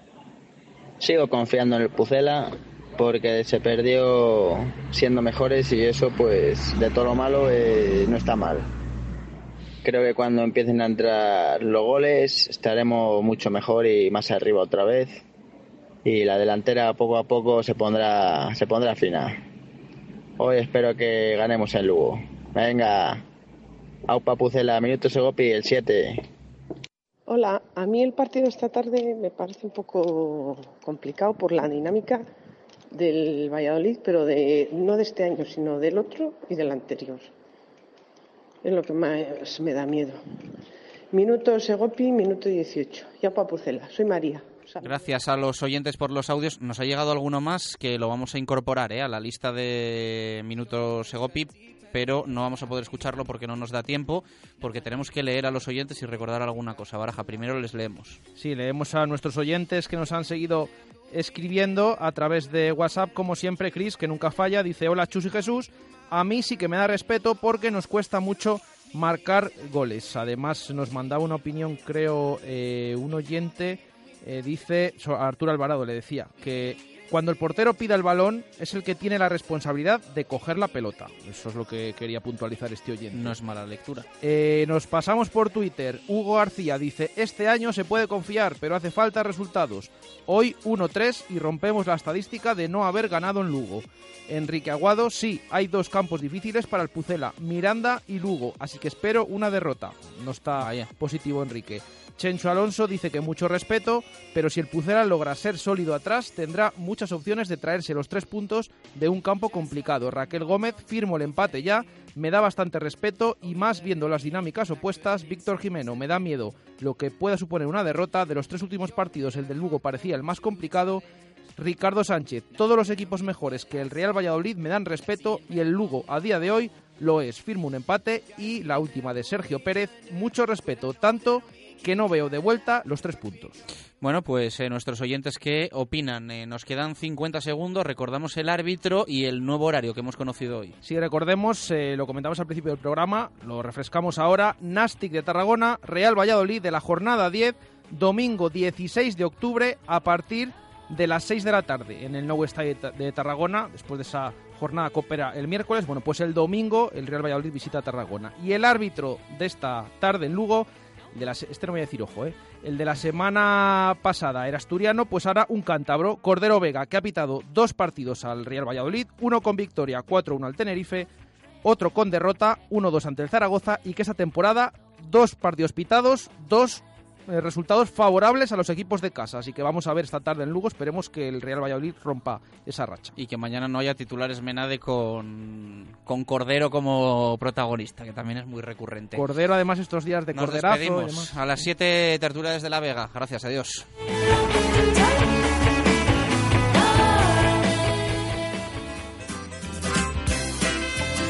[SPEAKER 25] Sigo confiando en el Pucela porque se perdió siendo mejores y eso, pues, de todo lo malo no está mal. Creo que cuando empiecen a entrar los goles estaremos mucho mejor y más arriba otra vez, y la delantera poco a poco se pondrá fina. Hoy espero que ganemos en Lugo. Venga, aupa Pucela, Minuto Segopi, el 7.
[SPEAKER 26] Hola, a mí el partido de esta tarde me parece un poco complicado por la dinámica del Valladolid, pero no de este año, sino del otro y del anterior. Es lo que más me da miedo. Minuto Segopi, minuto 18. Ya aupa Pucela, soy María.
[SPEAKER 5] Gracias a los oyentes por los audios. Nos ha llegado alguno más que lo vamos a incorporar a la lista de Minuto Segopi, pero no vamos a poder escucharlo porque no nos da tiempo, porque tenemos que leer a los oyentes y recordar alguna cosa. Baraja, primero les leemos.
[SPEAKER 8] Sí, leemos a nuestros oyentes que nos han seguido escribiendo a través de WhatsApp, como siempre. Chris, que nunca falla, dice: hola Chus y Jesús, a mí sí que me da respeto porque nos cuesta mucho marcar goles. Además nos mandaba una opinión, creo, un oyente, dice, Arturo Alvarado le decía, que Cuando el portero pida el balón, es el que tiene la responsabilidad de coger la pelota. Eso es lo que quería puntualizar este oyente.
[SPEAKER 5] No es mala lectura.
[SPEAKER 8] Nos pasamos por Twitter. Hugo García dice: este año se puede confiar, pero hace falta resultados. Hoy 1-3 y rompemos la estadística de no haber ganado en Lugo. Enrique Aguado: sí, hay 2 campos difíciles para el Pucela, Miranda y Lugo, así que espero una derrota. No está positivo Enrique. Chencho Alonso dice que mucho respeto, pero si el Pucela logra ser sólido atrás, tendrá muchas opciones de traerse los 3 puntos de un campo complicado. Raquel Gómez: firmo el empate ya, me da bastante respeto y más viendo las dinámicas opuestas. Víctor Jimeno: me da miedo lo que pueda suponer una derrota. De los 3 últimos partidos, el del Lugo parecía el más complicado. Ricardo Sánchez: todos los equipos mejores que el Real Valladolid me dan respeto y el Lugo a día de hoy lo es, firmo un empate. Y la última de Sergio Pérez: mucho respeto, tanto que no veo de vuelta los 3 puntos.
[SPEAKER 5] Bueno, pues nuestros oyentes, ¿qué opinan? Nos quedan 50 segundos, recordamos el árbitro y el nuevo horario que hemos conocido hoy.
[SPEAKER 8] Sí, recordemos, lo comentamos al principio del programa, lo refrescamos ahora: Nastic de Tarragona, Real Valladolid de la jornada 10, domingo 16 de octubre a partir de las 6 de la tarde en el Nou Estadio de Tarragona. Después de esa jornada que opera el miércoles, bueno, pues el domingo el Real Valladolid visita Tarragona. Y el árbitro de esta tarde en Lugo, este no voy a decir ojo, el de la semana pasada era asturiano, pues ahora un cántabro, Cordero Vega, que ha pitado 2 partidos al Real Valladolid, uno con victoria, 4-1 al Tenerife, otro con derrota, 1-2 ante el Zaragoza, y que esa temporada 2 partidos pitados, 2 resultados favorables a los equipos de casa. Así que vamos a ver esta tarde en Lugo, esperemos que el Real Valladolid rompa esa racha.
[SPEAKER 5] Y que mañana no haya titulares Menade con Cordero como protagonista, que también es muy recurrente.
[SPEAKER 8] Cordero, además, estos días de
[SPEAKER 5] Nos
[SPEAKER 8] corderazo.
[SPEAKER 5] despedimos. A las 7, tertulia desde La Vega. Gracias, adiós.